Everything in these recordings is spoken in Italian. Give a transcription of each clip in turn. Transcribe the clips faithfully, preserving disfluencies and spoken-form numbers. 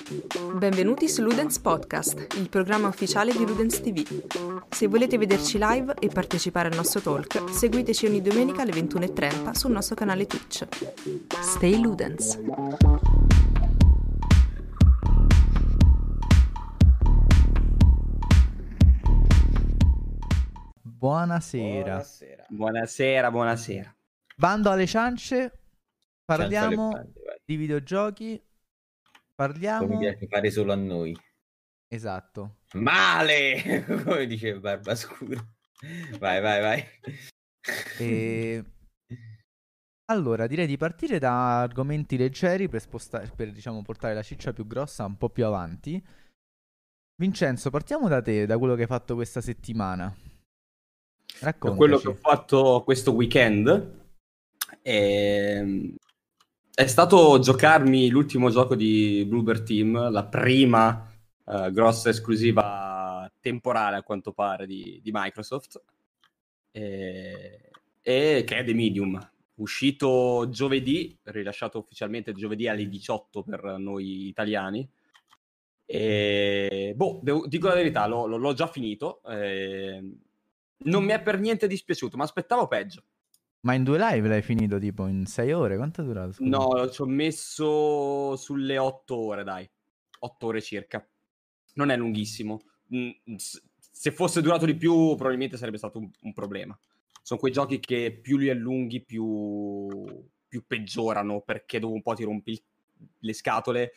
Benvenuti su Ludens Podcast, il programma ufficiale di Ludens ti vu. Se volete vederci live e partecipare al nostro talk, seguiteci ogni domenica alle ventuno e trenta sul nostro canale Twitch. Stay Ludens! Buonasera. Buonasera. Buonasera, buonasera. Bando alle ciance, parliamo Ciance alle bande, di videogiochi, parliamo... come piace fare solo a noi. Esatto. Male! Come dice Barbascura. Vai, vai, vai. E... Allora, direi di partire da argomenti leggeri per, spostare, per diciamo, portare la ciccia più grossa un po' più avanti. Vincenzo, partiamo da te, da quello che hai fatto questa settimana. Raccontaci. Quello che ho fatto questo weekend è, è stato giocarmi l'ultimo gioco di Bloober Team, la prima uh, grossa esclusiva temporale a quanto pare di, di Microsoft, e, e che è The Medium, uscito giovedì, rilasciato ufficialmente giovedì alle diciotto per noi italiani. E boh, devo, dico la verità, l'ho, l'ho già finito. E non mi è per niente dispiaciuto, ma aspettavo peggio. Ma in due live l'hai finito tipo in sei ore? Quanto è durato? Scusa? No, ci ho messo sulle otto ore, dai. otto ore circa. Non è lunghissimo. Se fosse durato di più, probabilmente sarebbe stato un, un problema. Sono quei giochi che più li allunghi, più, più peggiorano, perché dopo un po' ti rompi il, le scatole.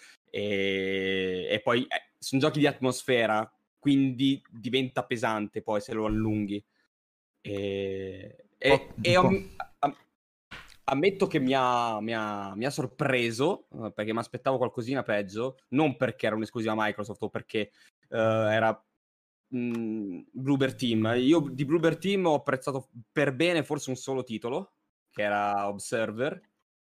E, e poi eh, sono giochi di atmosfera, quindi diventa pesante poi se lo allunghi. E, e, Oh, e am, am, ammetto che mi ha, mi ha, mi ha sorpreso, uh, perché mi aspettavo qualcosina peggio, non perché era un'esclusiva Microsoft o perché uh, era mh, Bloober Team. Io di Bloober Team ho apprezzato per bene forse un solo titolo, che era Observer,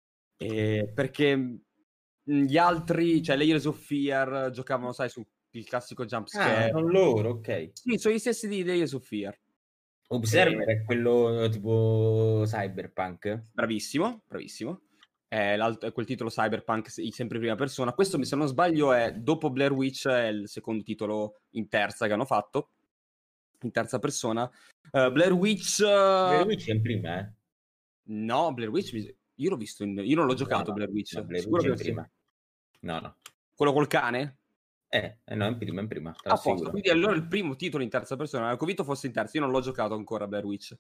e perché gli altri, cioè Layers of Fear, giocavano, sai, sul il classico jumpscare. Ah, sono loro, ok. Sì, sono gli stessi di Layers of Fear. Observer E... è quello tipo Cyberpunk. Bravissimo, bravissimo. È, è quel titolo Cyberpunk sempre in prima persona. Questo, se non sbaglio, è dopo Blair Witch, è il secondo titolo in terza che hanno fatto, in terza persona. Uh, Blair Witch... Blair Witch è in prima, eh? No, Blair Witch... Io l'ho visto, in... io non l'ho giocato, no, no, Blair Witch. No, Blair Sicuro Witch è che in prima. No, no. Quello col cane? Eh, eh no, in prima, in prima. A posto, quindi allora il primo titolo in terza persona. Avevo convinto fosse in terza, io non l'ho giocato ancora Blair Witch.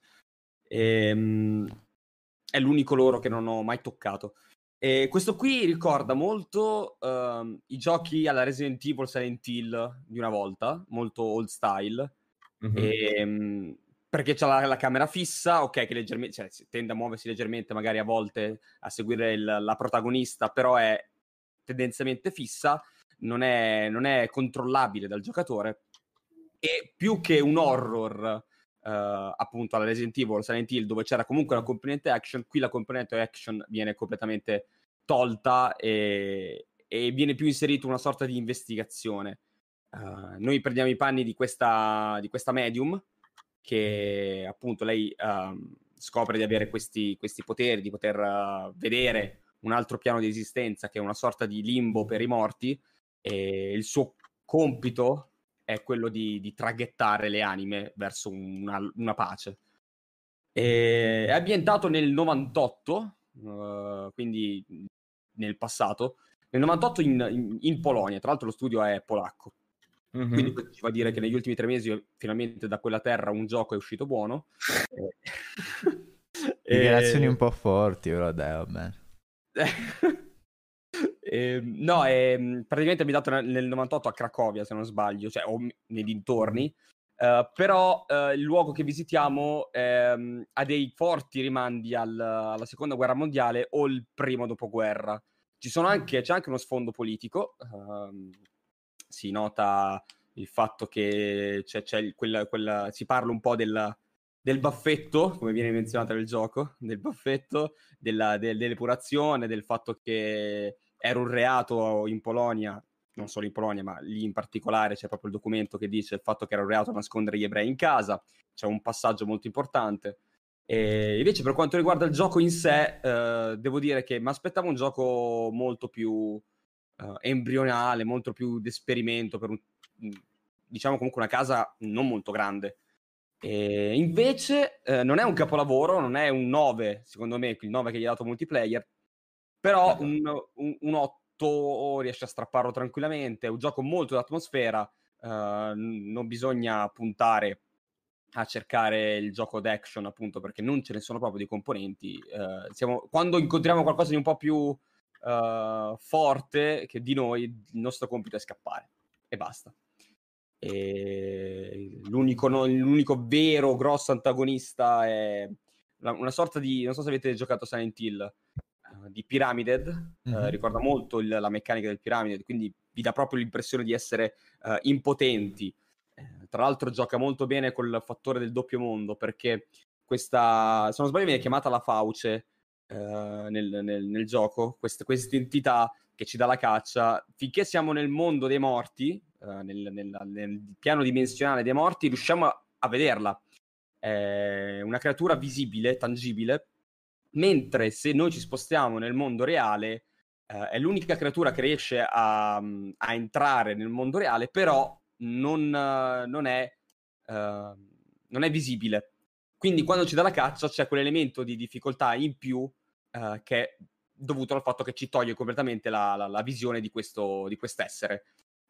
Ehm, è l'unico loro che non ho mai toccato. E questo qui ricorda molto um, i giochi alla Resident Evil Silent Hill di una volta, molto old style. Mm-hmm. E, perché c'ha la, la camera fissa, ok, che leggermente, cioè, tende a muoversi leggermente, magari a volte a seguire il, la protagonista, però è tendenzialmente fissa. Non è, non è controllabile dal giocatore, e più che un horror uh, appunto alla Resident Evil Silent Hill, dove c'era comunque una componente action, qui la componente action viene completamente tolta e, e viene più inserito una sorta di investigazione. Uh, noi prendiamo i panni di questa, di questa medium, che appunto lei uh, scopre di avere questi, questi poteri, di poter uh, vedere un altro piano di esistenza, che è una sorta di limbo per i morti. E il suo compito è quello di, di traghettare le anime verso una, una pace. E è ambientato nel novantotto, uh, quindi nel passato, nel novantotto in, in, in Polonia. Tra l'altro lo studio è polacco. Mm-hmm. Quindi questo ci fa dire che negli ultimi tre mesi finalmente da quella terra un gioco è uscito buono. Dichiarazioni e... un po' forti, però dai, va bene. Eh, no, è praticamente ambientato nel novantotto a Cracovia, se non sbaglio, cioè o nei dintorni. Uh, però uh, il luogo che visitiamo ehm, ha dei forti rimandi al, alla seconda guerra mondiale o il primo dopoguerra. Ci sono anche, c'è anche uno sfondo politico. Uh, si nota il fatto che c'è, c'è quella, quella, si parla un po' del, del baffetto, come viene menzionato nel gioco, del baffetto, della, del, dell'epurazione, del fatto che era un reato in Polonia, non solo in Polonia, ma lì in particolare c'è proprio il documento che dice il fatto che era un reato nascondere gli ebrei in casa. C'è un passaggio molto importante. E invece per quanto riguarda il gioco in sé, eh, devo dire che mi aspettavo un gioco molto più uh, embrionale, molto più d'esperimento per un, diciamo comunque una casa non molto grande. E invece eh, non è un capolavoro, non è un nove, secondo me, il nove che gli ha dato multiplayer, però un, un, un otto riesce a strapparlo tranquillamente, è un gioco molto d'atmosfera, uh, non bisogna puntare a cercare il gioco d'action, appunto, perché non ce ne sono proprio dei componenti. Uh, siamo, quando incontriamo qualcosa di un po' più uh, forte che di noi, il nostro compito è scappare, e basta. E l'unico, no, l'unico vero grosso antagonista è una, una sorta di, non so se avete giocato Silent Hill, uh, di Pyramided, mm-hmm. uh, ricorda molto il, la meccanica del Pyramided, quindi vi dà proprio l'impressione di essere uh, impotenti. Eh, tra l'altro gioca molto bene col fattore del doppio mondo, perché questa, se non sbaglio viene chiamata la fauce uh, nel, nel, nel gioco, questa entità che ci dà la caccia. Finché siamo nel mondo dei morti, Uh, nel, nel, nel piano dimensionale dei morti, riusciamo a, a vederla. È una creatura visibile, tangibile, mentre se noi ci spostiamo nel mondo reale uh, è l'unica creatura che riesce a, a entrare nel mondo reale, però non, uh, non, è, uh, non è visibile. Quindi quando ci dà la caccia c'è quell'elemento di difficoltà in più uh, che è dovuto al fatto che ci toglie completamente la, la, la visione di questo di quest'essere.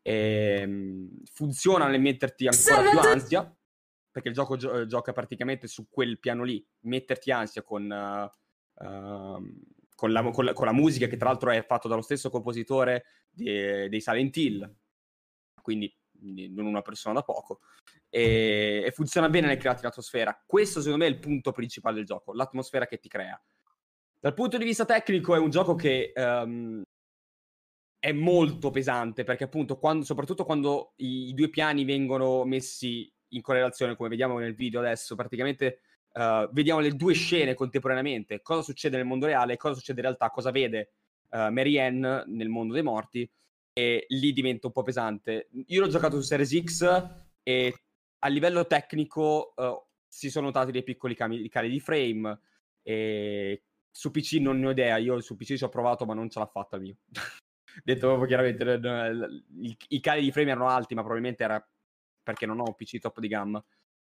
E funziona nel metterti ancora più ansia, perché il gioco gio- gioca praticamente su quel piano lì, metterti ansia con, uh, uh, con, la, con, la, con la musica, che tra l'altro è fatto dallo stesso compositore de- dei Silent Hill, quindi non una persona da poco, e, e funziona bene nel crearti l'atmosfera. Questo secondo me è il punto principale del gioco, l'atmosfera che ti crea. Dal punto di vista tecnico è un gioco che um, è molto pesante, perché appunto quando, soprattutto quando i, i due piani vengono messi in correlazione, come vediamo nel video adesso, praticamente uh, vediamo le due scene contemporaneamente, cosa succede nel mondo reale e cosa succede in realtà, cosa vede uh, Mary Ann nel mondo dei morti, e lì diventa un po' pesante. Io l'ho giocato su Series X e a livello tecnico uh, si sono notati dei piccoli cali, cali di frame, e su P C non ne ho idea, io su P C ci ho provato ma non ce l'ha fatta il mio. Detto proprio chiaramente, i, i cali di frame erano alti, ma probabilmente era perché non ho un P C top di gamma.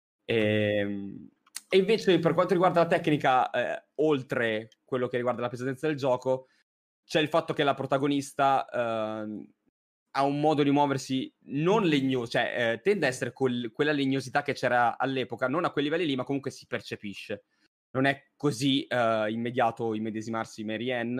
E, e invece per quanto riguarda la tecnica, eh, oltre quello che riguarda la pesanza del gioco, c'è il fatto che la protagonista eh, ha un modo di muoversi non legnoso, cioè eh, tende a essere quel, quella legnosità che c'era all'epoca, non a quei livelli lì, ma comunque si percepisce. Non è così eh, immediato immedesimarsi in Mary Ann,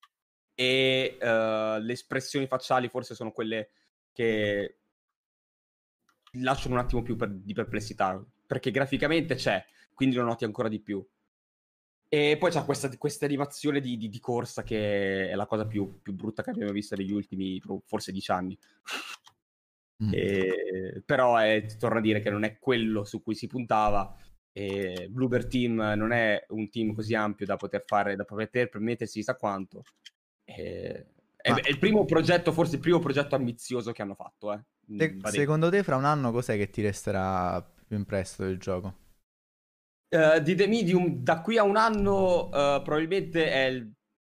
e uh, le espressioni facciali forse sono quelle che lasciano un attimo più per, di perplessità, perché graficamente c'è, quindi lo noti ancora di più. E poi c'è questa, questa animazione di, di, di corsa che è la cosa più, più brutta che abbiamo visto negli ultimi forse dieci anni. Mm. E, però è, torno a dire che non è quello su cui si puntava. E Bloober Team non è un team così ampio da poter fare, da poter permettersi sa quanto. E, è, è il primo progetto, forse il primo progetto ambizioso che hanno fatto. Eh. Se, secondo te, fra un anno, cos'è che ti resterà più impresso del gioco? Uh, di The Medium, da qui a un anno, uh, probabilmente è il...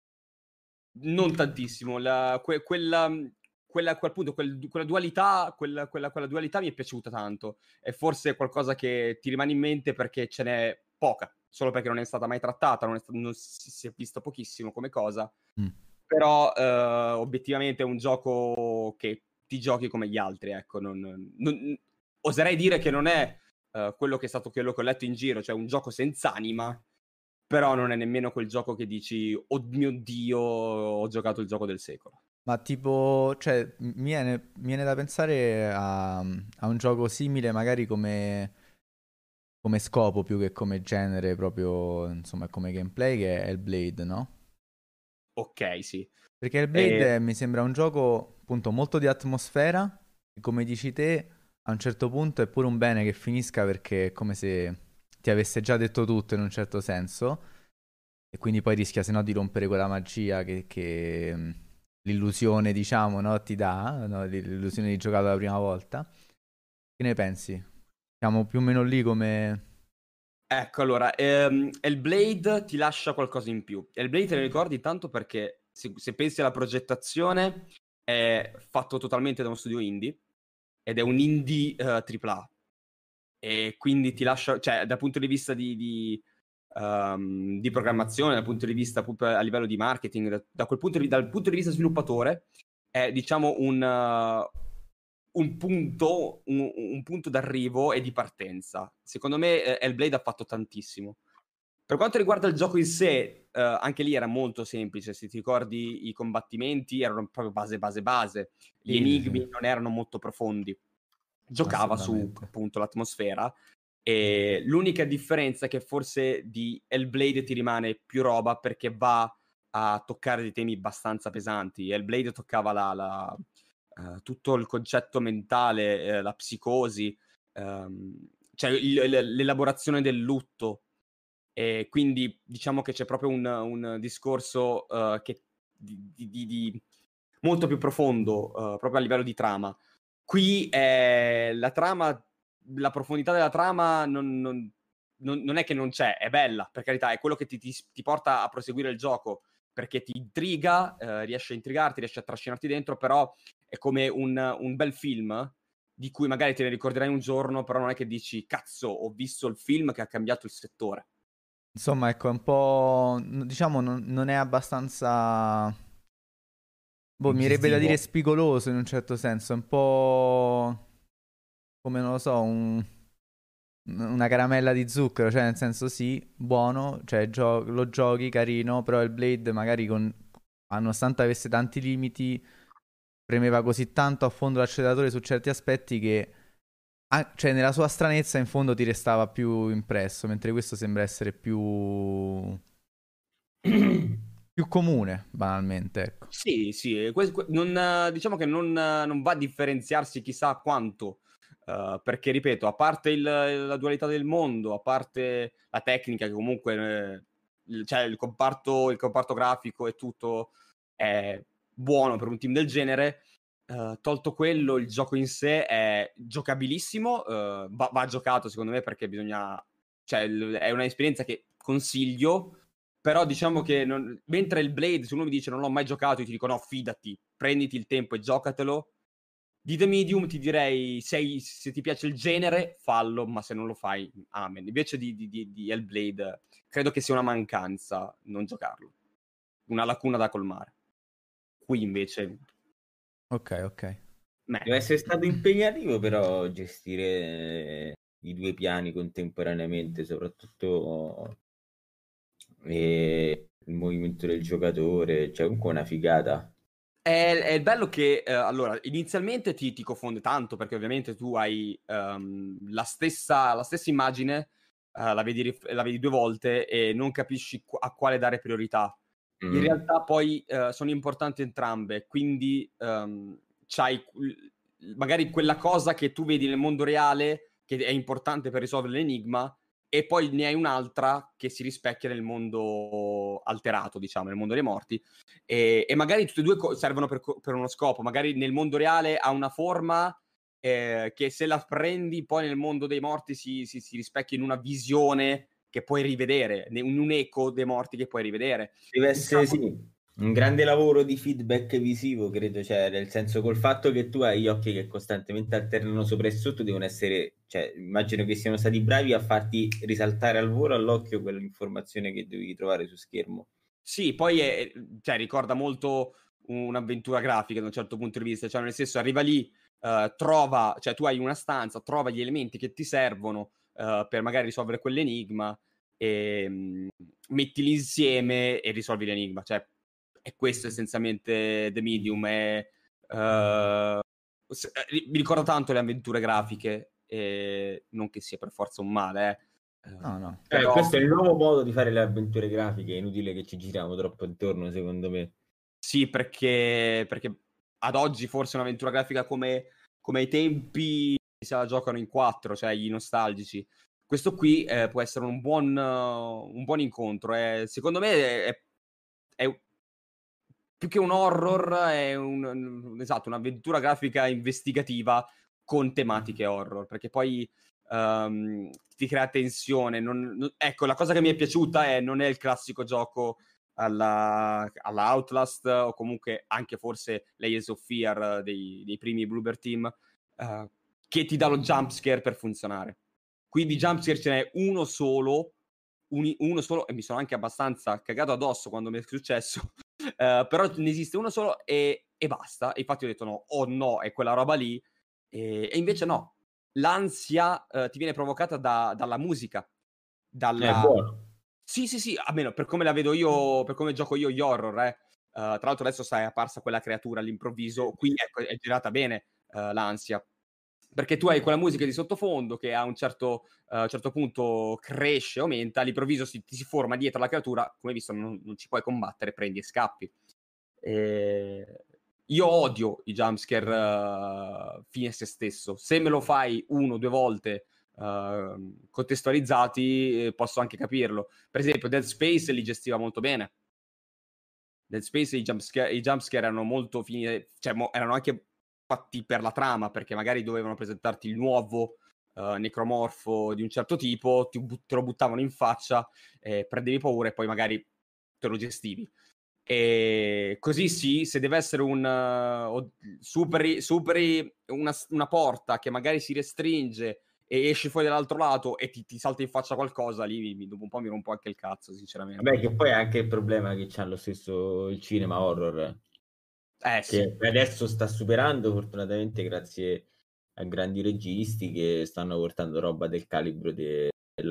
non tantissimo. La, que, quella, quella, quel punto, quel, quella dualità, quella, quella, quella dualità mi è piaciuta tanto. E forse è qualcosa che ti rimane in mente perché ce n'è poca, solo perché non è stata mai trattata, non, è stato, non si, si è visto pochissimo come cosa. Mm. Però uh, obiettivamente è un gioco che ti giochi come gli altri, ecco. Non, non, oserei dire che non è uh, quello che è stato quello che ho letto in giro, cioè un gioco senza anima, però non è nemmeno quel gioco che dici oh mio Dio, ho giocato il gioco del secolo. Ma tipo, cioè, mi viene, mi viene da pensare a, a un gioco simile magari come, come scopo più che come genere, proprio, insomma, come gameplay, che è Hellblade, no? Ok, sì. Perché Hellblade e... mi sembra un gioco, appunto, molto di atmosfera, e come dici te, a un certo punto è pure un bene che finisca perché è come se ti avesse già detto tutto in un certo senso, e quindi poi rischia se no di rompere quella magia che, che l'illusione, diciamo, no, ti dà, no? L'illusione di giocare la prima volta. Che ne pensi? Siamo più o meno lì come... Ecco, allora, ehm, Hellblade ti lascia qualcosa in più. Hellblade te ne ricordi tanto perché se, se pensi alla progettazione è fatto totalmente da uno studio indie ed è un indie uh, tripla A, e quindi ti lascia, cioè dal punto di vista di, di, um, di programmazione, dal punto di vista a livello di marketing, da, da quel punto di, dal punto di vista sviluppatore è diciamo un, uh, un punto un, un punto d'arrivo e di partenza. Secondo me Hellblade ha fatto tantissimo. Per quanto riguarda il gioco in sé, uh, anche lì era molto semplice. Se ti ricordi, i combattimenti erano proprio base base base, gli sì, enigmi sì. non erano molto profondi, giocava su appunto l'atmosfera, e l'unica differenza è che forse di Hellblade ti rimane più roba perché va a toccare dei temi abbastanza pesanti. Hellblade toccava la, la, uh, tutto il concetto mentale, uh, la psicosi, um, cioè il, l'elaborazione del lutto, e quindi diciamo che c'è proprio un, un discorso uh, che di, di, di molto più profondo, uh, proprio a livello di trama. Qui è la trama, la profondità della trama non, non, non, non è che non c'è, è bella, per carità, è quello che ti, ti, ti porta a proseguire il gioco, perché ti intriga, eh, riesce a intrigarti, riesce a trascinarti dentro, però è come un, un bel film di cui magari te ne ricorderai un giorno, però non è che dici, cazzo, ho visto il film che ha cambiato il settore. Insomma, ecco, è un po', diciamo, non, non è abbastanza... Boh, mi virebbe da dire spigoloso in un certo senso, è un po' come, non lo so, un... una caramella di zucchero, cioè nel senso sì, buono, cioè gio- lo giochi, carino, però il Blade magari con... nonostante avesse tanti limiti, premeva così tanto a fondo l'acceleratore su certi aspetti che... Ah, cioè nella sua stranezza in fondo ti restava più impresso, mentre questo sembra essere più più comune, banalmente, ecco. Sì, sì, que- que- non, diciamo che non, non va a differenziarsi chissà quanto, uh, perché ripeto, a parte il, la dualità del mondo, a parte la tecnica che comunque, eh, cioè il comparto, il comparto grafico e tutto è buono per un team del genere. Uh, tolto quello, il gioco in sé è giocabilissimo, uh, va, va giocato secondo me perché bisogna, cioè l- è un'esperienza che consiglio, però diciamo che non, mentre il Blade, se uno mi dice non l'ho mai giocato, io ti dico no, fidati, prenditi il tempo e giocatelo. Di The Medium ti direi, sei, se ti piace il genere fallo, ma se non lo fai amen. Invece di, di, di, di Hellblade credo che sia una mancanza non giocarlo, una lacuna da colmare. Qui invece Ok, ok. Beh, deve essere stato impegnativo però gestire i due piani contemporaneamente, soprattutto eh, il movimento del giocatore, cioè comunque una figata. È, è il bello che, eh, allora, inizialmente ti, ti confonde tanto, perché ovviamente tu hai um, la, stessa, la stessa immagine, uh, la, vedi, la vedi due volte e non capisci qu- a quale dare priorità. In Mm. realtà poi uh, sono importanti entrambe, quindi um, c'hai magari quella cosa che tu vedi nel mondo reale, che è importante per risolvere l'enigma, e poi ne hai un'altra che si rispecchia nel mondo alterato, diciamo, nel mondo dei morti, e, e magari tutte e due co- servono per, co- per uno scopo. Magari nel mondo reale ha una forma eh, che se la prendi poi nel mondo dei morti si, si, si rispecchia in una visione che puoi rivedere, in un eco dei morti che puoi rivedere. Deve essere, sì, un grande lavoro di feedback visivo, credo, cioè, nel senso, col fatto che tu hai gli occhi che costantemente alternano sopra e sotto, devono essere, cioè, immagino che siano stati bravi a farti risaltare al volo all'occhio quell'informazione che devi trovare su schermo. Sì, poi è, cioè, ricorda molto un'avventura grafica da un certo punto di vista, cioè nel senso arriva lì, uh, trova, cioè tu hai una stanza, trova gli elementi che ti servono uh, per magari risolvere quell'enigma e um, mettili insieme e risolvi l'enigma, cioè è questo essenzialmente The Medium, è, uh, se, eh, mi ricorda tanto le avventure grafiche, e non che sia per forza un male, eh. No, no. Eh, questo è il nuovo modo di fare le avventure grafiche, è inutile che ci giriamo troppo intorno, secondo me. Sì, perché, perché ad oggi forse un'avventura grafica come, come ai tempi se la giocano in quattro, cioè gli nostalgici. Questo qui eh, può essere un buon, uh, un buon incontro. Eh. Secondo me è, è, è più che un horror, è un, un, esatto, un'avventura grafica investigativa con tematiche horror, perché poi um, ti crea tensione. Non, non, ecco, la cosa che mi è piaciuta è non è il classico gioco alla, alla Outlast, o comunque anche forse Layers of Fear dei, dei primi Bluebird Team, uh, che ti dà lo jumpscare per funzionare. Quindi jumpscare ce n'è uno solo, un, uno solo, e mi sono anche abbastanza cagato addosso quando mi è successo, uh, però ne esiste uno solo e, e basta. E infatti ho detto no, oh no, è quella roba lì, e, e invece no, l'ansia uh, ti viene provocata da, dalla musica, dalla... È buono. Sì, sì, sì, almeno per come la vedo io, per come gioco io gli horror, eh. Uh, tra l'altro adesso sai, è apparsa quella creatura all'improvviso, qui ecco, è girata bene uh, l'ansia, perché tu hai quella musica di sottofondo che a un certo, uh, certo punto cresce, aumenta, all'improvviso si, ti si forma dietro la creatura, come hai visto non, non ci puoi combattere, prendi e scappi. E... Io odio i jumpscare uh, fine a se stesso, se me lo fai uno o due volte uh, contestualizzati, eh, posso anche capirlo. Per esempio Dead Space li gestiva molto bene. Dead Space i jumpscare, i jumpscare erano molto fini, cioè mo, erano anche fatti per la trama, perché magari dovevano presentarti il nuovo uh, necromorfo di un certo tipo, ti, te lo buttavano in faccia, eh, prendevi paura e poi magari te lo gestivi. E così sì, se deve essere un uh, superi, superi una, una porta che magari si restringe e esci fuori dall'altro lato e ti, ti salta in faccia qualcosa, lì mi, dopo un po' mi rompo anche il cazzo, sinceramente. Vabbè, che poi è anche il problema che c'ha lo stesso il cinema horror, eh, che sì. adesso sta superando fortunatamente grazie a grandi registi che stanno portando roba del calibro di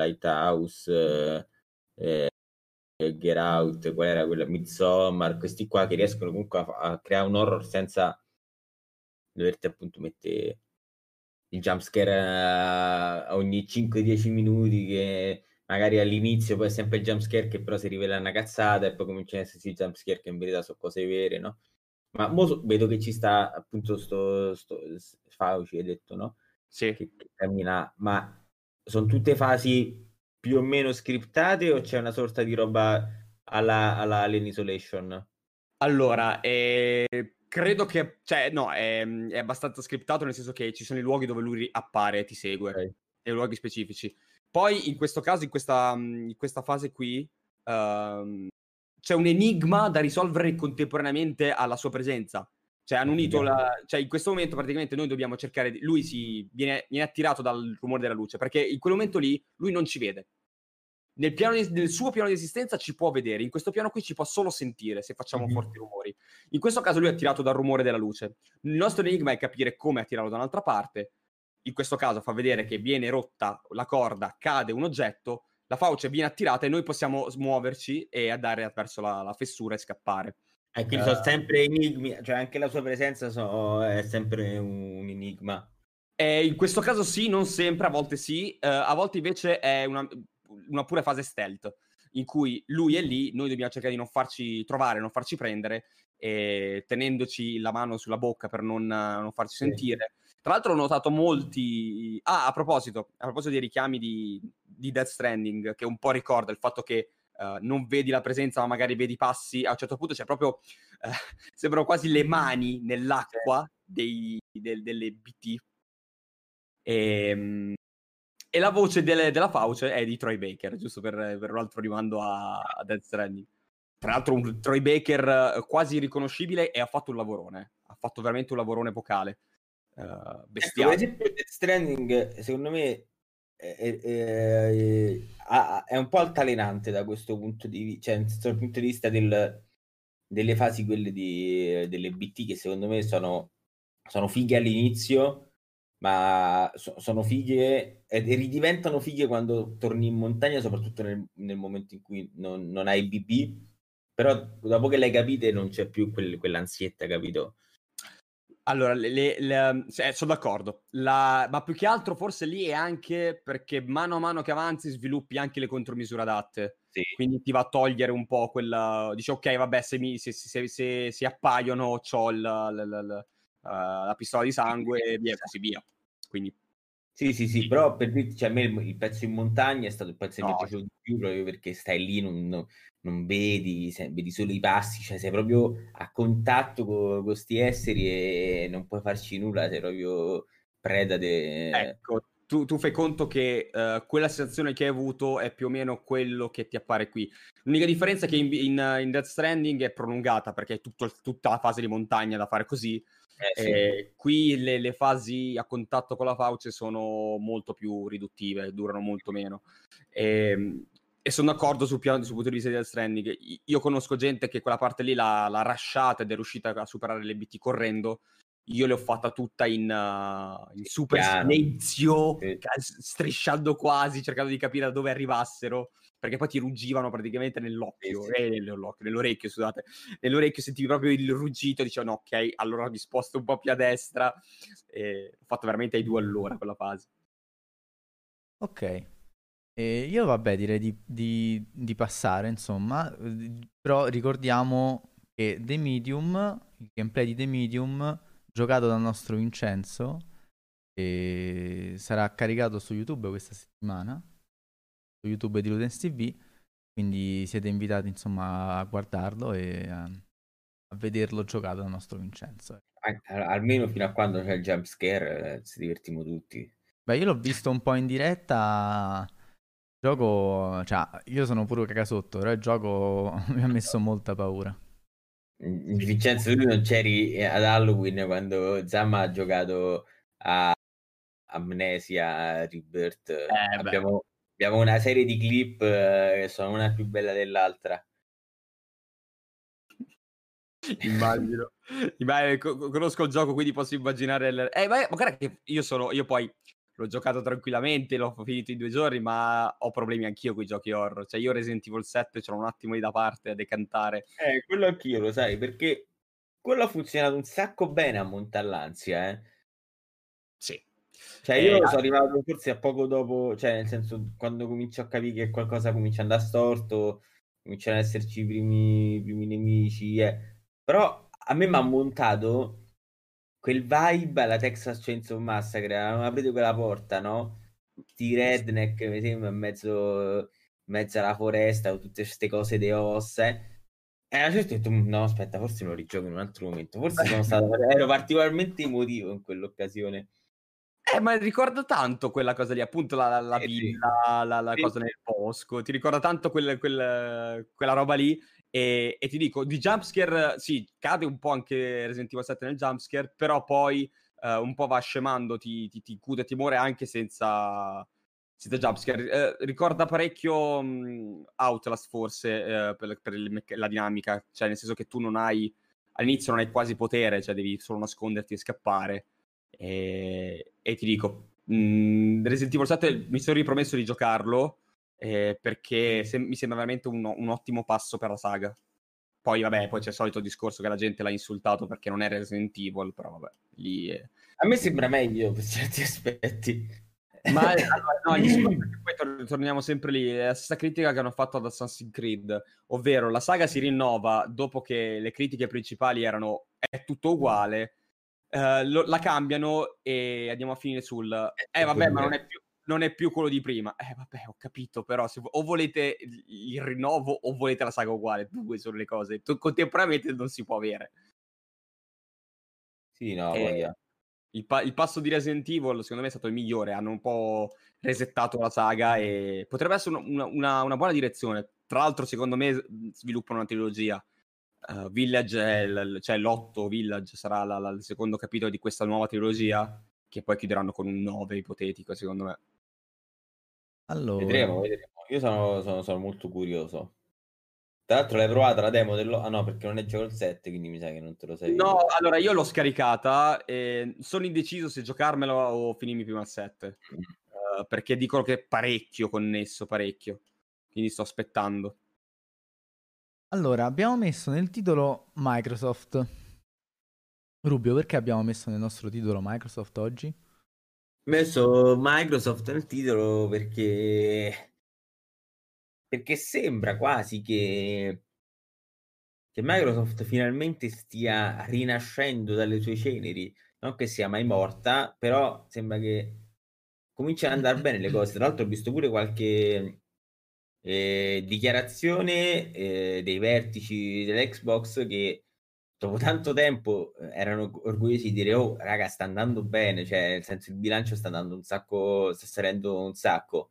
Lighthouse, eh, Get Out, qual era quella, Midsommar, questi qua che riescono comunque a, a creare un horror senza doverti appunto mettere il jumpscare a, a ogni cinque dieci minuti, che magari all'inizio poi è sempre il jumpscare che però si rivela una cazzata e poi cominciano ad esserci i jumpscare che in verità sono cose vere, no? Ma mo so, vedo che ci sta appunto sto, sto Fauci, hai detto, no? Sì. Che, che cammina, ma sono tutte fasi più o meno scriptate o c'è una sorta di roba alla, alla Alien Isolation? Allora, eh, credo che, cioè, no, è, è abbastanza scriptato, nel senso che ci sono i luoghi dove lui appare e ti segue, Okay. e luoghi specifici. Poi, in questo caso, in questa, in questa fase qui, um, c'è un enigma da risolvere contemporaneamente alla sua presenza. Cioè, hanno unito la... Cioè, in questo momento, praticamente, noi dobbiamo cercare... Di... Lui si viene, viene attirato dal rumore della luce, perché in quel momento lì, lui non ci vede. Nel, piano di, nel suo piano di esistenza ci può vedere, in questo piano qui ci può solo sentire se facciamo mm-hmm. forti rumori. In questo caso lui è attirato dal rumore della luce. Il nostro enigma è capire come attirarlo da un'altra parte. In questo caso fa vedere che viene rotta la corda, cade un oggetto, la fauce viene attirata e noi possiamo muoverci e andare verso la, la fessura e scappare. E quindi uh, sono sempre enigmi, cioè anche la sua presenza so, è sempre un enigma. Eh, in questo caso sì, non sempre, a volte sì, uh, a volte invece è una... una pura fase stealth in cui lui è lì, noi dobbiamo cercare di non farci trovare, non farci prendere, e tenendoci la mano sulla bocca per non, non farci sì. sentire. Tra l'altro ho notato molti... Ah, a proposito, a proposito dei richiami di, di Death Stranding, che un po' ricorda il fatto che uh, non vedi la presenza, ma magari vedi passi, a un certo punto c'è proprio... Uh, sembrano quasi le mani nell'acqua dei, del, delle B T. E... E la voce delle, della Fauce è di Troy Baker, giusto per, per un altro rimando a, a Death Stranding. Tra l'altro un Troy Baker quasi irriconoscibile e ha fatto un lavorone. Ha fatto veramente un lavorone vocale. Uh, bestiale. Ecco, per esempio Death Stranding, secondo me, è, è, è, è un po' altalenante da questo punto di vista, cioè dal punto di vista del, delle fasi, quelle di, delle B T, che secondo me sono, sono fighe all'inizio, ma so, sono fighe e ridiventano fighe quando torni in montagna, soprattutto nel, nel momento in cui non, non hai B B, però dopo che l'hai capite non c'è più quel, quell'ansietta, capito? Allora, le, le, le, eh, sono d'accordo, la, ma più che altro forse lì è anche perché mano a mano che avanzi sviluppi anche le contromisure adatte, sì. Quindi ti va a togliere un po' quella, dici ok vabbè se, mi, se, se, se, se appaiono c'ho il, la, la, la, uh, la pistola di sangue e via così via, quindi sì sì sì, però per dirti, cioè, a me il, il pezzo in montagna è stato il pezzo che no. mi è piaciuto di più, proprio perché stai lì, non, non, non vedi, se, vedi solo i passi, cioè sei proprio a contatto con questi esseri e non puoi farci nulla, sei proprio preda de... Ecco, tu, tu fai conto che uh, quella sensazione che hai avuto è più o meno quello che ti appare qui. L'unica differenza è che in, in, in Death Stranding è prolungata, perché è tutto, tutta la fase di montagna da fare così. Eh, sì. E qui le, le fasi a contatto con la fauce sono molto più riduttive, durano molto meno. E, e sono d'accordo sul, piano, sul punto di vista di Death Stranding. Io conosco gente che quella parte lì l'ha, l'ha rushata ed è riuscita a superare le B T correndo. Io l'ho fatta tutta in, uh, in super Piano. silenzio, Sì. strisciando quasi, cercando di capire da dove arrivassero, perché poi ti ruggivano praticamente nell'occhio, Sì, sì. eh, nell'occhio, nell'orecchio, scusate, nell'orecchio sentivi proprio il ruggito, dicevano ok, allora mi sposto un po' più a destra, e ho fatto veramente ai due all'ora quella fase. Ok. E io vabbè direi di, di, di passare, insomma, però ricordiamo che The Medium, il gameplay di The Medium, giocato dal nostro Vincenzo, e sarà caricato su YouTube questa settimana, su YouTube di Ludens T V, quindi siete invitati insomma a guardarlo e a, a vederlo giocato dal nostro Vincenzo. Almeno fino a quando c'è il jump scare, eh, ci divertiamo tutti. Beh, io l'ho visto un po' in diretta, il gioco, cioè, io sono pure cagasotto, però il gioco mi ha messo molta paura. Vincenzo, tu non c'eri ad Halloween quando Zamma ha giocato a Amnesia Rebirth. Eh, abbiamo, abbiamo una serie di clip eh, che sono una più bella dell'altra. Immagino. Immagino, co- conosco il gioco, quindi posso immaginare il... eh, ma, ma guarda che io sono io poi l'ho giocato tranquillamente, l'ho finito in due giorni, ma ho problemi anch'io con i giochi horror. Cioè io Resident Evil sette ce l'ho un attimo lì da parte a decantare. Eh, quello anch'io lo sai, perché quello ha funzionato un sacco bene a montarlansia, eh. Sì. Cioè Eh, io sono arrivato forse a poco dopo, cioè nel senso quando comincio a capire che qualcosa comincia ad andare storto, cominciano ad esserci i primi, i primi nemici, eh. Però a me mi ha montato quel vibe alla Texas Chainsaw Massacre, non aprite quella porta, no? Ti redneck, mi sembra, in mezzo, in mezzo alla foresta, con tutte queste cose de ossa, eh. E a un certo punto ho detto, no, aspetta, forse me lo rigioco in un altro momento. Forse sono stato, ero particolarmente emotivo in quell'occasione. Eh, ma ricorda tanto quella cosa lì, appunto la, la, la Eh, sì. villa, la, la Sì. cosa nel bosco, ti ricorda tanto quel, quel, quella roba lì e, e ti dico, di jumpscare, sì, cade un po' anche Resident Evil sette nel jumpscare, però poi eh, un po' va scemando, ti, ti, ti incute timore anche senza, senza jumpscare. Eh, ricorda parecchio mh, Outlast forse eh, per, per il mecc- la dinamica, cioè nel senso che tu non hai, all'inizio non hai quasi potere, cioè devi solo nasconderti e scappare. E, e ti dico, mh, Resident Evil sette mi sono ripromesso di giocarlo eh, perché se- mi sembra veramente un, un ottimo passo per la saga. Poi vabbè, poi c'è il solito discorso che la gente l'ha insultato perché non è Resident Evil, però vabbè, lì è... A me sembra meglio per certi aspetti. Ma allora, no, il discorso è che poi tor- torniamo sempre lì, è la stessa critica che hanno fatto ad Assassin's Creed, ovvero la saga si rinnova dopo che le critiche principali erano è tutto uguale, eh, lo- la cambiano e andiamo a finire sul eh vabbè ma non è più, non è più quello di prima. Eh vabbè, ho capito, però se vo- o volete il, il rinnovo o volete la saga uguale, due sono le cose, tu, contemporaneamente non si può avere. Sì, no, E voglia. il, pa- il passo di Resident Evil secondo me è stato il migliore, hanno un po' resettato la saga e potrebbe essere una, una- una buona direzione. Tra l'altro secondo me sviluppano una trilogia. Uh, Village è il, cioè l'otto Village sarà la, la, il secondo capitolo di questa nuova trilogia che poi chiuderanno con un nove ipotetico secondo me. Allora, Vedremo, vedremo. Io sono, sono, sono molto curioso. Tra l'altro l'hai provata la demo dello... Ah no, perché non è gioco il sette, quindi mi sa che non te lo sei... No, allora io l'ho scaricata e sono indeciso se giocarmelo o finirmi prima il sette, uh, perché dicono che è parecchio connesso, parecchio, quindi sto aspettando. allora, abbiamo messo nel titolo Microsoft. Rubio, perché abbiamo messo nel nostro titolo Microsoft oggi? Ho messo Microsoft nel titolo perché... Perché sembra quasi che... che Microsoft finalmente stia rinascendo dalle sue ceneri. Non che sia mai morta, però sembra che cominciano ad andare bene le cose. Tra l'altro ho visto pure qualche eh, dichiarazione eh, dei vertici dell'Xbox che dopo tanto tempo eh, erano orgogliosi di dire oh raga sta andando bene, cioè nel senso il bilancio sta andando un sacco, sta salendo un sacco.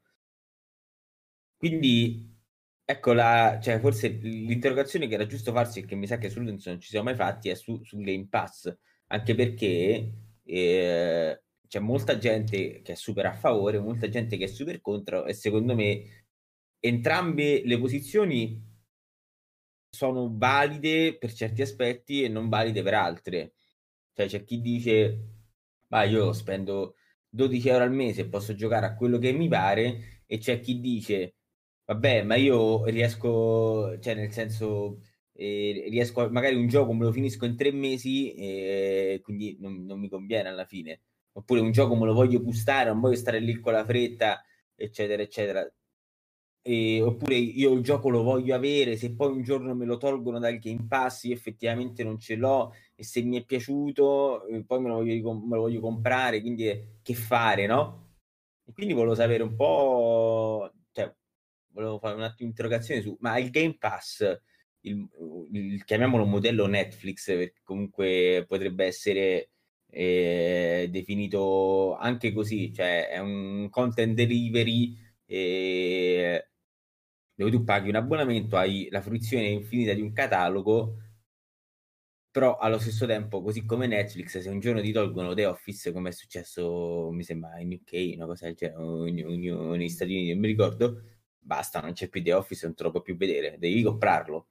Quindi ecco la, cioè forse l'interrogazione che era giusto farsi e che mi sa che su Ludens non ci siamo mai fatti è su, sul Game Pass, anche perché eh, c'è molta gente che è super a favore, molta gente che è super contro e secondo me entrambe le posizioni sono valide per certi aspetti e non valide per altre. Cioè c'è chi dice ma io spendo dodici euro al mese e posso giocare a quello che mi pare, e c'è chi dice vabbè ma io riesco, cioè nel senso eh, riesco a, magari un gioco me lo finisco in tre mesi e quindi non, non mi conviene alla fine, oppure un gioco me lo voglio gustare, non voglio stare lì con la fretta eccetera eccetera. E, oppure io il gioco lo voglio avere, se poi un giorno me lo tolgono dal Game Pass io effettivamente non ce l'ho e se mi è piaciuto eh, poi me lo voglio, ricom- me lo voglio comprare, quindi eh, che fare, no? E quindi volevo sapere un po', cioè volevo fare un attimo di interrogazione su, ma il Game Pass, il, il- chiamiamolo modello Netflix, perché comunque potrebbe essere eh, definito anche così, cioè è un content delivery eh, dove tu paghi un abbonamento, hai la fruizione infinita di un catalogo, però allo stesso tempo, così come Netflix, se un giorno ti tolgono The Office, come è successo, mi sembra, in U K, una cosa del genere, o in- in- o negli Stati Uniti, non mi ricordo, basta, non c'è più The Office, non te lo puoi più vedere, devi comprarlo.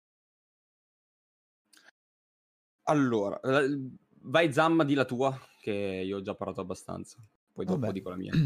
Allora, eh, vai Zamma, di la tua, che io ho già parlato abbastanza. Poi dopo Vabbè. dico la mia.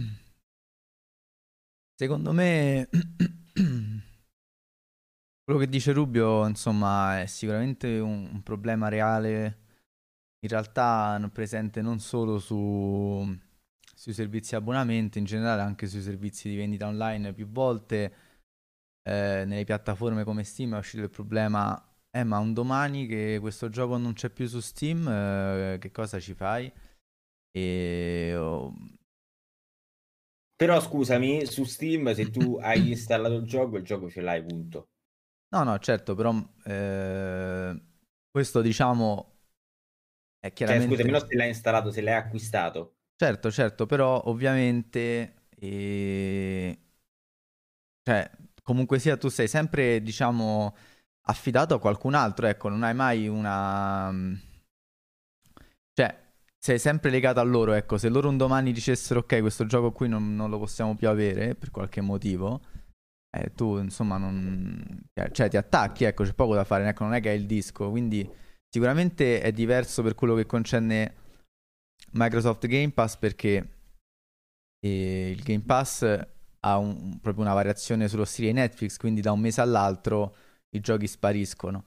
Secondo me quello che dice Rubio, insomma, è sicuramente un, un problema reale, in realtà non presente non solo su, sui servizi di abbonamento, in generale anche sui servizi di vendita online più volte, eh, nelle piattaforme come Steam è uscito il problema, eh ma un domani che questo gioco non c'è più su Steam, eh, che cosa ci fai? E... oh, Però scusami, su Steam se tu hai installato il gioco, il gioco ce l'hai, punto. no, no, certo, però eh, questo diciamo è Cioè scusami, non chiaramente... se l'hai installato, se l'hai acquistato. Certo, certo, però ovviamente, eh, cioè, comunque sia, tu sei sempre, diciamo, affidato a qualcun altro, ecco, non hai mai una... Cioè, sei sempre legato a loro, ecco, se loro un domani dicessero, ok, questo gioco qui non, non lo possiamo più avere, per qualche motivo, eh, tu, insomma, non... Cioè, ti attacchi, ecco, c'è poco da fare, ecco, non è che hai il disco, quindi sicuramente è diverso per quello che concerne Microsoft Game Pass, perché... E il Game Pass ha un- proprio una variazione sullo stile Netflix, quindi da un mese all'altro i giochi spariscono.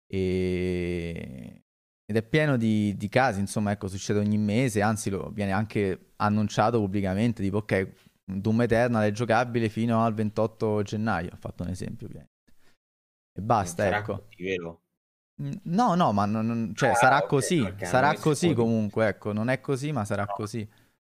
E... Ed è pieno di, di casi, insomma, ecco, succede ogni mese, anzi lo viene anche annunciato pubblicamente, tipo, ok, Doom Eternal è giocabile fino al ventotto gennaio, ho fatto un esempio, ovviamente. E Non basta, sarà ecco. così, vero? Mm, No, no, ma non, non- cioè, Ah, sarà ok, così, perché hanno sarà messo un così po' di... comunque, ecco, non è così, ma sarà così.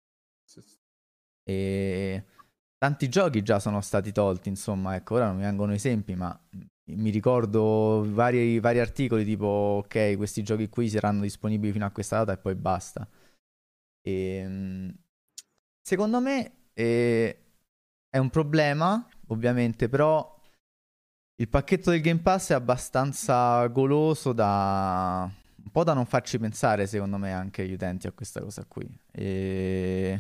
E tanti giochi già sono stati tolti, insomma, ecco, ora non mi vengono esempi, ma mi ricordo vari, vari articoli tipo, ok, questi giochi qui saranno disponibili fino a questa data e poi basta. E, secondo me eh, è un problema, ovviamente, però il pacchetto del Game Pass è abbastanza goloso da... un po' da non farci pensare, secondo me, anche gli utenti a questa cosa qui. E...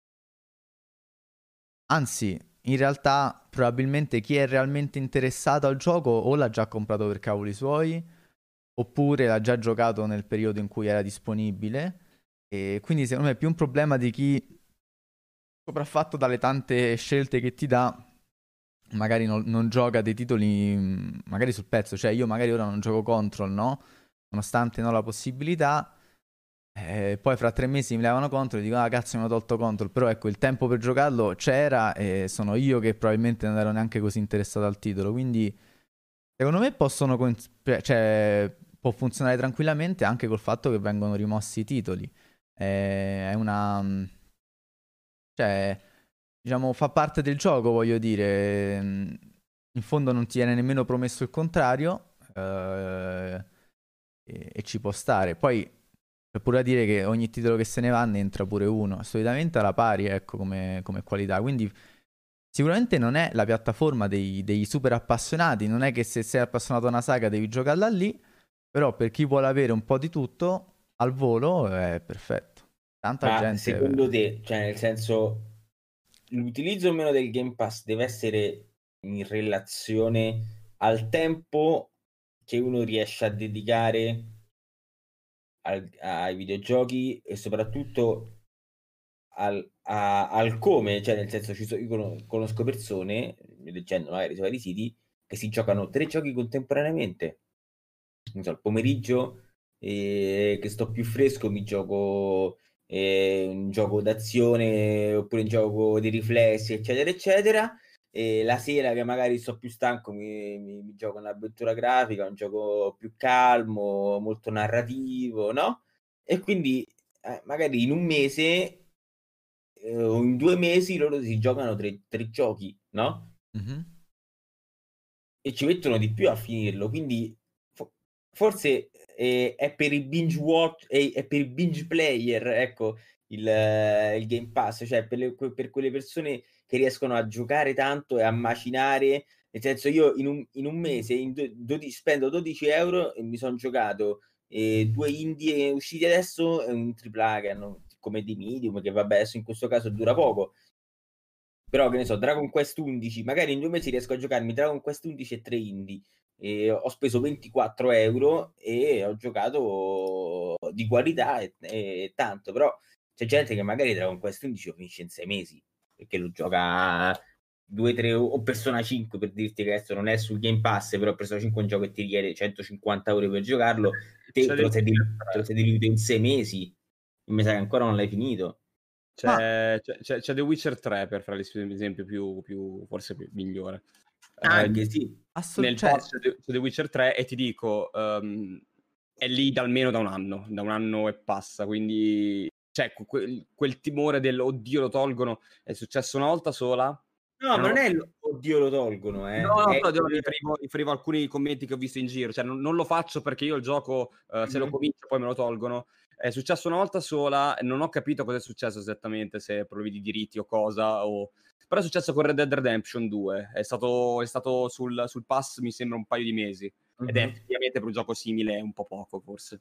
Anzi, in realtà, probabilmente chi è realmente interessato al gioco o l'ha già comprato per cavoli suoi, oppure l'ha già giocato nel periodo in cui era disponibile. E quindi, secondo me, è più un problema di chi, sopraffatto dalle tante scelte che ti dà, magari non, non gioca dei titoli, mh, magari sul pezzo. Cioè, io magari ora non gioco Control, no? Nonostante non ho la possibilità. Eh, poi fra tre mesi mi levano Control e dico ah cazzo mi hanno tolto Control, però ecco il tempo per giocarlo c'era e sono io che probabilmente non ero neanche così interessato al titolo, quindi secondo me possono con- cioè può funzionare tranquillamente anche col fatto che vengono rimossi i titoli. Eh, è una cioè diciamo fa parte del gioco, voglio dire. In fondo non ti viene nemmeno promesso il contrario. eh, e, e ci può stare. Poi c'è pure da dire che ogni titolo che se ne va ne entra pure uno, solitamente alla pari, ecco, come, come qualità, quindi sicuramente non è la piattaforma dei, dei super appassionati, non è che se sei appassionato a una saga devi giocarla lì, però per chi vuole avere un po' di tutto al volo è perfetto. Tanta Ma gente... secondo te, cioè nel senso, l'utilizzo o meno del Game Pass deve essere in relazione al tempo che uno riesce a dedicare al- ai videogiochi e soprattutto al, a- al come, cioè nel senso ci so- io cono- conosco persone, leggendo magari su vari siti, che si giocano tre giochi contemporaneamente. Non so, il pomeriggio eh, che sto più fresco mi gioco eh, un gioco d'azione oppure un gioco di riflessi, eccetera, eccetera. E la sera che magari sto più stanco mi, mi, mi gioco un'avventura grafica, un gioco più calmo, molto narrativo, no? E quindi eh, magari in un mese eh, o in due mesi loro si giocano tre, tre giochi, no? Mm-hmm. E ci mettono di più a finirlo, quindi fo- forse eh, è per il binge watch, è, è per il binge player, ecco, il, eh, il Game Pass, cioè per, le- per quelle persone che riescono a giocare tanto e a macinare, nel senso io in un, in un mese in do- dodici spendo dodici euro e mi sono giocato eh, due indie usciti adesso e un tripla A che hanno come di Medium, che vabbè adesso in questo caso dura poco. Però che ne so, Dragon Quest undici, magari in due mesi riesco a giocarmi Dragon Quest undici e tre indie. E ho speso ventiquattro euro e ho giocato di qualità e, e tanto. Però c'è gente che magari Dragon Quest undici lo finisce in sei mesi perché lo gioca due tre o Persona cinque, per dirti che adesso non è sul Game Pass, però Persona cinque è un gioco che ti richiede centocinquanta euro per giocarlo. Te, te lo sei diluito in sei mesi e mi sa che ancora non l'hai finito. C'è, c'è, c'è, c'è The Witcher tre per fare l'esempio più, più forse più migliore. Anche Eh, sì. Assolut- nel cioè... pass c'è The Witcher tre e ti dico, um, è lì da almeno da un anno, da un anno e passa, quindi c'è cioè, quel, quel timore del oddio lo tolgono, è successo una volta sola. No, ma no, non è l- oddio lo tolgono, eh. No, no, È... però riferivo, riferivo a alcuni commenti che ho visto in giro, cioè non, non lo faccio perché io il gioco, uh, se lo comincio poi me lo tolgono. È successo una volta sola, non ho capito cosa è successo esattamente, se problemi di diritti o cosa, o... però è successo con Red Dead Redemption due, è stato, è stato sul, sul pass mi sembra un paio di mesi, uh-huh. Ed è effettivamente per un gioco simile un po' poco forse.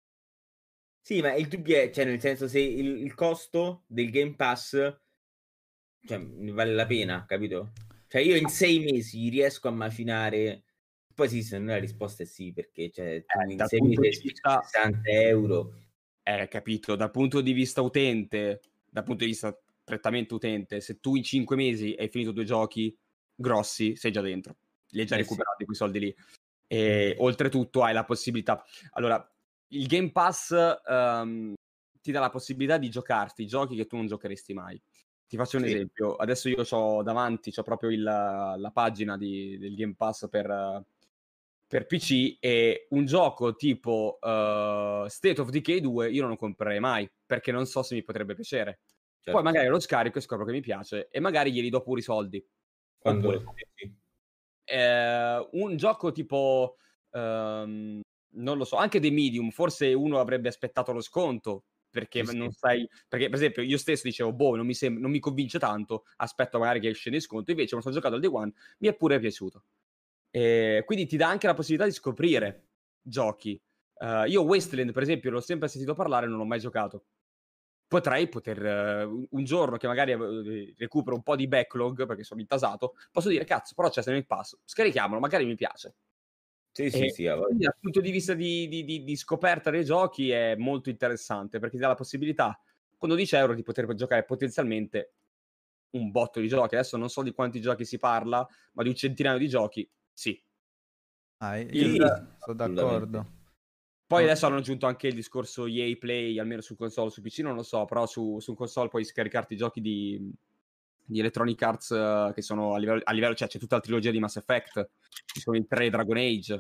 Sì, ma il dubbio è, cioè nel senso se il, il costo del Game Pass, cioè, ne vale la pena, capito? Cioè io in sei mesi riesco a macinare, poi sì, se no la risposta è sì, perché cioè, tu Eh, in dal sei punto mesi di vista... sessanta euro. Eh, capito, dal punto di vista utente, dal punto di vista prettamente utente, se tu in cinque mesi hai finito due giochi grossi, sei già dentro, li hai già Eh recuperati sì. quei soldi lì. E oltretutto hai la possibilità... Allora, il Game Pass um, ti dà la possibilità di giocarti i giochi che tu non giocheresti mai. Ti faccio un Sì. esempio. Adesso io ho davanti, ho proprio il, la pagina di, del Game Pass per... per P C, e un gioco tipo uh, State of Decay due io non lo comprerei mai perché non so se mi potrebbe piacere. Certo. Poi magari lo scarico e scopro che mi piace e magari glieli do pure i soldi. Quando Oppure sì. eh, un gioco tipo um, non lo so, anche The Medium, forse uno avrebbe aspettato lo sconto perché Sì, non sì. sai, perché per esempio io stesso dicevo boh, non mi, sem- non mi convince tanto, aspetto magari che esce in sconto, invece quando sono giocato al Day One mi è pure piaciuto. E quindi ti dà anche la possibilità di scoprire giochi. Uh, io Wasteland, per esempio, l'ho sempre sentito parlare, non l'ho mai giocato. Potrei poter, uh, un giorno che magari uh, recupero un po' di backlog, perché sono intasato, posso dire, cazzo, però c'è se nel passo, scarichiamolo, magari mi piace. Sì, sì, E sì, quindi dal punto di vista di, di, di, di scoperta dei giochi è molto interessante, perché ti dà la possibilità, con dodici euro, di poter giocare potenzialmente un botto di giochi. Adesso non so di quanti giochi si parla, ma di un centinaio di giochi, sì. Ah, io sì, sono d'accordo. Poi no. adesso hanno aggiunto anche il discorso E A Play, almeno su console, su P C non lo so, però su, su console puoi scaricarti i giochi di, di Electronic Arts uh, che sono a livello, a livello, cioè c'è tutta la trilogia di Mass Effect, ci sono i tre Dragon Age,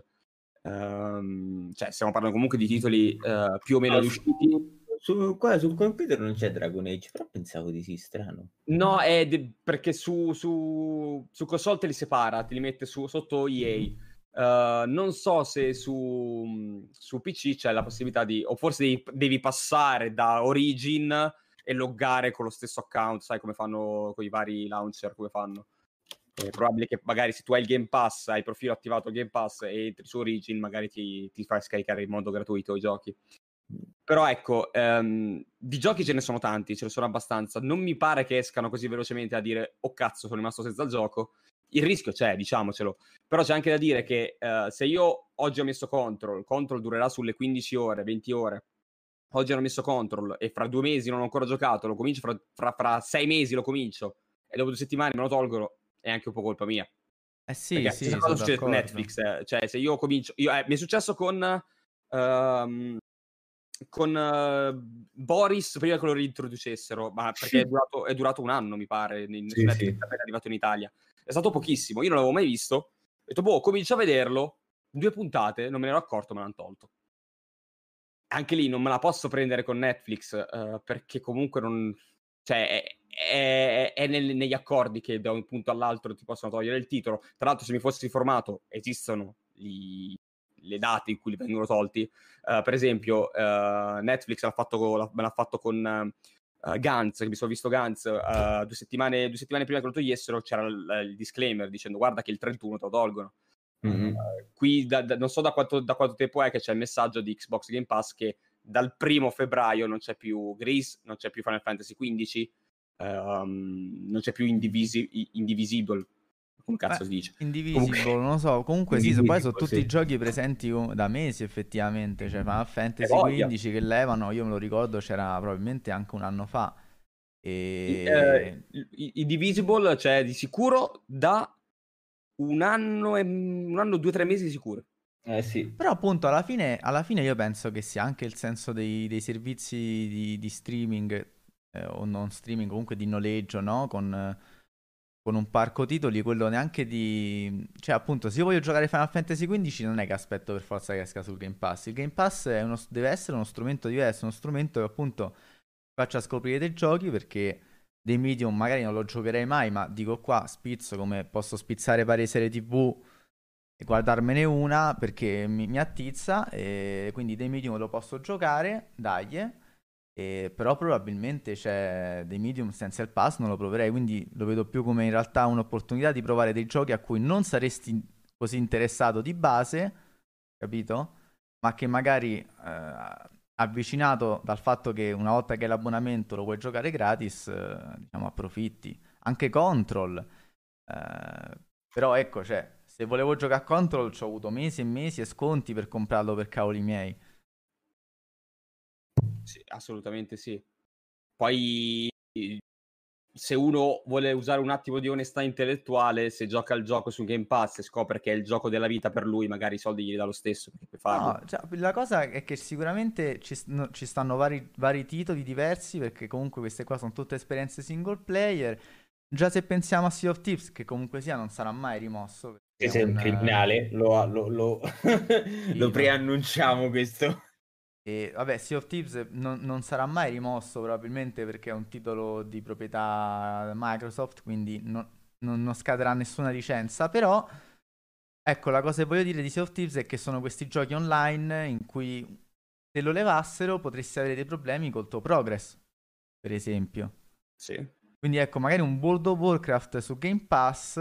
um, cioè stiamo parlando comunque di titoli uh, più o meno no, riusciti. Su, qua sul computer non c'è Dragon Age, però pensavo di sì, strano. No, è de- perché su, su, su console te li separa, te li mette su, sotto E A. Uh, non so se su, su P C c'è la possibilità di, o forse devi, devi passare da Origin e loggare con lo stesso account, sai come fanno con i vari launcher, come fanno. È probabile che magari se tu hai il Game Pass, hai il profilo attivato il Game Pass e entri su Origin, magari ti, ti fai scaricare in modo gratuito i giochi. Però ecco, um, di giochi ce ne sono tanti, ce ne sono abbastanza. Non mi pare che escano così velocemente a dire oh cazzo, sono rimasto senza il gioco. Il rischio c'è, diciamocelo. Però c'è anche da dire che uh, se io oggi ho messo Control, Control durerà sulle quindici ore, venti ore. Oggi hanno messo Control e fra due mesi non ho ancora giocato, lo comincio fra, fra, fra sei mesi lo comincio e dopo due settimane me lo tolgono, è anche un po' colpa mia. Eh sì, perché sì, questa cosa succede con d'accordo. Netflix, eh. Cioè se io comincio io, eh, mi è successo con uh, con uh, Boris prima che lo reintroducessero, ma perché è durato, è durato un anno mi pare in, sì, Netflix, sì. appena arrivato in Italia, è stato pochissimo, io non l'avevo mai visto, ho detto boh, comincio a vederlo, due puntate, non me ne ero accorto, me l'hanno tolto. Anche lì non me la posso prendere con Netflix, uh, perché comunque non, cioè è, è, è nel, negli accordi che da un punto all'altro ti possono togliere il titolo. Tra l'altro se mi fossi informato esistono gli, le date in cui li vengono tolti. Uh, per esempio uh, Netflix l'ha fatto, l'ha, me l'ha fatto con uh, Gantz, che mi sono visto Gantz uh, due settimane due settimane prima che lo togliessero c'era il, il disclaimer dicendo guarda che il trentuno te lo tolgono. Mm-hmm. Uh, qui da, da, non so da quanto, da quanto tempo è che c'è il messaggio di Xbox Game Pass che dal primo febbraio non c'è più Gris, non c'è più Final Fantasy quindici, um, non c'è più Indivisi- Indivisible, come cazzo Beh, si dice? Indivisible, Comunque, non lo so, comunque sì, Indivisible, poi sono tutti sì. i giochi presenti da mesi effettivamente, cioè Final Fantasy Eh, quindici che levano, io me lo ricordo, c'era probabilmente anche un anno fa. E... Eh, Indivisible c'è cioè, di sicuro da un anno e un anno, due, tre mesi di sicuro. Eh sì. Però appunto alla fine, alla fine io penso che sia anche il senso dei, dei servizi di, di streaming eh, o non streaming, comunque di noleggio, no? Con, eh, con un parco titoli, quello neanche di... Cioè appunto se io voglio giocare Final Fantasy quindici non è che aspetto per forza che esca sul Game Pass. Il Game Pass è uno, deve essere uno strumento diverso, uno strumento che appunto faccia scoprire dei giochi perché dei medium magari non lo giocherei mai, ma dico qua spizzo come posso spizzare varie serie tivù e guardarmene una perché mi, mi attizza e quindi dei medium lo posso giocare, dai, e, però probabilmente c'è dei medium senza il pass non lo proverei, quindi lo vedo più come in realtà un'opportunità di provare dei giochi a cui non saresti così interessato di base, capito? Ma che magari eh, avvicinato dal fatto che una volta che hai l'abbonamento lo puoi giocare gratis, eh, diciamo approfitti. Anche Control, eh, però ecco, cioè se volevo giocare a Control ci ho avuto mesi e mesi e sconti per comprarlo per cavoli miei. Sì, assolutamente sì. Poi se uno vuole usare un attimo di onestà intellettuale, se gioca il gioco su Game Pass e scopre che è il gioco della vita per lui, magari i soldi gli dà lo stesso perché puoi farlo. No, cioè, la cosa è che sicuramente ci, no, ci stanno vari, vari titoli diversi perché comunque queste qua sono tutte esperienze single player. Già se pensiamo a Sea of Thieves, che comunque sia non sarà mai rimosso. Se sei un, un criminale, lo, lo, lo, sì, lo preannunciamo questo. E vabbè, Sea of Thieves non, non sarà mai rimosso probabilmente perché è un titolo di proprietà Microsoft, quindi non, non, non scaderà nessuna licenza, però ecco, la cosa che voglio dire di Sea of Thieves è che sono questi giochi online in cui se lo levassero potresti avere dei problemi col tuo progress, per esempio. Sì. Quindi ecco, magari un World of Warcraft su Game Pass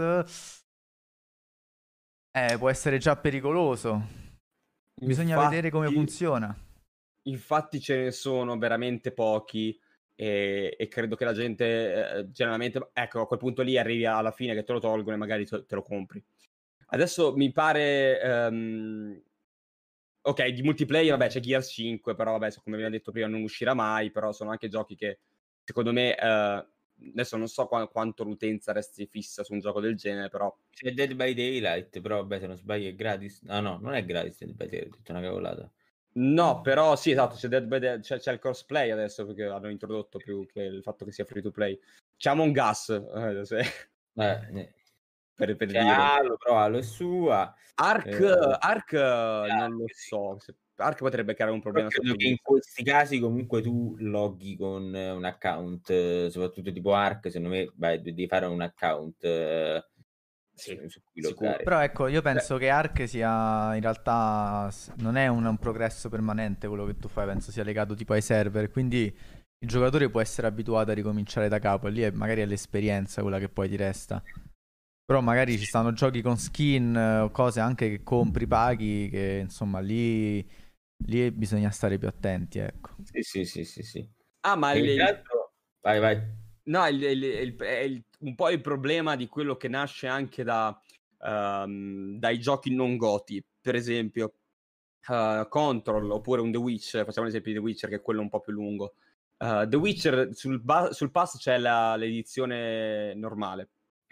eh, può essere già pericoloso. Bisogna Infatti, vedere come funziona. Infatti ce ne sono veramente pochi e, e credo che la gente eh, generalmente, ecco, a quel punto lì arrivi alla fine che te lo tolgono e magari te, te lo compri. Adesso mi pare... Um... Ok, di multiplayer, vabbè, c'è Gears cinque, però vabbè, come vi ho detto prima non uscirà mai, però sono anche giochi che secondo me... Uh... Adesso non so qu- quanto l'utenza resti fissa su un gioco del genere, però... C'è Dead by Daylight, però vabbè, se non sbaglio è gratis. No, no, non è gratis Dead by Daylight, è tutta una cavolata. No, però sì, esatto, c'è, Dead by Dead, c'è, c'è il crossplay adesso perché hanno introdotto più che il fatto che sia free to play. C'è Among Us, eh, se... eh, per, per c'è dire. Halo, però Halo è sua. Ark, eh, Ark non lo so. Se... Ark potrebbe creare un problema. Credo che in questi casi comunque tu loghi con un account, soprattutto tipo Ark, secondo me beh, devi fare un account. Eh, Sì, su, su cui sicuro. loggare. Però ecco, io penso che Ark sia in realtà s- non è un, un progresso permanente quello che tu fai, penso sia legato tipo ai server, quindi il giocatore può essere abituato a ricominciare da capo e lì è, magari è l'esperienza quella che poi ti resta. Però magari ci stanno giochi con skin eh, o cose anche che compri, paghi, che insomma lì, lì bisogna stare più attenti, ecco. Sì, sì, sì, sì, sì. Ah, ma E il, tra il- l'altro, vai, vai. no, il- il- il- è il- un po' il problema di quello che nasce anche da, ehm, dai giochi non goti, per esempio eh, Control oppure un The Witcher, facciamo l'esempio di The Witcher che è quello un po' più lungo. Eh, The Witcher sul, ba- sul pass c'è la- l'edizione normale.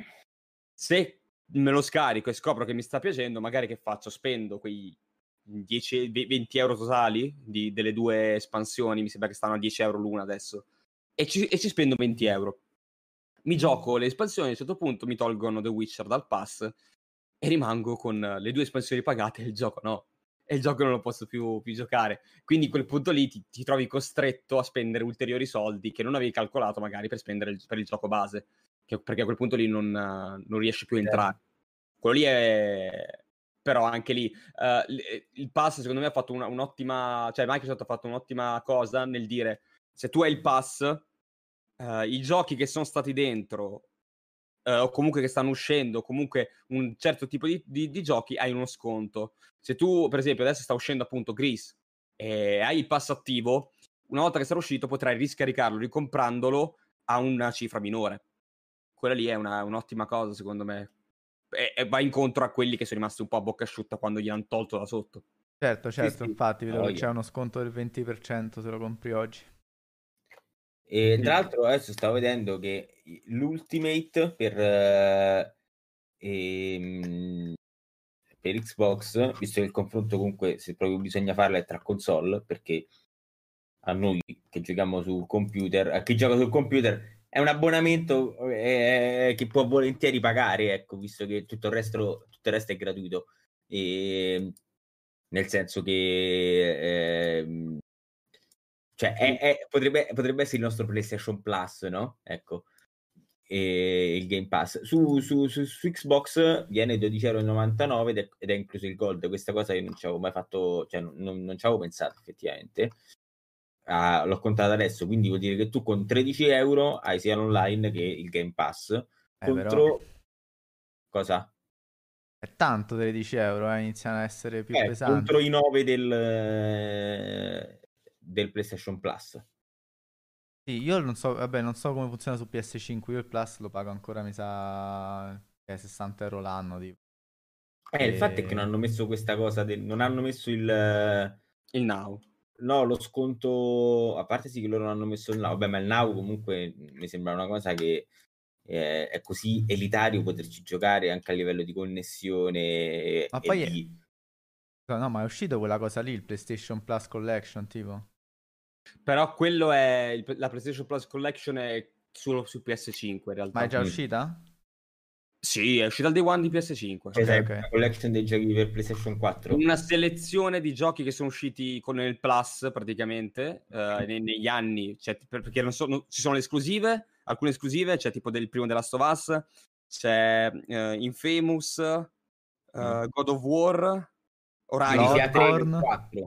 Se me lo scarico e scopro che mi sta piacendo, magari che faccio? Spendo quei dieci venti euro totali di- delle due espansioni, mi sembra che stanno a dieci euro l'una adesso, e ci, e ci spendo venti euro. Mi gioco le espansioni, a un certo punto mi tolgono The Witcher dal pass e rimango con le due espansioni pagate e il gioco no. E il gioco non lo posso più, più giocare. Quindi a quel punto lì ti, ti trovi costretto a spendere ulteriori soldi che non avevi calcolato magari per spendere il, per il gioco base. Che, perché a quel punto lì non, non riesci più a entrare. Quello lì è... Però anche lì uh, il pass secondo me ha fatto una, un'ottima... Cioè Microsoft ha fatto un'ottima cosa nel dire se tu hai il pass, uh, i giochi che sono stati dentro uh, o comunque che stanno uscendo, comunque un certo tipo di, di, di giochi hai uno sconto. Se tu per esempio adesso sta uscendo appunto Gris e hai il pass attivo, una volta che sarà uscito potrai riscaricarlo ricomprandolo a una cifra minore. Quella lì è una, un'ottima cosa secondo me e, e va incontro a quelli che sono rimasti un po' a bocca asciutta quando gli hanno tolto da sotto. Certo, Sì, certo, sì. infatti vedo Oh, che yeah. c'è uno sconto del venti per cento se lo compri oggi. E Sì. tra l'altro adesso stavo vedendo che l'Ultimate per, eh, ehm, per Xbox, visto che il confronto comunque se proprio bisogna farlo è tra console, perché a noi che giochiamo sul computer, a chi gioca sul computer è un abbonamento eh, che può volentieri pagare, ecco, visto che tutto il resto, tutto il resto è gratuito. E, nel senso che eh, cioè è, è, potrebbe, potrebbe essere il nostro PlayStation Plus, no? Ecco, e il Game Pass su, su, su, su Xbox viene dodici virgola novantanove euro ed è, ed è incluso il Gold. Questa cosa io non ci avevo mai fatto, cioè non, non ci avevo pensato effettivamente. Ah, l'ho contato adesso, quindi vuol dire che tu con tredici euro hai sia l'online che il Game Pass Eh, contro però cosa? è tanto tredici euro, eh, iniziano a essere più Eh, pesanti. contro i nove del, del PlayStation Plus. Sì, io non so, vabbè, non so come funziona su P S cinque, io il Plus lo pago ancora, mi sa, che è sessanta euro l'anno, tipo. Eh, il fatto è che non E... hanno messo questa cosa, del, non hanno messo il... Il Now. No, lo sconto, a parte sì che loro non hanno messo il Now, vabbè, ma il Now comunque mi sembra una cosa che eh, è così elitario poterci giocare anche a livello di connessione Ma e poi è... di... No, ma è uscito quella cosa lì, il PlayStation Plus Collection, tipo. Però quello è il- la PlayStation Plus Collection è solo su P S cinque in realtà. Ma è già Mm. uscita? Sì, è uscita il day one di P S cinque. Cioè, Ok, sai, ok. una collection dei giochi per PlayStation quattro. Una selezione di giochi che sono usciti con il Plus praticamente eh, ne- negli anni, cioè, per- perché non so, non- ci sono le esclusive, alcune esclusive, c'è tipo del primo The Last of Us, c'è eh, Infamous, eh, Mm. God of War, Quindi sia Horizon. tre che Bloodborne. quattro.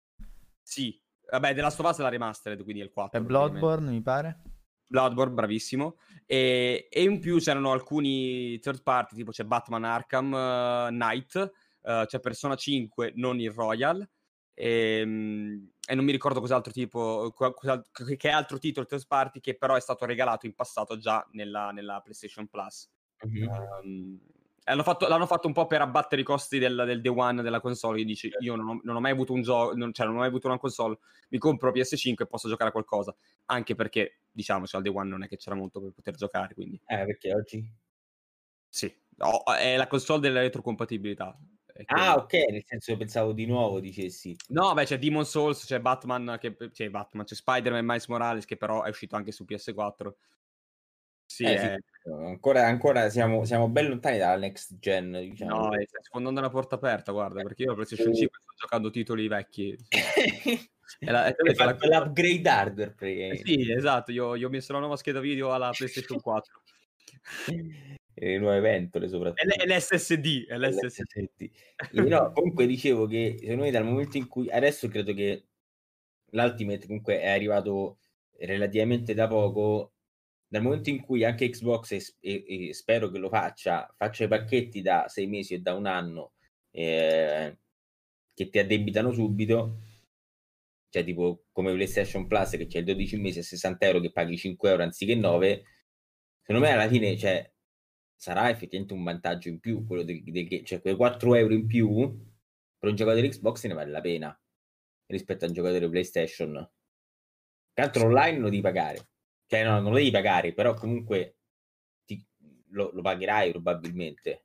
Sì, vabbè, The Last of Us è la remastered, quindi è il È quattro praticamente. Bloodborne, mi pare. Bloodborne, bravissimo. E, e in più c'erano alcuni third party, tipo c'è Batman Arkham uh, Knight, uh, c'è Persona cinque, non il Royal, e, um, e non mi ricordo cos'altro tipo, cos'altro, che altro titolo third party che però è stato regalato in passato già nella, nella PlayStation Plus. Mm-hmm. Um, hanno fatto, l'hanno fatto un po' per abbattere i costi del, del day one della console. Io dici, io non ho, non ho mai avuto un gioco, non, cioè non ho mai avuto una console, mi compro P S cinque e posso giocare a qualcosa. Anche perché, diciamoci, al day one non è che c'era molto per poter giocare, quindi... Eh, perché oggi? Sì, oh, è la console della retrocompatibilità. Ah, ok, nel senso che pensavo di nuovo dicessi. No, beh, c'è Demon Souls, c'è Batman, che, c'è Batman, c'è Spider-Man e Miles Morales, che però è uscito anche su P S quattro. Sì, Eh, è... sì. Ancora, ancora siamo, siamo ben lontani dalla next gen, diciamo. No, stai sfondando una porta aperta, guarda, perché io a PlayStation cinque sto giocando titoli vecchi. Sì. È la, è Hai la... fatto l'upgrade hardware, eh sì, esatto, io, io ho messo la nuova scheda video alla PlayStation quattro. le nuove ventole soprattutto. È l'S S D, è l'S S D. E no, comunque dicevo che secondo me dal momento in cui adesso credo che l'Ultimate comunque è arrivato relativamente da poco, dal momento in cui anche Xbox e, e, e spero che lo faccia faccia i pacchetti da sei mesi e da un anno eh, che ti addebitano subito, cioè tipo come PlayStation Plus che c'è il dodici mesi a sessanta euro che paghi cinque euro anziché nove, secondo me alla fine cioè, sarà effettivamente un vantaggio in più quello del, del, cioè quei quattro euro in più per un giocatore Xbox ne vale la pena rispetto a un giocatore PlayStation. Tanto online lo devi pagare, cioè no, non lo devi pagare, però comunque ti, lo, lo pagherai probabilmente.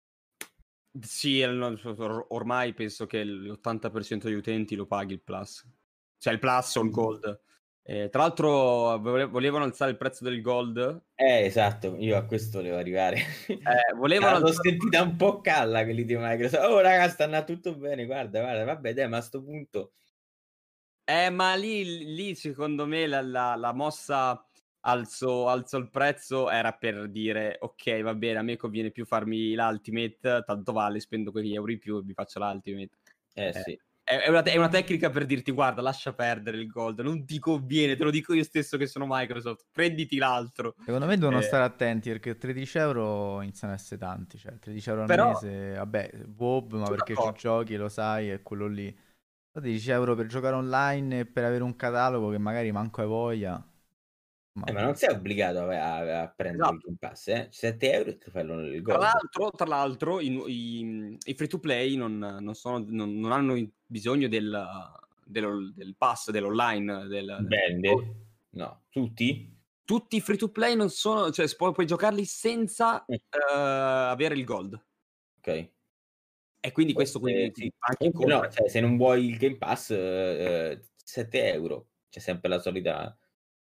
Sì, ormai penso che l'ottanta per cento degli utenti lo paghi il Plus, cioè il Plus o il Gold. Eh, tra l'altro volevano alzare il prezzo del Gold. Eh, esatto, io a questo volevo arrivare. Eh, volevano l'ho alzare... sentita un po' calla quelli di Microsoft. Oh raga, stanno tutto bene, guarda, guarda, vabbè dai, ma a sto punto... Eh, ma lì, lì secondo me la, la, la mossa alzo, alzo il prezzo era per dire ok, va bene, a me conviene più farmi l'Ultimate, tanto vale, spendo quegli euro in più e mi faccio l'Ultimate. Eh, eh sì. È, è, una, è una tecnica per dirti guarda, lascia perdere il Gold, non ti conviene, te lo dico io stesso che sono Microsoft, prenditi l'altro. Secondo me devono eh. stare attenti perché tredici euro iniziano a essere tanti, cioè tredici euro al Però, mese, vabbè, Bob, ma perché d'accordo. ci giochi, lo sai, è quello lì. tredici euro per giocare online e per avere un catalogo che magari manco hai voglia. Ma, eh, ma non sei obbligato a, a, a prendere esatto. il Game Pass, eh? sette euro e ti fai il Tra Gold. l'altro, tra l'altro i, i, i free to play non, non, sono, non, non hanno bisogno del, del, del pass, dell'online. Del, Bende? No, tutti? Tutti i free to play non sono, cioè puoi, puoi giocarli senza eh. uh, avere il Gold. Ok. E quindi questo quindi, eh, sì. anche Comunque no, cioè, se non vuoi il Game Pass eh, sette euro, c'è sempre la solita.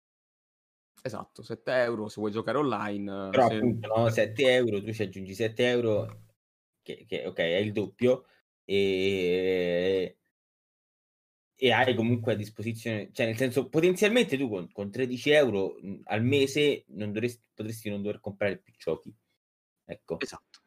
Esatto, sette euro se vuoi giocare online. Però se... appunto no, sette euro, tu ci aggiungi sette euro che, che ok, è il doppio e, e hai comunque a disposizione, cioè nel senso potenzialmente tu con, con tredici euro al mese non dovresti, potresti non dover comprare più giochi. Ecco. Esatto.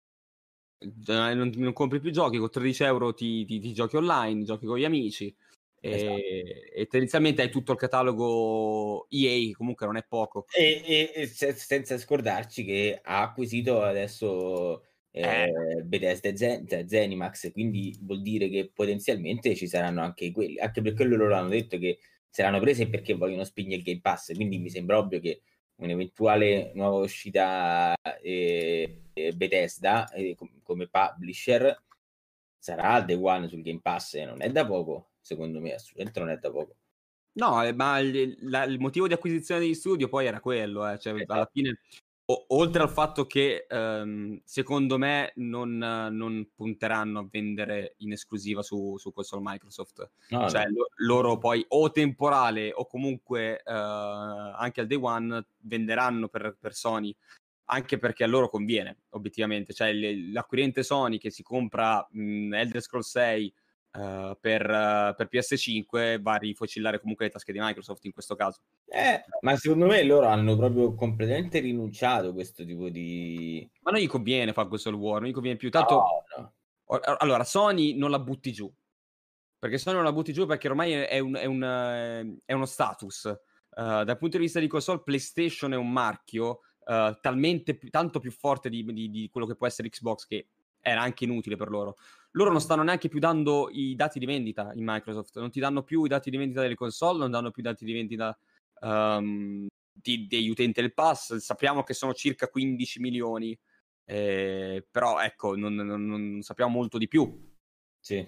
Non, non compri più giochi, con tredici euro ti, ti, ti giochi online, giochi con gli amici. Esatto. E, e tendenzialmente hai tutto il catalogo E A, che comunque non è poco. E, e, e se, senza scordarci che ha acquisito adesso eh, eh. Bethesda e Zen, Zenimax, quindi vuol dire che potenzialmente ci saranno anche quelli, anche per quello loro hanno detto che saranno prese perché vogliono spingere il Game Pass, quindi mi sembra ovvio che un'eventuale nuova uscita eh, Bethesda eh, come publisher sarà Day One sul Game Pass, e non è da poco, secondo me assolutamente non è da poco. No, ma il, la, il motivo di acquisizione di studio poi era quello, eh. Cioè, esatto. Alla fine, o, oltre al fatto che um, secondo me non, non punteranno a vendere in esclusiva su, su console Microsoft, no, cioè no. Lo, loro poi o temporale o comunque uh, anche al day one venderanno per, per Sony, anche perché a loro conviene obiettivamente, cioè l'acquirente Sony che si compra mh, Elder Scrolls sei Uh, per, uh, per P S cinque va a rifocillare comunque le tasche di Microsoft in questo caso. Eh, ma secondo me loro hanno proprio completamente rinunciato a questo tipo di... Ma non gli conviene fare questo war, non gli conviene più. Tanto, no, no. Allora, Sony non la butti giù, perché Sony non la butti giù perché ormai è, un, è, un, è uno status. Uh, dal punto di vista di console, PlayStation è un marchio uh, talmente tanto più forte di, di, di quello che può essere Xbox, che era anche inutile per loro. Loro non stanno neanche più dando i dati di vendita in Microsoft, non ti danno più i dati di vendita delle console, non danno più i dati di vendita um, di, degli utenti del pass. Sappiamo che sono circa quindici milioni, eh, però ecco, non, non, non sappiamo molto di più. Sì.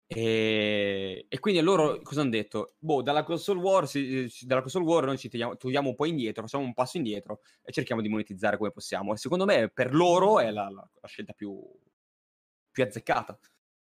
E, e quindi loro cosa hanno detto? Boh, dalla console war, si, dalla console war noi ci togliamo, togliamo un po' indietro, facciamo un passo indietro e cerchiamo di monetizzare come possiamo. E secondo me per loro è la, la, la scelta più, più azzeccata.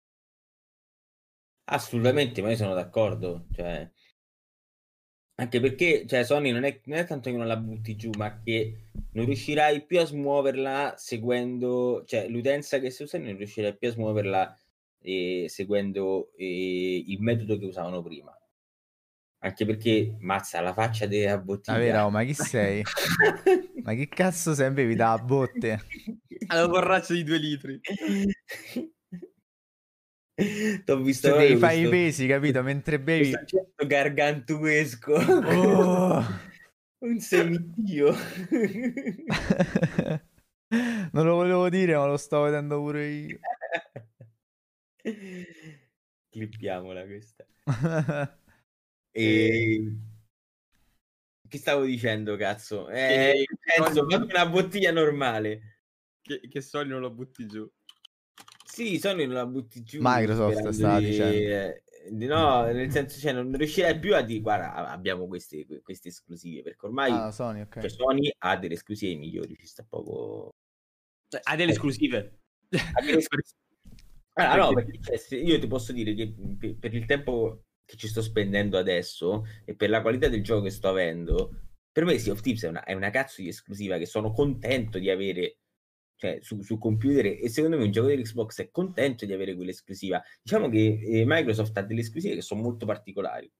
Assolutamente, ma io sono d'accordo, cioè anche perché cioè, Sony non è, non è tanto che non la butti giù, ma che non riuscirai più a smuoverla seguendo, cioè l'utenza che si usa non riuscirai più a smuoverla eh, seguendo eh, il metodo che usavano prima. Anche perché, mazza, la faccia della bottiglia. Ah, vero, ma chi sei? Ma che cazzo sei? Bevi da botte? Alla borraccia di due litri. T'ho visto Se devi fare questo, i pesi, capito? Mentre bevi... questo accento gargantuesco. Oh! Un semidio. Non lo volevo dire, ma lo sto vedendo pure io. Clippiamola questa. E... Che stavo dicendo, cazzo? Eh, penso, ma una bottiglia normale. Che, che Sony non lo butti giù. Sì, Sony non la butti giù. Microsoft stava di... dicendo. No, nel senso, cioè, non riuscirai più a dire, guarda, abbiamo queste, queste esclusive, perché ormai Ah, Sony, ok. cioè, Sony ha delle esclusive migliori, ci sta poco... Cioè, ha delle esclusive. Ha delle esclusive. Ah, no, perché cioè, se io ti posso dire che per, per il tempo che ci sto spendendo adesso e per la qualità del gioco che sto avendo, per me Sea of Thieves è una, è una cazzo di esclusiva che sono contento di avere, cioè, su, su computer, e secondo me un gioco dell'Xbox è contento di avere quell'esclusiva. Diciamo che eh, Microsoft ha delle esclusive che sono molto particolari.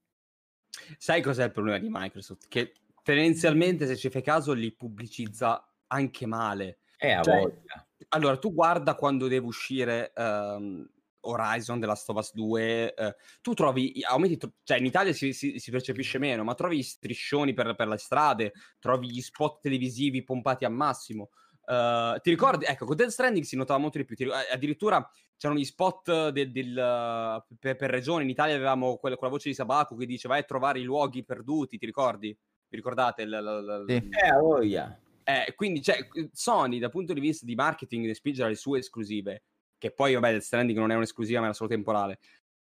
Sai cos'è il problema di Microsoft? Che tendenzialmente, se ci fai caso, li pubblicizza anche male. Eh, a Cioè, voglia. allora, tu guarda quando deve uscire um, Horizon, The Last of Us due, uh, tu trovi, aumenti, cioè in Italia si, si, si percepisce meno, ma trovi striscioni per, per le strade, trovi gli spot televisivi pompati al massimo. Uh, ti ricordi? Ecco, con Death Stranding si notava molto di più. Ti, addirittura c'erano gli spot del, del, uh, per, per regione. In Italia avevamo quella, quella voce di Sabaku che dice vai a trovare i luoghi perduti, ti ricordi? Vi ricordate? L, l, l, Sì. Eh, a voglia. Eh, quindi, cioè, Sony, dal punto di vista di marketing, ne spinge le sue esclusive, che poi, vabbè, Death Stranding non è un'esclusiva, ma era solo temporale.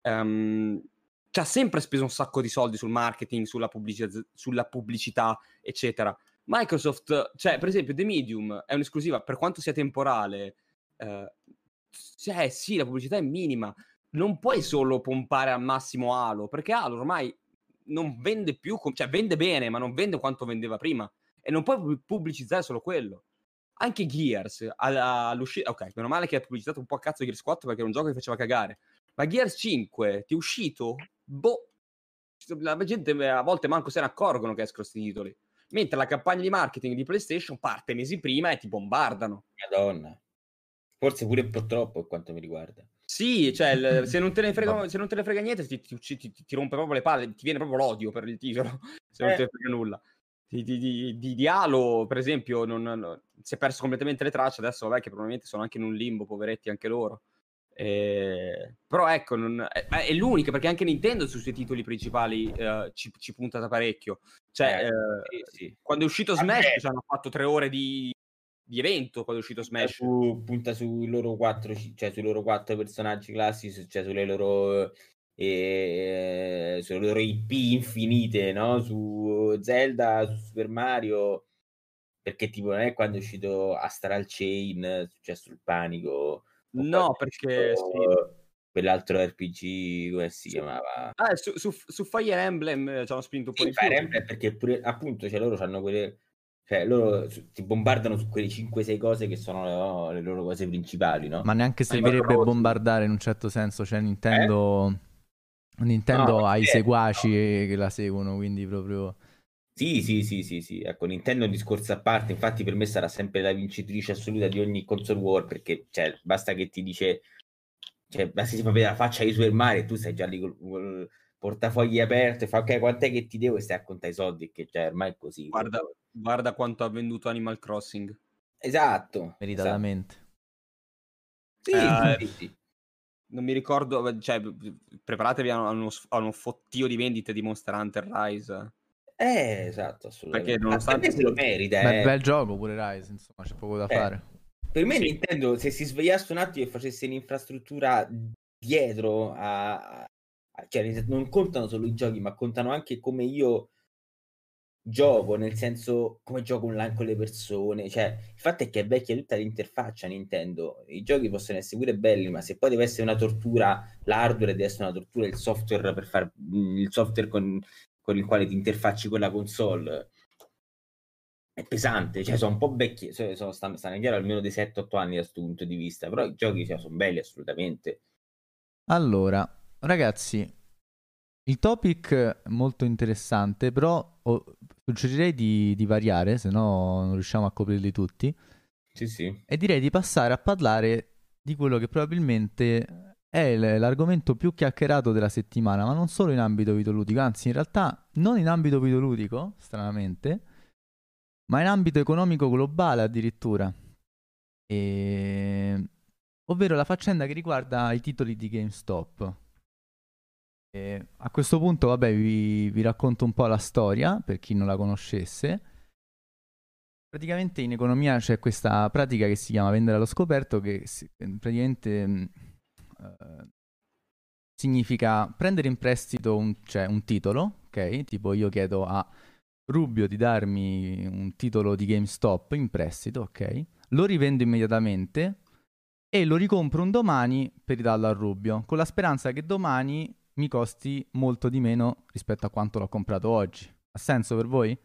Um, ci ha sempre speso un sacco di soldi sul marketing, sulla, pubblici- sulla pubblicità, eccetera. Microsoft, cioè, per esempio, The Medium è un'esclusiva, per quanto sia temporale, eh, cioè, sì, la pubblicità è minima. Non puoi solo pompare al massimo Halo, perché Halo ormai non vende più, com- cioè vende bene, ma non vende quanto vendeva prima. E non puoi pubblicizzare solo quello. Anche Gears, all'uscita... Ok, meno male che ha pubblicizzato un po' a cazzo Gears quattro perché era un gioco che faceva cagare. Ma Gears cinque, ti è uscito? Boh. La gente a volte manco se ne accorgono che escono questi titoli. Mentre la campagna di marketing di PlayStation parte mesi prima e ti bombardano. Madonna. Forse pure un po' troppo, per quanto mi riguarda. Sì, cioè, il, se, non te ne frega, se non te ne frega niente, ti, ti, ti, ti rompe proprio le palle, ti viene proprio l'odio per il titolo, se non Eh. te ne frega nulla. Di, di, di, di, di Halo, per esempio, non, non, si è perso completamente le tracce, adesso vabbè che probabilmente sono anche in un limbo, poveretti anche loro. Eh, però ecco, non, è, è l'unica, perché anche Nintendo sui suoi titoli principali eh, ci, ci punta da parecchio. Cioè, eh, sì, sì. quando è uscito Smash ci hanno fatto tre ore di, di evento, quando è uscito Smash. Su, punta sui loro quattro, cioè sui loro quattro personaggi classici, cioè sulle loro... E sulle loro I P infinite, no? Su Zelda, su Super Mario, perché tipo non è quando è uscito Astral Chain, è successo il panico, no, perché sì. quell'altro R P G, come si sì. chiamava? Ah, su, su, su Fire Emblem ci hanno spinto un po' sì, di Fire più. Emblem, perché pure appunto cioè, loro hanno quelle, cioè loro su, ti bombardano su quelle cinque sei cose che sono no, le loro cose principali, no? Ma neanche servirebbe bombardare in un certo senso, cioè Nintendo... Eh? Nintendo no, ha i certo, seguaci no. che la seguono, quindi proprio... Sì, sì, sì, sì, sì. Ecco, Nintendo è un discorso a parte, infatti per me sarà sempre la vincitrice assoluta di ogni console war, perché cioè, basta che ti dice, cioè, basta che si fa vedere la faccia di Super Mario e tu stai già lì col, col portafogli aperto e fa ok, quant'è che ti devo e stai a contare i soldi, che cioè, ormai è così. Guarda, guarda quanto ha venduto Animal Crossing. Esatto. Meritatamente. Esatto. Sì, sì, sì, sì. Non mi ricordo, cioè, preparatevi a uno, a uno fottio di vendite di Monster Hunter Rise. Eh, esatto, assolutamente. Perché nonostante se lo merita, Beh, eh. bel gioco pure Rise, insomma, c'è poco da eh. fare. Per me sì. Nintendo, se si svegliasse un attimo e facesse un'infrastruttura dietro a... a cioè, non contano solo i giochi, ma contano anche come io gioco, nel senso come gioco online con le persone. Cioè, il fatto è che è vecchia tutta l'interfaccia Nintendo. I giochi possono essere pure belli, ma se poi deve essere una tortura l'hardware, deve essere una tortura il software per far il software con, con il quale ti interfacci con la console. È pesante, cioè sono un po' vecchi, sono, sono, stanno, stanno indietro almeno dei sette otto anni da questo punto di vista, però i giochi cioè, sono belli assolutamente. Allora, ragazzi, il topic molto interessante, però oh, suggerirei di, di variare, se no non riusciamo a coprirli tutti. Sì, sì. E direi di passare a parlare di quello che probabilmente è l- l'argomento più chiacchierato della settimana, ma non solo in ambito videoludico, anzi in realtà non in ambito videoludico, stranamente, ma in ambito economico globale addirittura. E... ovvero la faccenda che riguarda i titoli di GameStop. E a questo punto, vabbè, vi, vi racconto un po' la storia, per chi non la conoscesse. Praticamente in economia c'è questa pratica che si chiama vendere allo scoperto, che si- praticamente mh, eh, significa prendere in prestito un, cioè, un titolo, ok? Tipo io chiedo a Rubio di darmi un titolo di GameStop in prestito, ok? Lo rivendo immediatamente e lo ricompro un domani per ridarlo a Rubio, con la speranza che domani mi costi molto di meno rispetto a quanto l'ho comprato oggi. Ha senso per voi?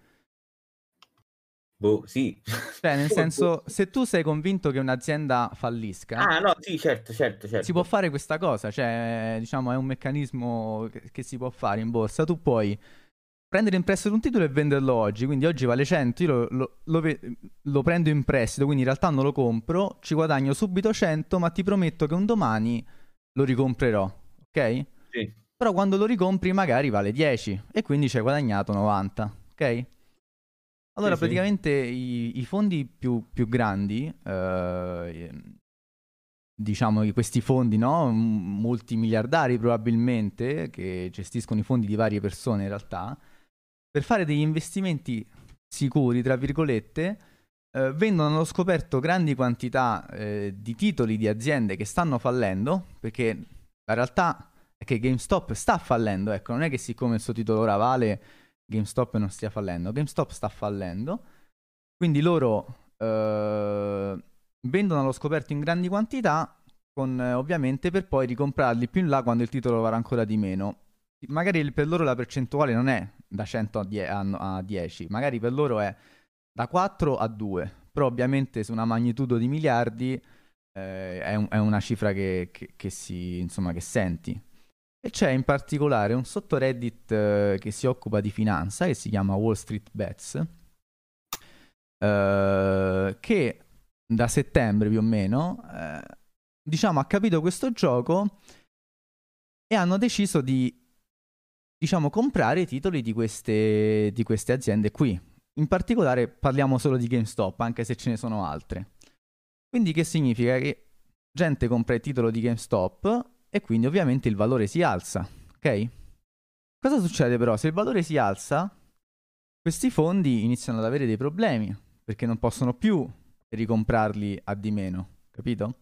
Boh, sì. Cioè, nel senso, se tu sei convinto che un'azienda fallisca, Ah, no, sì, certo, certo, certo. si può fare questa cosa, cioè, diciamo, è un meccanismo che, che si può fare in borsa. Tu puoi prendere in prestito un titolo e venderlo oggi, quindi oggi vale cento, io lo, lo- lo ve- lo prendo in prestito, quindi in realtà non lo compro, ci guadagno subito cento, ma ti prometto che un domani lo ricomprerò, ok? Sì. Però quando lo ricompri magari vale dieci e quindi ci hai guadagnato novanta, ok? Allora, Sì, sì. praticamente i, i fondi più, più grandi, eh, diciamo che questi fondi, no? M- multimiliardari probabilmente, che gestiscono i fondi di varie persone in realtà, per fare degli investimenti sicuri, tra virgolette, eh, vendono allo scoperto grandi quantità eh, di titoli di aziende che stanno fallendo, perché la realtà è che GameStop sta fallendo, ecco, non è che siccome il suo titolo ora vale GameStop non stia fallendo, GameStop sta fallendo, quindi loro eh, vendono allo scoperto in grandi quantità, con, eh, ovviamente per poi ricomprarli più in là quando il titolo varrà ancora di meno. Magari il- per loro la percentuale non è da cento a, die- a- a dieci, magari per loro è da quattro a due, però ovviamente su una magnitudo di miliardi eh, è, un- è una cifra che, che- che si, insomma, che senti. E c'è in particolare un sottoreddit eh, che si occupa di finanza, che si chiama Wall Street Bets, eh, che da settembre più o meno, eh, diciamo, ha capito questo gioco e hanno deciso di, diciamo, comprare i titoli di queste, di queste aziende qui. In particolare parliamo solo di GameStop, anche se ce ne sono altre. Quindi che significa? Che gente compra il titolo di GameStop e quindi ovviamente il valore si alza, ok? Cosa succede però? Se il valore si alza, questi fondi iniziano ad avere dei problemi, perché non possono più ricomprarli a di meno, capito?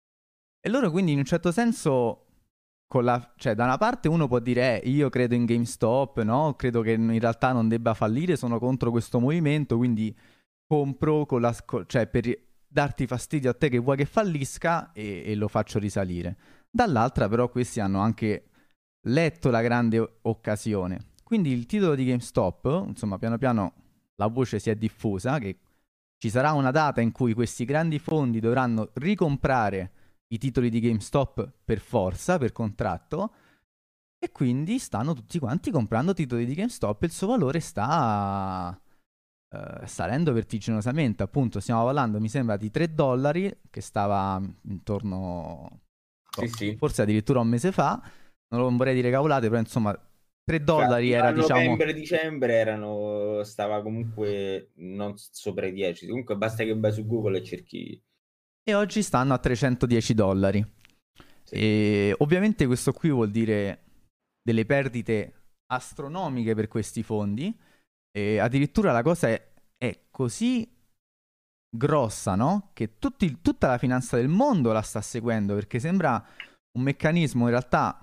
E loro quindi in un certo senso, con la, cioè da una parte uno può dire, eh, io credo in GameStop, no? Credo che in realtà non debba fallire, sono contro questo movimento, quindi compro con la, co- cioè per darti fastidio a te che vuoi che fallisca e, e lo faccio risalire. Dall'altra però questi hanno anche letto la grande o- occasione. Quindi il titolo di GameStop, insomma, piano piano la voce si è diffusa che ci sarà una data in cui questi grandi fondi dovranno ricomprare i titoli di GameStop per forza, per contratto, e quindi stanno tutti quanti comprando titoli di GameStop e il suo valore sta eh, salendo vertiginosamente. Appunto, stiamo parlando, mi sembra, di tre dollari, che stava intorno, Sì, sì. forse addirittura un mese fa. Non lo- non vorrei dire cavolate, però insomma, tre dollari Fino era, a diciamo... novembre-dicembre erano, stava comunque non sopra i dieci. Comunque basta che vai su Google e cerchi. E oggi stanno a trecentodieci dollari. Sì. E ovviamente questo qui vuol dire delle perdite astronomiche per questi fondi. E addirittura la cosa è, è così grossa, no? Che tutti- tutta la finanza del mondo la sta seguendo, perché sembra un meccanismo in realtà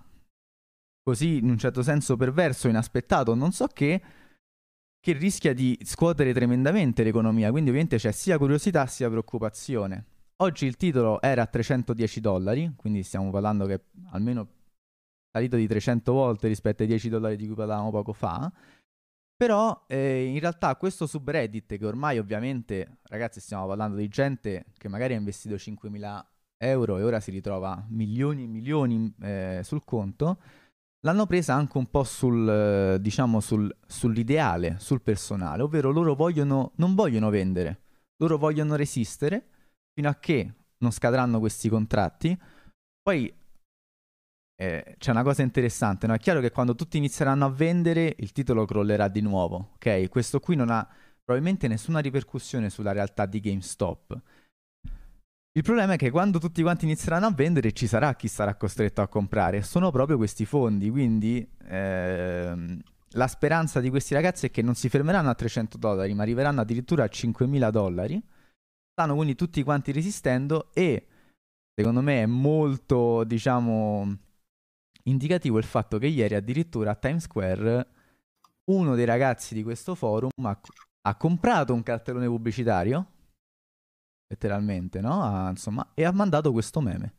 così in un certo senso perverso, inaspettato, non so che, che rischia di scuotere tremendamente l'economia. Quindi ovviamente c'è sia curiosità sia preoccupazione. Oggi il titolo era a trecentodieci dollari, quindi stiamo parlando che è almeno salito di trecento volte rispetto ai dieci dollari di cui parlavamo poco fa. Però eh, in realtà questo subreddit, che ormai ovviamente, ragazzi, stiamo parlando di gente che magari ha investito cinquemila euro e ora si ritrova milioni e milioni eh, sul conto, l'hanno presa anche un po' sul, diciamo, sul, sull'ideale, sul personale, ovvero loro vogliono, non vogliono vendere, loro vogliono resistere fino a che non scadranno questi contratti. Poi eh, c'è una cosa interessante, no? È chiaro che quando tutti inizieranno a vendere il titolo crollerà di nuovo, ok? Questo qui non ha probabilmente nessuna ripercussione sulla realtà di GameStop. Il problema è che quando tutti quanti inizieranno a vendere ci sarà chi sarà costretto a comprare. Sono proprio questi fondi, quindi ehm, la speranza di questi ragazzi è che non si fermeranno a trecento dollari, ma arriveranno addirittura a cinquemila dollari. Stanno quindi tutti quanti resistendo e secondo me è molto, diciamo, indicativo il fatto che ieri addirittura a Times Square uno dei ragazzi di questo forum ha, ha comprato un cartellone pubblicitario, letteralmente, no? Ha, insomma, e ha mandato questo meme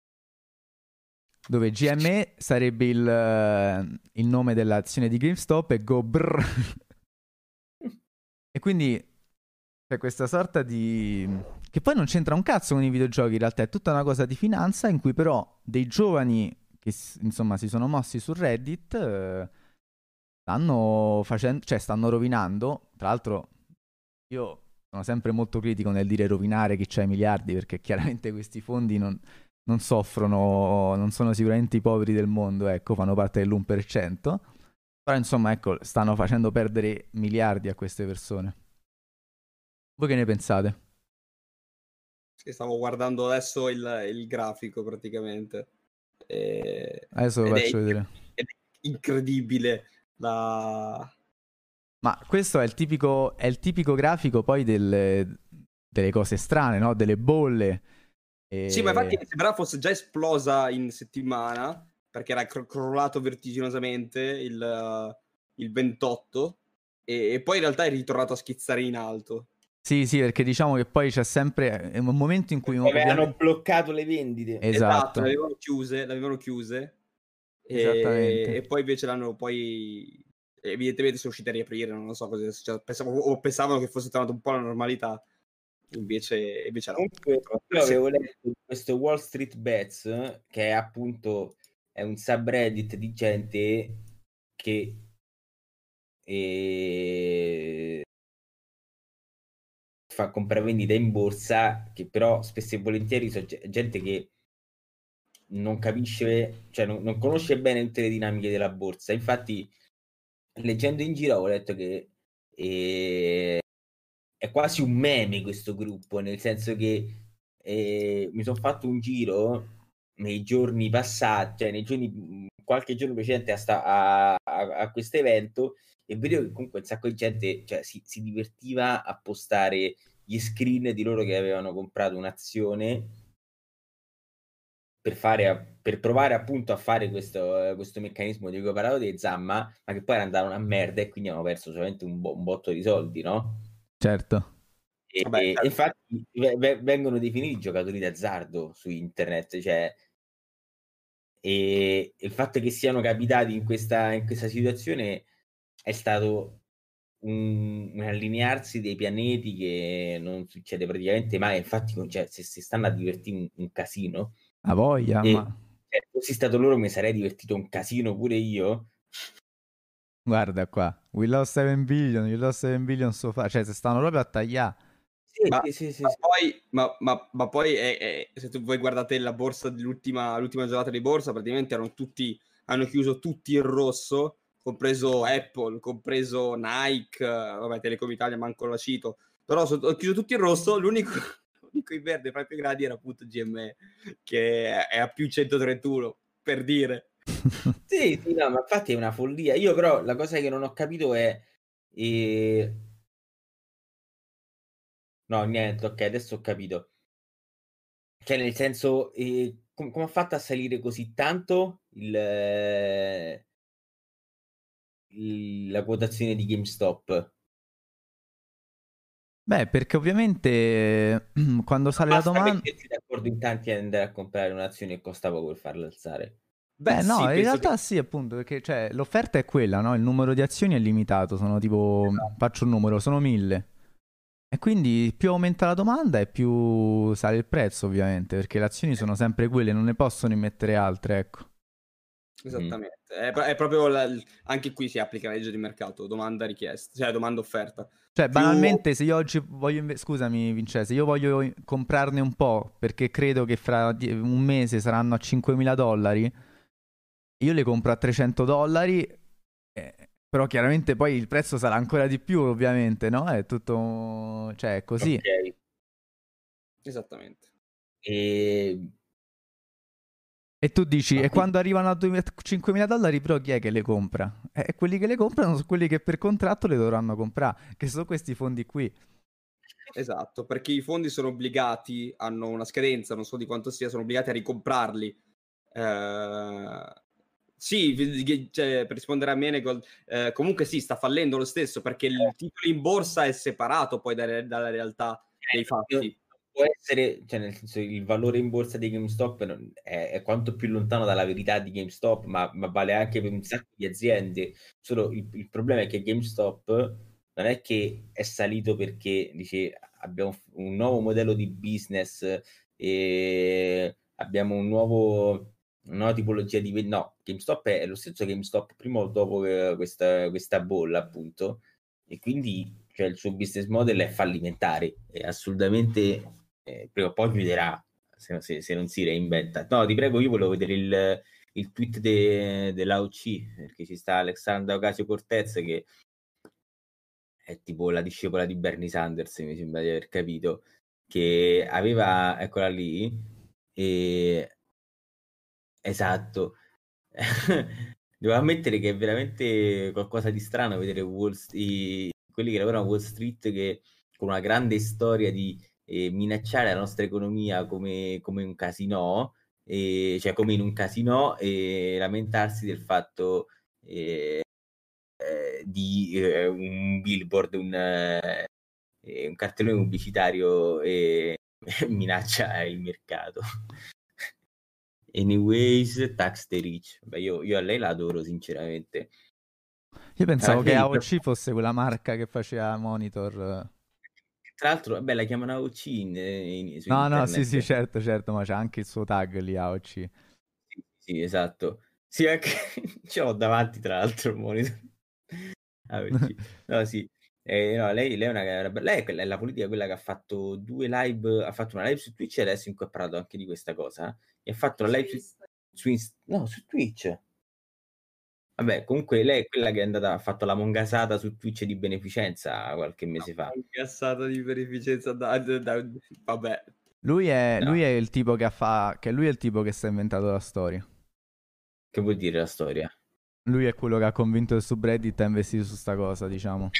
dove G M E sarebbe il, il nome dell'azione di GameStop e go brrr. E quindi c'è questa sorta di... che poi non c'entra un cazzo con i videogiochi, in realtà è tutta una cosa di finanza in cui però dei giovani che insomma si sono mossi su Reddit eh, stanno facendo, cioè stanno rovinando. Tra l'altro io sono sempre molto critico nel dire rovinare chi c'ha i miliardi, perché chiaramente questi fondi non, non soffrono, non sono sicuramente i poveri del mondo, ecco, fanno parte dell'uno per cento. Però insomma, ecco, stanno facendo perdere miliardi a queste persone. Voi che ne pensate? Sì, stavo guardando adesso il, il grafico praticamente. E... Adesso lo faccio è, vedere. È incredibile la... Ma questo è il tipico, è il tipico grafico poi del, delle cose strane, no? Delle bolle. E... Sì, ma infatti sembrava fosse già esplosa in settimana, perché era cr- crollato vertiginosamente il, il ventotto, e, e poi in realtà è ritornato a schizzare in alto. Sì, sì, perché diciamo che poi c'è sempre un momento in cui... Avevano ovviamente... bloccato le vendite. Esatto. Esatto, l'avevano chiuse, l'avevano chiuse. Esattamente. E, e poi invece l'hanno poi... evidentemente sono usciti a riaprire, non lo so cosa cioè, pensavo, o pensavano che fosse tornato un po' la normalità, invece, invece no. Comunque io avevo letto questo Wall Street Bets, che è appunto è un subreddit di gente che eh, fa compravendita in borsa, che però spesso e volentieri sono gente che non capisce, cioè non, non conosce bene tutte le dinamiche della borsa. Infatti leggendo in giro ho letto che eh, è quasi un meme questo gruppo, nel senso che eh, mi sono fatto un giro nei giorni passati, cioè nei giorni, qualche giorno precedente a, sta, a, a, a questo evento, e vedevo che comunque un sacco di gente, cioè, si, si divertiva a postare gli screen di loro che avevano comprato un'azione per fare per provare appunto a fare questo, questo meccanismo di cui ho parlato di Zamma, ma che poi andarono a merda e quindi hanno perso solamente un, bo- un botto di soldi, no? Certo. E, Vabbè, e infatti v- v- vengono definiti giocatori d'azzardo su internet, cioè e, e il fatto che siano capitati in questa, in questa situazione è stato un, un allinearsi dei pianeti che non succede praticamente mai. Infatti, cioè, se si stanno a divertire un, un casino, a voglia, e, ma... se fossi stato loro mi sarei divertito un casino pure io. Guarda qua, we lost seven billion, we lost seven billion so far, cioè se stanno proprio a tagliare. Sì, ma, sì, sì, sì, ma sì. poi, ma, ma, ma poi è, è, se tu voi guardate la borsa dell'ultima l'ultima giornata di borsa, praticamente erano tutti, hanno chiuso tutti in rosso, compreso Apple, compreso Nike, vabbè, Telecom Italia manco la cito, però so, ho chiuso tutti in rosso, l'unico, l'unico in verde fra i più grandi era appunto G M E, che è a più centotrentuno, per dire. Sì, sì, no, ma infatti è una follia. Io però la cosa che non ho capito è eh... no, niente, ok, adesso ho capito. Cioè, nel senso, eh, com- come ha fatto a salire così tanto il, eh, il- la quotazione di GameStop? Beh, perché ovviamente quando sale la Basta domanda... mettersi d'accordo in tanti e andare a comprare un'azione che costa poco per farla alzare. Beh, Beh, no, sì, in penso realtà che... sì, appunto, perché cioè, l'offerta è quella, no? Il numero di azioni è limitato, sono tipo, Esatto. faccio un numero, sono mille. E quindi più aumenta la domanda e più sale il prezzo, ovviamente, perché le azioni sono sempre quelle, non ne possono immettere altre, ecco. Esattamente. È, è proprio la, anche qui si applica la legge di mercato, domanda richiesta, cioè domanda offerta. Cioè, Più... banalmente, se io oggi voglio... Inve- Scusami, Vincenzo, io voglio comprarne un po' perché credo che fra die- un mese saranno a cinquemila dollari, io le compro a trecento dollari, eh, però chiaramente poi il prezzo sarà ancora di più, ovviamente, no? È tutto... cioè, è così. Ok. Esattamente. E... E tu dici, Ma e qui- quando arrivano a cinquemila dollari, però chi è che le compra? E quelli che le comprano sono quelli che per contratto le dovranno comprare, che sono questi fondi qui. Esatto, perché i fondi sono obbligati, hanno una scadenza, non so di quanto sia, sono obbligati a ricomprarli. Eh, sì, cioè, per rispondere a Menegold, eh, comunque sì, sta fallendo lo stesso, perché il titolo in borsa è separato poi dalle, dalla realtà dei fatti. Può essere, cioè nel senso, il valore in borsa di GameStop non- è, è quanto più lontano dalla verità di GameStop, ma, ma vale anche per un sacco di aziende. Solo il, il problema è che GameStop non è che è salito perché dice abbiamo un nuovo modello di business e abbiamo un nuovo, una nuova tipologia di... No, GameStop è, è lo stesso GameStop prima o dopo eh, questa, questa bolla, appunto, e quindi cioè, il suo business model è fallimentare, è assolutamente... Eh, prima o poi chiuderà se, se, se non si reinventa. No, ti prego, io volevo vedere il, il tweet de, dell'A O C, perché ci sta Alexandra Ocasio-Cortez che è tipo la discepola di Bernie Sanders, mi sembra di aver capito, che aveva, eccola lì, e... esatto, devo ammettere che è veramente qualcosa di strano vedere Wall Street, quelli che lavorano a Wall Street che con una grande storia di eh, minacciare la nostra economia come, come un casino, e, cioè come in un casino, e lamentarsi del fatto eh, eh, di eh, un billboard, un, eh, un cartellone pubblicitario e minaccia il mercato. Anyways, tax the rich. Beh, io, io a lei la adoro sinceramente. Io pensavo che lei, A O C fosse quella marca che faceva monitor. tra l'altro, beh, la chiamano A O C in, in, su No, no, internet. sì, sì, certo, certo, ma c'è anche il suo tag lì, A O C. Sì, sì, esatto. Sì, anche ce l'ho davanti, tra l'altro, il monitor. A O C. No, sì. Eh, no, lei, lei è una, lei è la politica, quella che ha fatto due live, ha fatto una live su Twitch e adesso in cui ha parlato anche di questa cosa. E ha fatto la live su, su Inst- no, su Twitch. Vabbè, comunque lei è quella che è andata, ha fatto la mongasata su Twitch di beneficenza qualche mese fa. Mongasata di beneficenza da, da, da, vabbè. Lui è, No. lui è il tipo che ha fa, che lui è il tipo che si è inventato la storia. Che vuol dire la storia? Lui è quello che ha convinto il subreddit a investire su sta cosa, diciamo.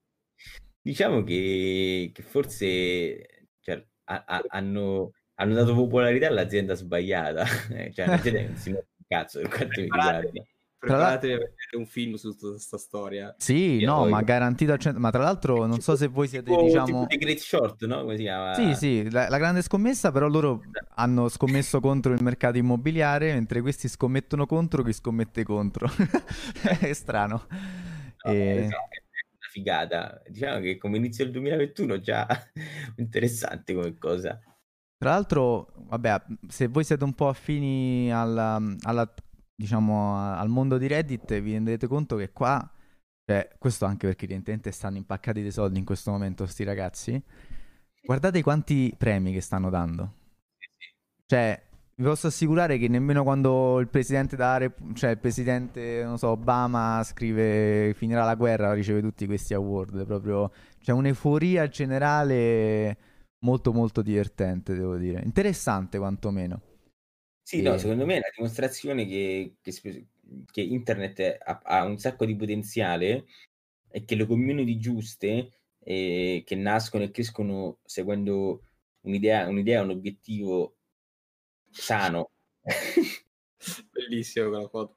Diciamo che, che forse cioè, a, a, hanno, hanno dato popolarità all'azienda sbagliata. Cioè, l'azienda non si muove un cazzo per quanto mi riguarda. Preparatevi a vedere un film su tutta questa storia. Sì, Io no, voglio. ma garantito al cento. Ma tra l'altro non so se voi siete, tipo, diciamo... tipo The Great Short, no? Come si chiama? Sì, sì, la, la grande scommessa, però loro hanno scommesso contro il mercato immobiliare, mentre questi scommettono contro chi scommette contro. È strano. No, E... esatto, è una figata. Diciamo che come inizio del duemilaventuno già interessante come cosa. Tra l'altro, vabbè, se voi siete un po' affini alla, alla, diciamo, a- al mondo di Reddit, vi rendete conto che qua, cioè, questo anche perché evidentemente stanno impaccati dei soldi in questo momento sti ragazzi, guardate quanti premi che stanno dando. Cioè, vi posso assicurare che nemmeno quando il presidente da Rep- cioè il presidente, non so, Obama scrive finirà la guerra, riceve tutti questi award, proprio c'è un'euforia generale molto molto divertente, devo dire. Interessante quantomeno. Sì, E- no, secondo me è la dimostrazione che, che, spe- che internet ha, ha un sacco di potenziale e che le community giuste eh, che nascono e crescono seguendo un'idea, un'idea, un obiettivo sano, Bellissima quella foto.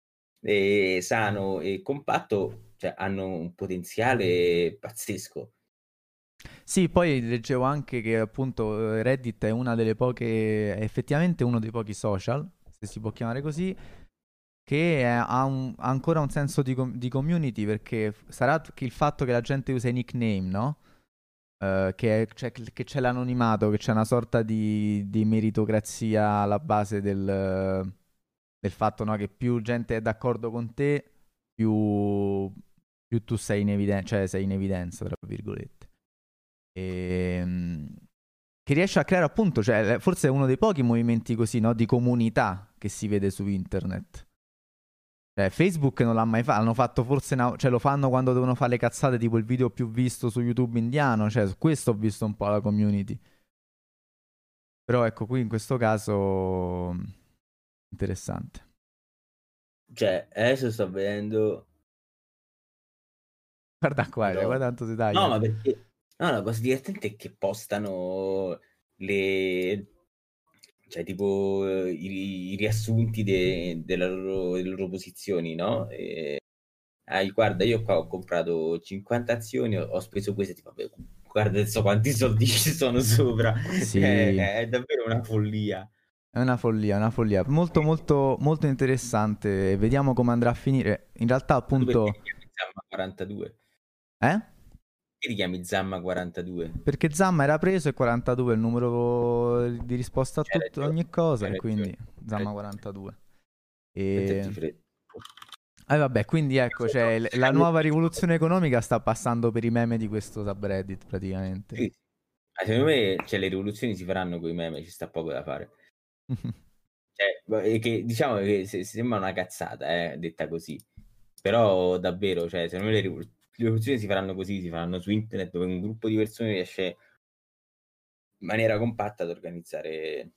e sano e compatto, cioè hanno un potenziale pazzesco. Sì, poi leggevo anche che appunto eh, Reddit è una delle poche, è effettivamente uno dei pochi social, se si può chiamare così, che è- ha, un- ha ancora un senso di, com- di community, perché f- sarà che il fatto che la gente usa i nickname, no? Eh, che, è- cioè, che c'è l'anonimato, che c'è una sorta di, di meritocrazia alla base del, del fatto, no, che più gente è d'accordo con te, più, più tu sei in evidenza, cioè sei in evidenza, tra virgolette. E, che riesce a creare appunto, cioè forse è uno dei pochi movimenti così, no, di comunità che si vede su internet. Cioè, Facebook non l'ha mai fatto, hanno fatto forse, una, cioè lo fanno quando devono fare le cazzate, tipo il video più visto su YouTube indiano, cioè su questo ho visto un po' la community. Però ecco, qui in questo caso interessante. Cioè, adesso sto vedendo... Guarda qua, Però... guarda quanto si taglia. No, ma perché... No, la cosa divertente è che postano le... Cioè, tipo, i, i riassunti de, della loro, delle loro posizioni, no? E... Ah, guarda, io qua ho comprato cinquanta azioni, ho, ho speso queste, tipo, vabbè, guarda adesso quanti soldi ci sono sopra. Sì. È, è davvero una follia. È una follia, una follia. Molto, molto, molto interessante. Vediamo come andrà a finire. In realtà, appunto... Tu perché ti chiami Zamma quarantadue? Eh? Perché ti chiami Zamma quarantadue? Perché Zamma era preso e quarantadue è il numero di risposta a C'hai tutto, ragione, ogni cosa, c'hai e quindi ragione, c'hai Zamma ragione. quarantadue. Metterti E... freddo. Eh vabbè, quindi ecco, cioè, l- la nuova rivoluzione economica sta passando per i meme di questo subreddit, praticamente. Sì. Ah, secondo me, cioè, le rivoluzioni si faranno con i meme, ci sta poco da fare. Cioè, è che, diciamo che se, se sembra una cazzata, eh, detta così. Però davvero, cioè, secondo me le, rivol- le rivoluzioni si faranno così, si faranno su internet, dove un gruppo di persone riesce in maniera compatta ad organizzare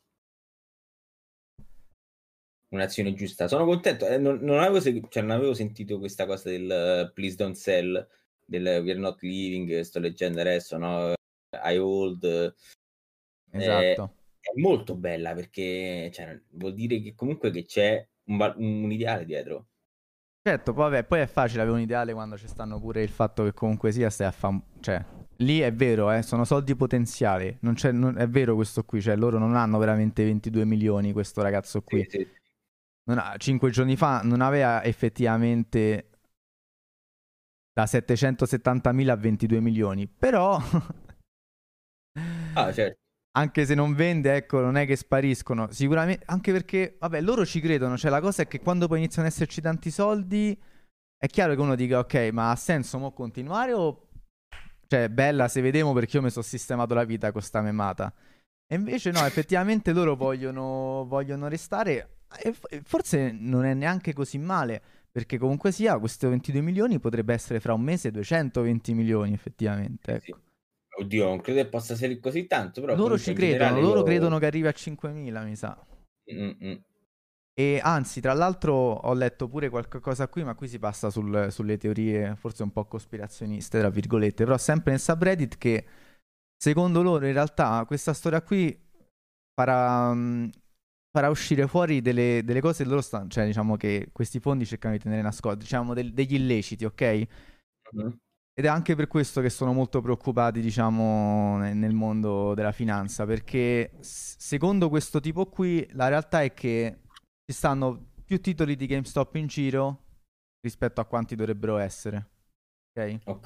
un'azione giusta. Sono contento, eh, non, non, avevo segu- cioè, non avevo sentito questa cosa del uh, please don't sell, del we're not leaving, sto leggendo adesso, no? I hold. Esatto. Eh, è molto bella perché cioè, vuol dire che comunque che c'è un, va- un ideale dietro. Certo, poi, vabbè, poi è facile avere un ideale quando ci stanno pure il fatto che comunque sia stai a fam- cioè, lì è vero, eh, sono soldi potenziali, non c'è, non- è vero questo qui, cioè loro non hanno veramente ventidue milioni, questo ragazzo qui. Sì, sì. Non ha, cinque giorni fa non aveva effettivamente da settecentosettantamila a ventidue milioni, però Ah, certo. anche se non vende, ecco, non è che spariscono. Sicuramente, anche perché, vabbè, loro ci credono. Cioè, la cosa è che quando poi iniziano ad esserci tanti soldi, è chiaro che uno dica, ok, ma ha senso mo continuare o... Cioè, bella se vediamo perché io mi sono sistemato la vita con sta memata. E invece no, effettivamente loro vogliono, vogliono restare. E forse non è neanche così male, perché comunque sia, questi ventidue milioni potrebbe essere fra un mese duecentoventi milioni, effettivamente, ecco. Sì. Oddio, non credo che possa essere così tanto, però Loro ci in credono, generale loro io... credono che arrivi a cinquemila, mi sa. Mm-mm. E anzi, tra l'altro ho letto pure qualcosa qui, ma qui si passa sul- sulle teorie forse un po' cospirazioniste, tra virgolette, però sempre nel subreddit che secondo loro in realtà questa storia qui farà, mh, farà uscire fuori delle, delle cose che loro stanno, cioè diciamo che questi fondi cercano di tenere nascosti, diciamo del- degli illeciti, ok? Mm-hmm. Ed è anche per questo che sono molto preoccupati, diciamo, ne- nel mondo della finanza, perché s- secondo questo tipo qui la realtà è che ci stanno più titoli di GameStop in giro rispetto a quanti dovrebbero essere, ok? Ok.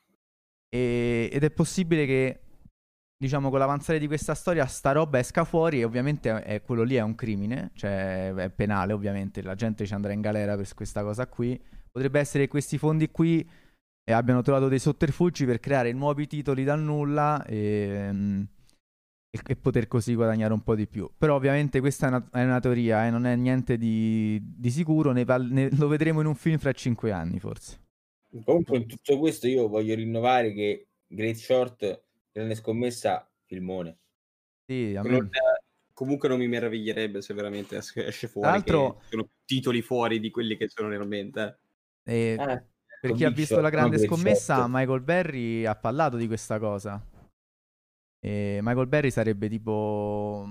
E- ed è possibile che, diciamo, con l'avanzare di questa storia sta roba esca fuori e ovviamente è, quello lì è un crimine, cioè è penale ovviamente, la gente ci andrà in galera per questa cosa qui. Potrebbe essere che questi fondi qui e abbiano trovato dei sotterfugi per creare nuovi titoli dal nulla e, mm, e- e poter così guadagnare un po' di più. Però ovviamente questa è una, è una teoria, eh, non è niente di, di sicuro, ne val- ne- lo vedremo in un film fra cinque anni forse. Comunque in tutto questo io voglio rinnovare che Great Short, grande scommessa, filmone. Sì, a me- Non- comunque non mi meraviglierebbe se veramente es- esce fuori l'altro- che ci sono titoli fuori di quelli che sono realmente. eh, Ah, per ecco, chi ha Big visto Short, la grande no, Great scommessa, Short. Michael Berry ha parlato di questa cosa. E Michael Berry sarebbe tipo...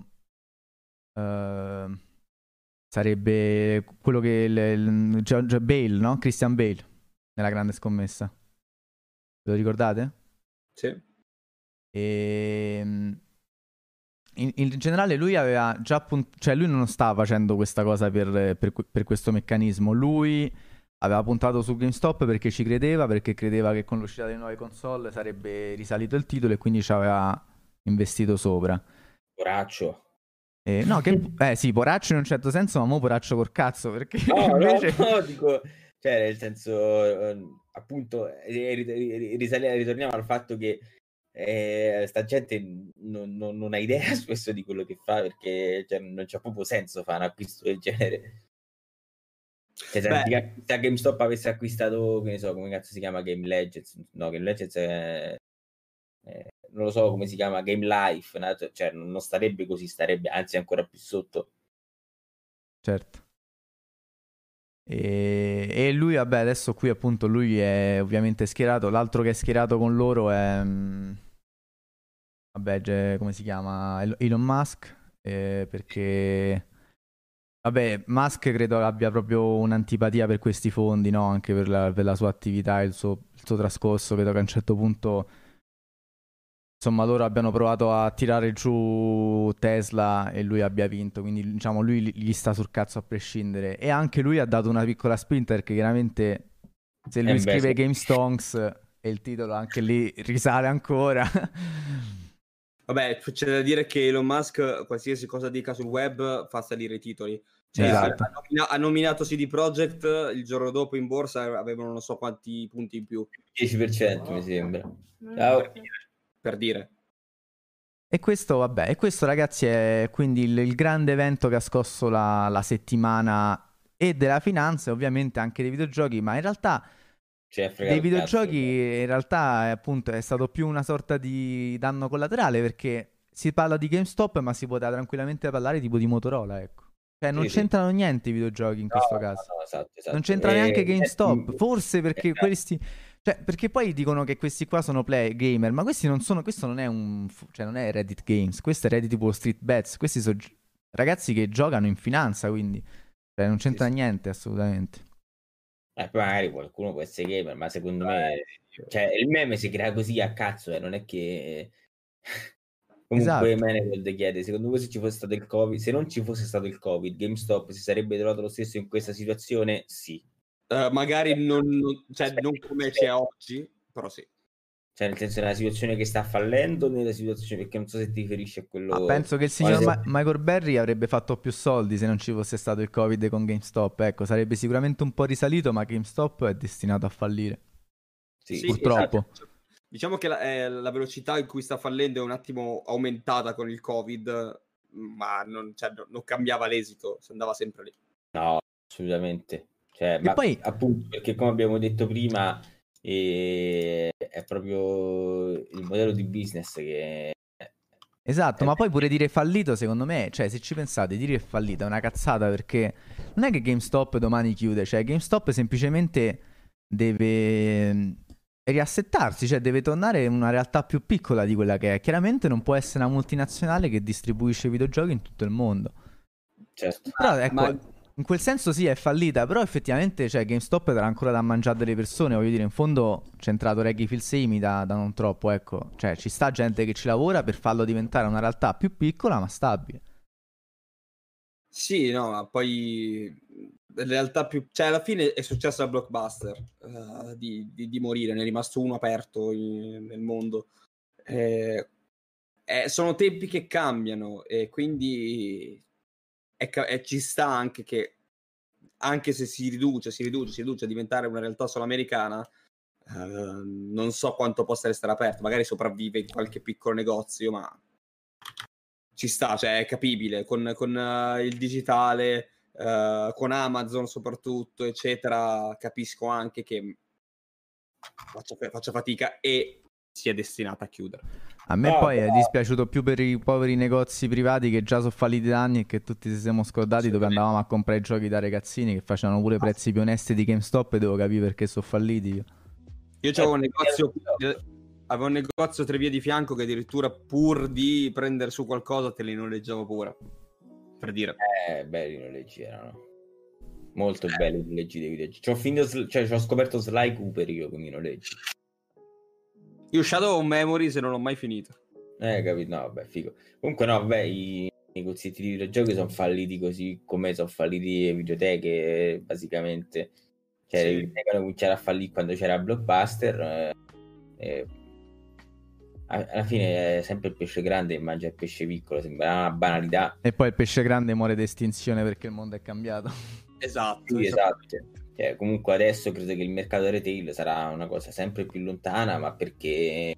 eh, sarebbe quello che il, il- John- John Bale, no? Christian Bale nella grande scommessa. Ve lo ricordate? Sì. E in, in generale lui aveva già punt- cioè lui non stava facendo questa cosa per, per, per questo meccanismo. Lui aveva puntato su GameStop perché ci credeva, perché credeva che con l'uscita delle nuove console sarebbe risalito il titolo e quindi ci aveva investito sopra. Poraccio. Eh, no, che eh sì, poraccio in un certo senso, ma mo poraccio col cazzo, perché No, invece... no, no, dico, cioè, nel senso, eh, appunto, eh, ri- ri- risale- ritorniamo al fatto che eh, sta gente non, non- non ha idea spesso di quello che fa, perché cioè, non c'è proprio senso fare un acquisto del genere. Cioè, se Beh. antica- GameStop avesse acquistato, che ne so, come cazzo si chiama, Game Legends, no, Game Legends è... eh, non lo so come si chiama, Game Life, no? Cioè, non starebbe così, starebbe anzi ancora più sotto. Certo. E, e lui, vabbè, adesso qui appunto lui è ovviamente schierato. L'altro che è schierato con loro è... mm, vabbè, c'è- come si chiama? El- Elon Musk. eh, perché... Vabbè, Musk credo abbia proprio un'antipatia per questi fondi, no? Anche per la, per la sua attività, il suo, il suo trascorso. Vedo che a un certo punto... Insomma, loro abbiano provato a tirare giù Tesla e lui abbia vinto, quindi diciamo lui li- gli sta sul cazzo a prescindere. E anche lui ha dato una piccola spinta perché chiaramente se lui Eh beh, scrive sì. GameStonks e il titolo anche lì risale ancora. Vabbè, c'è da dire che Elon Musk, qualsiasi cosa dica sul web, fa salire i titoli. Cioè, Esatto. ha, nomina- ha nominato C D Projekt, il giorno dopo in borsa avevano non so quanti punti in più. dieci per cento mi sembra. Ciao. Per dire. E questo, vabbè, e questo ragazzi è quindi il, il grande evento che ha scosso la, la settimana e della finanza e ovviamente anche dei videogiochi, ma in realtà... Cioè, frega dei il videogiochi cazzo. in realtà è, appunto è stato più una sorta di danno collaterale perché si parla di GameStop ma si poteva tranquillamente parlare tipo di Motorola, ecco. Cioè non Sì, sì. c'entrano niente i videogiochi in No, questo no, caso. no, esatto, esatto. Non c'entra E- neanche eh, GameStop, mm, forse perché esatto. questi... Cioè, perché poi dicono che questi qua sono play gamer, ma questi non sono... Questo non è un... Cioè, non è Reddit Games, questo è Reddit Wall Street Bets. Questi sono gi- ragazzi che giocano in finanza, quindi... Cioè, non c'entra Sì, sì. niente, assolutamente. Eh, poi magari qualcuno può essere gamer, ma secondo me, cioè, il meme si crea così a cazzo, eh, non è che... Comunque Esatto. Manegold chiede, secondo voi se ci fosse stato il Covid, se non ci fosse stato il Covid, GameStop si sarebbe trovato lo stesso in questa situazione? Sì. Uh, magari non, non, cioè, non come c'è oggi, però sì. Cioè, nel senso, nella situazione che sta fallendo, nella situazione, perché non so se ti riferisci a quello... Ah, penso che il signor Ma- Michael Berry avrebbe fatto più soldi se non ci fosse stato il Covid con GameStop. Ecco, sarebbe sicuramente un po' risalito, ma GameStop è destinato a fallire. Sì, Sì, purtroppo. esatto. Diciamo che la, eh, la velocità in cui sta fallendo è un attimo aumentata con il Covid, ma non, cioè, no- non cambiava l'esito, si andava sempre lì. No, assolutamente. Cioè, E ma poi, appunto, perché come abbiamo detto prima, eh, è proprio il modello di business che... esatto, è- ma poi pure dire fallito, secondo me, cioè, se ci pensate, dire fallito è una cazzata perché non è che GameStop domani chiude, cioè, GameStop semplicemente deve mm, riassettarsi, cioè, deve tornare in una realtà più piccola di quella che è. Chiaramente non può essere una multinazionale che distribuisce videogiochi in tutto il mondo. Certo. Però ecco, Ma- in quel senso sì è fallita, però effettivamente cioè, GameStop darà ancora da mangiare delle persone, voglio dire, in fondo c'è entrato Reggie Fils-Aimee da, da non troppo, ecco, cioè ci sta gente che ci lavora per farlo diventare una realtà più piccola ma stabile. Sì, no, ma poi in realtà più... Cioè, alla fine è successo a Blockbuster uh, di, di, di morire, ne è rimasto uno aperto in- nel mondo. Eh, eh, sono tempi che cambiano e quindi è ca- e ci sta anche che anche se si riduce, si riduce, si riduce a diventare una realtà solo americana, eh, non so quanto possa restare aperto, magari sopravvive in qualche piccolo negozio, ma ci sta, cioè è capibile, con, con uh, il digitale, uh, con Amazon soprattutto, eccetera, capisco anche che faccia, faccia fatica e sia destinata a chiudere. A me No, poi è però- dispiaciuto più per i poveri negozi privati che già sono falliti da anni e che tutti ci siamo scordati dove andavamo a comprare i giochi da ragazzini che facevano pure prezzi più onesti di GameStop e devo capire perché sono falliti io. Io avevo un negozio, avevo un negozio tre vie di fianco che addirittura pur di prendere su qualcosa te li noleggiavo pure. Per dire. Eh, belli i noleggi erano. Molto belli i noleggi dei videogiochi. C'ho, finito, sl- cioè, c'ho scoperto Sly Cooper io con i noleggi. Io Shadow of Memories non l'ho mai finito. Eh, capito? No, vabbè, figo. Comunque no, vabbè, i negozietti di videogiochi sono falliti così come sono falliti le videoteche, basicamente. Cioè, Sì. le videoteche hanno cominciato a fallire quando c'era Blockbuster. Eh, eh, alla fine è sempre il pesce grande che mangia il pesce piccolo, sembra una banalità. E poi il pesce grande muore d'estinzione perché il mondo è cambiato. Esatto, sì, esatto. Cioè, comunque adesso credo che il mercato retail sarà una cosa sempre più lontana, ma perché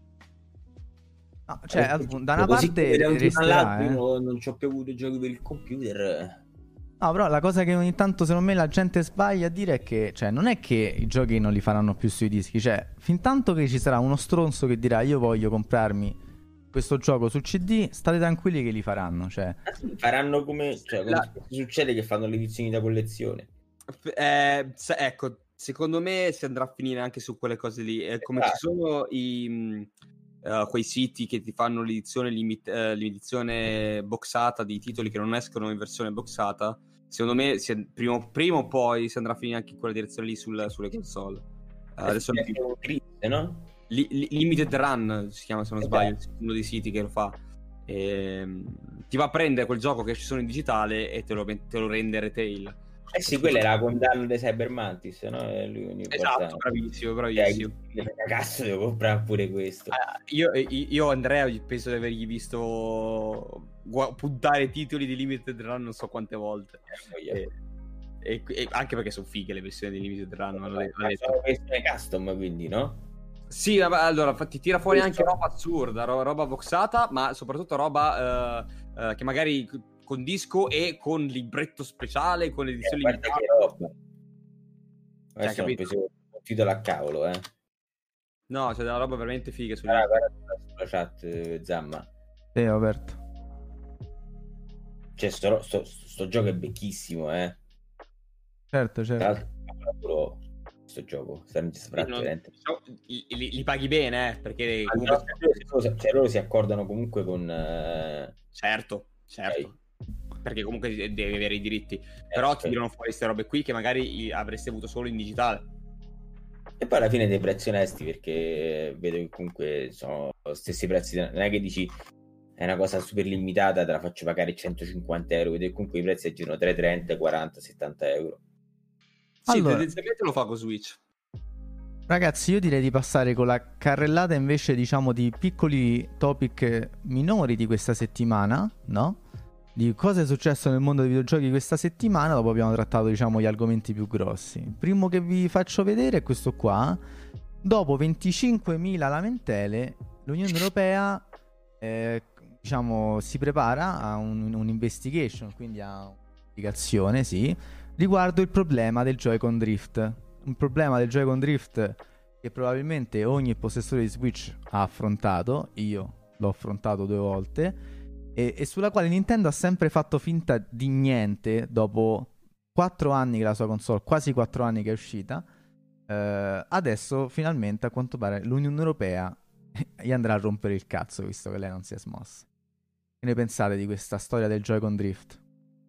no, cioè perché da una parte da un resterà, eh. non, non ci ho più avuto giochi per il computer. No, però la cosa che ogni tanto secondo me la gente sbaglia a dire è che, cioè, non è che i giochi non li faranno più sui dischi, cioè, fin tanto che ci sarà uno stronzo che dirà io voglio comprarmi questo gioco su C D, state tranquilli che li faranno, cioè. Faranno come, cioè, come La... succede che fanno le edizioni da collezione. Eh, se, ecco, secondo me si andrà a finire anche su quelle cose lì, eh, come esatto. ci sono i... Uh, quei siti che ti fanno l'edizione, limit- uh, l'edizione boxata di titoli che non escono in versione boxata. Secondo me si è, prima, prima o poi si andrà a finire anche in quella direzione lì sul, sulle console. Uh, adesso è un triste, no? Li, li, Limited Run si chiama, se non sbaglio, uno dei siti che lo fa. E, ti va a prendere quel gioco che ci sono in digitale e te lo, te lo rende retail. Eh sì, quella è la condanna di Cybermantis, no? È lui esatto, bravissimo, bravissimo. Eh, cazzo, devo comprare pure questo. Uh, io, io Andrea penso di avergli visto gu- puntare titoli di Limited Run non so quante volte. Eh, e, e, e anche perché sono fighe le versioni di Limited Run. Ma sono versione custom, quindi, no? Sì, allora ti tira fuori anche roba assurda, ro- roba boxata, ma soprattutto roba uh, uh, che magari con disco e con libretto speciale, con edizioni eh, limitate. Che roba. Adesso cioè, ho preso un titolo a cavolo, eh. No, c'è della roba veramente figa su ah, guarda sulla chat, eh, Zamma. Sì, ho aperto. Cioè, sto, sto, sto gioco è vecchissimo, eh. Certo, certo. Però, sto gioco, non, li, li, li paghi bene, eh, perché comunque... loro, cioè, loro si accordano comunque con... Uh... Certo, certo. Okay. Perché comunque devi avere i diritti. Eh, però ti certo. tirano fuori queste robe qui che magari avresti avuto solo in digitale. E poi alla fine dei prezzi onesti, perché vedo che comunque sono stessi prezzi, non è che dici è una cosa super limitata, te la faccio pagare centocinquanta euro, vedo che comunque i prezzi girano tra i trenta, quaranta, settanta euro. Sì, allora, tendenzialmente lo fa con Switch. Ragazzi, io direi di passare con la carrellata invece, diciamo, di piccoli topic minori di questa settimana, no? Di cosa è successo nel mondo dei videogiochi questa settimana. Dopo abbiamo trattato, diciamo, gli argomenti più grossi. Il primo che vi faccio vedere è questo qua. Dopo venticinquemila lamentele, l'Unione Europea eh, diciamo si prepara a un, un'investigation, quindi a un'investigazione, sì, riguardo il problema del Joy-Con Drift. Un problema del Joy-Con Drift che probabilmente ogni possessore di Switch ha affrontato. Io l'ho affrontato due volte. E, e sulla quale Nintendo ha sempre fatto finta di niente dopo quattro anni che la sua console, quasi quattro anni che è uscita. Eh, adesso finalmente a quanto pare l'Unione Europea gli andrà a rompere il cazzo, visto che lei non si è smossa. Che ne pensate di questa storia del Joy-Con Drift?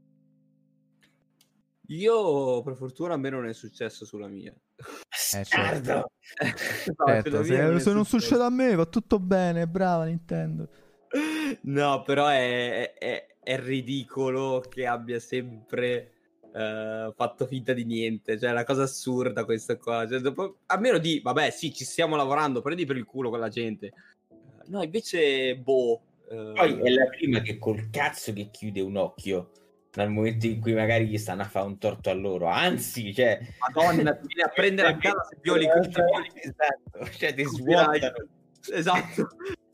Io per fortuna a me non è successo sulla mia. Eh, certo. no, certo, se, non, se non succede a me va tutto bene, brava Nintendo. No, però è, è, è ridicolo che abbia sempre uh, fatto finta di niente. Cioè, è una cosa assurda questa qua. Cioè, dopo, almeno di, vabbè, sì, ci stiamo lavorando, prendi per il culo con la gente. No, invece, boh. Uh... Poi è la prima che col cazzo che chiude un occhio nel momento in cui magari gli stanno a fare un torto a loro. Anzi, cioè... Madonna, ti viene a prendere a casa se violi questi violi. Esatto, cioè ti svuotano. Esatto.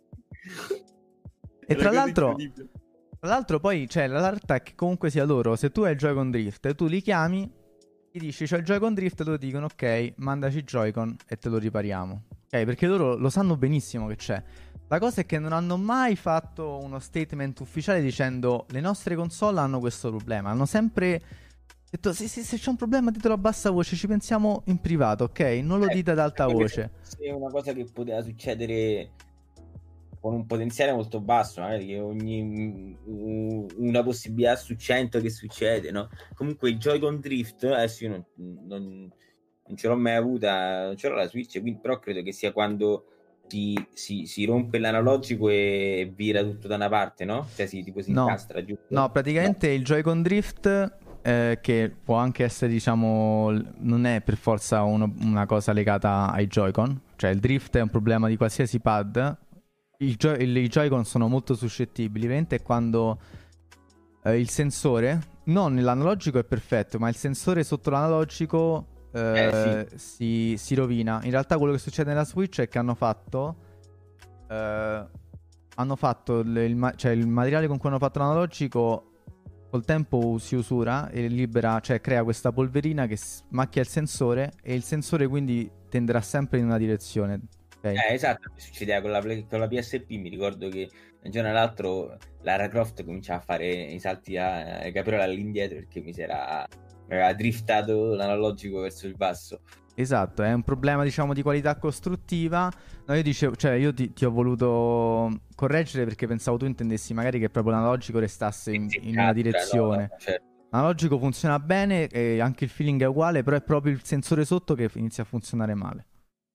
E tra l'altro, tra l'altro poi c'è la realtà che comunque sia loro, se tu hai il Joy-Con Drift, tu li chiami, gli dici c'ho il Joy-Con Drift, loro dicono ok, mandaci il Joy-Con e te lo ripariamo. Ok, perché loro lo sanno benissimo che c'è. La cosa è che non hanno mai fatto uno statement ufficiale dicendo le nostre console hanno questo problema. Hanno sempre detto sì, sì, se c'è un problema ditelo a bassa voce, ci pensiamo in privato, ok? Non lo dite ad alta voce. È una cosa che poteva succedere con un potenziale molto basso, magari che ogni una possibilità su cento che succede, no? Comunque il Joy-Con Drift adesso io non, non, non ce l'ho mai avuta, non ce l'ho la Switch, quindi però credo che sia quando si, si, si rompe l'analogico e vira tutto da una parte, no? Cioè si tipo si no. incastra, giusto? No, praticamente no. Il Joy-Con Drift eh, che può anche essere, diciamo, non è per forza uno, una cosa legata ai Joy-Con, cioè il drift è un problema di qualsiasi pad. i, Joy- i Joy-Con sono molto suscettibili. Veramente quando eh, il sensore, non l'analogico è perfetto, ma il sensore sotto l'analogico eh, Eh, si, si rovina. In realtà quello che succede nella Switch è che hanno fatto eh, hanno fatto il, il ma- cioè il materiale con cui hanno fatto l'analogico col tempo si usura e libera, cioè crea questa polverina che s- macchia il sensore, e il sensore quindi tenderà sempre in una direzione. Okay? Eh, esatto, mi succedeva con la, Play- con la P S P, mi ricordo che un giorno all'altro Lara Croft cominciava a fare i salti a, a capriola all'indietro perché mi si era mi aveva driftato l'analogico verso il basso. Esatto, è un problema diciamo di qualità costruttiva. No, io dicevo, cioè io ti, ti ho voluto correggere perché pensavo tu intendessi magari che proprio l'analogico restasse in, Sì, in una cazzo, direzione. no, no, certo. L'analogico funziona bene e anche il feeling è uguale, però è proprio il sensore sotto che inizia a funzionare male.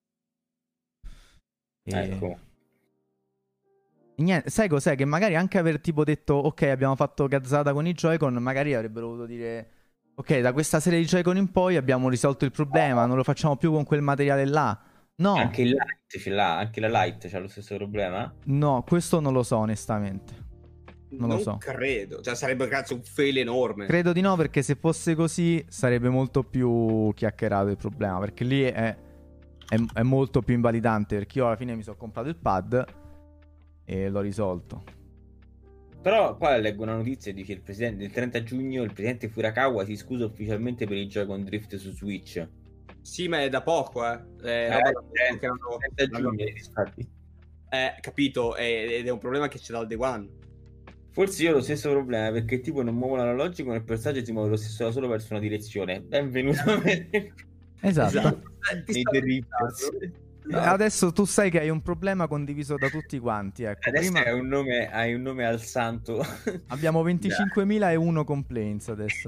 E... Ecco. e niente, sai cos'è? Che magari anche aver tipo detto ok, abbiamo fatto gazzata con i Joy-Con, magari avrebbero voluto dire ok, da questa serie di Joy-Con in poi abbiamo risolto il problema, non lo facciamo più con quel materiale là. No, Anche il Lite ce l'ha, anche la Lite c'ha lo stesso problema? no, questo non lo so onestamente. Non lo so. credo, cioè sarebbe cazzo un fail enorme. Credo di no, perché se fosse così sarebbe molto più chiacchierato il problema, perché lì è, è, è molto più invalidante, perché io alla fine mi sono comprato il pad e l'ho risolto. Però poi leggo una notizia e dice il presidente il trenta giugno il presidente Furukawa si scusa ufficialmente per i Joy-Con Drift su Switch. Sì, ma è da poco, eh. È Eh, roba da poco eh, che hanno- trenta hanno- giugno, infatti. Eh, capito, è- ed è un problema che c'è dal day one. Forse io ho lo stesso problema perché tipo non muovo l'analogico, nel personaggio si muove lo stesso da solo verso una direzione. Benvenuto a me. Esatto. Eh, ti Nei sta Drifters. pensando. Adesso tu sai che hai un problema condiviso da tutti quanti. Ecco, Adesso prima hai un nome, hai un nome al santo. abbiamo venticinquemilauno complaints adesso.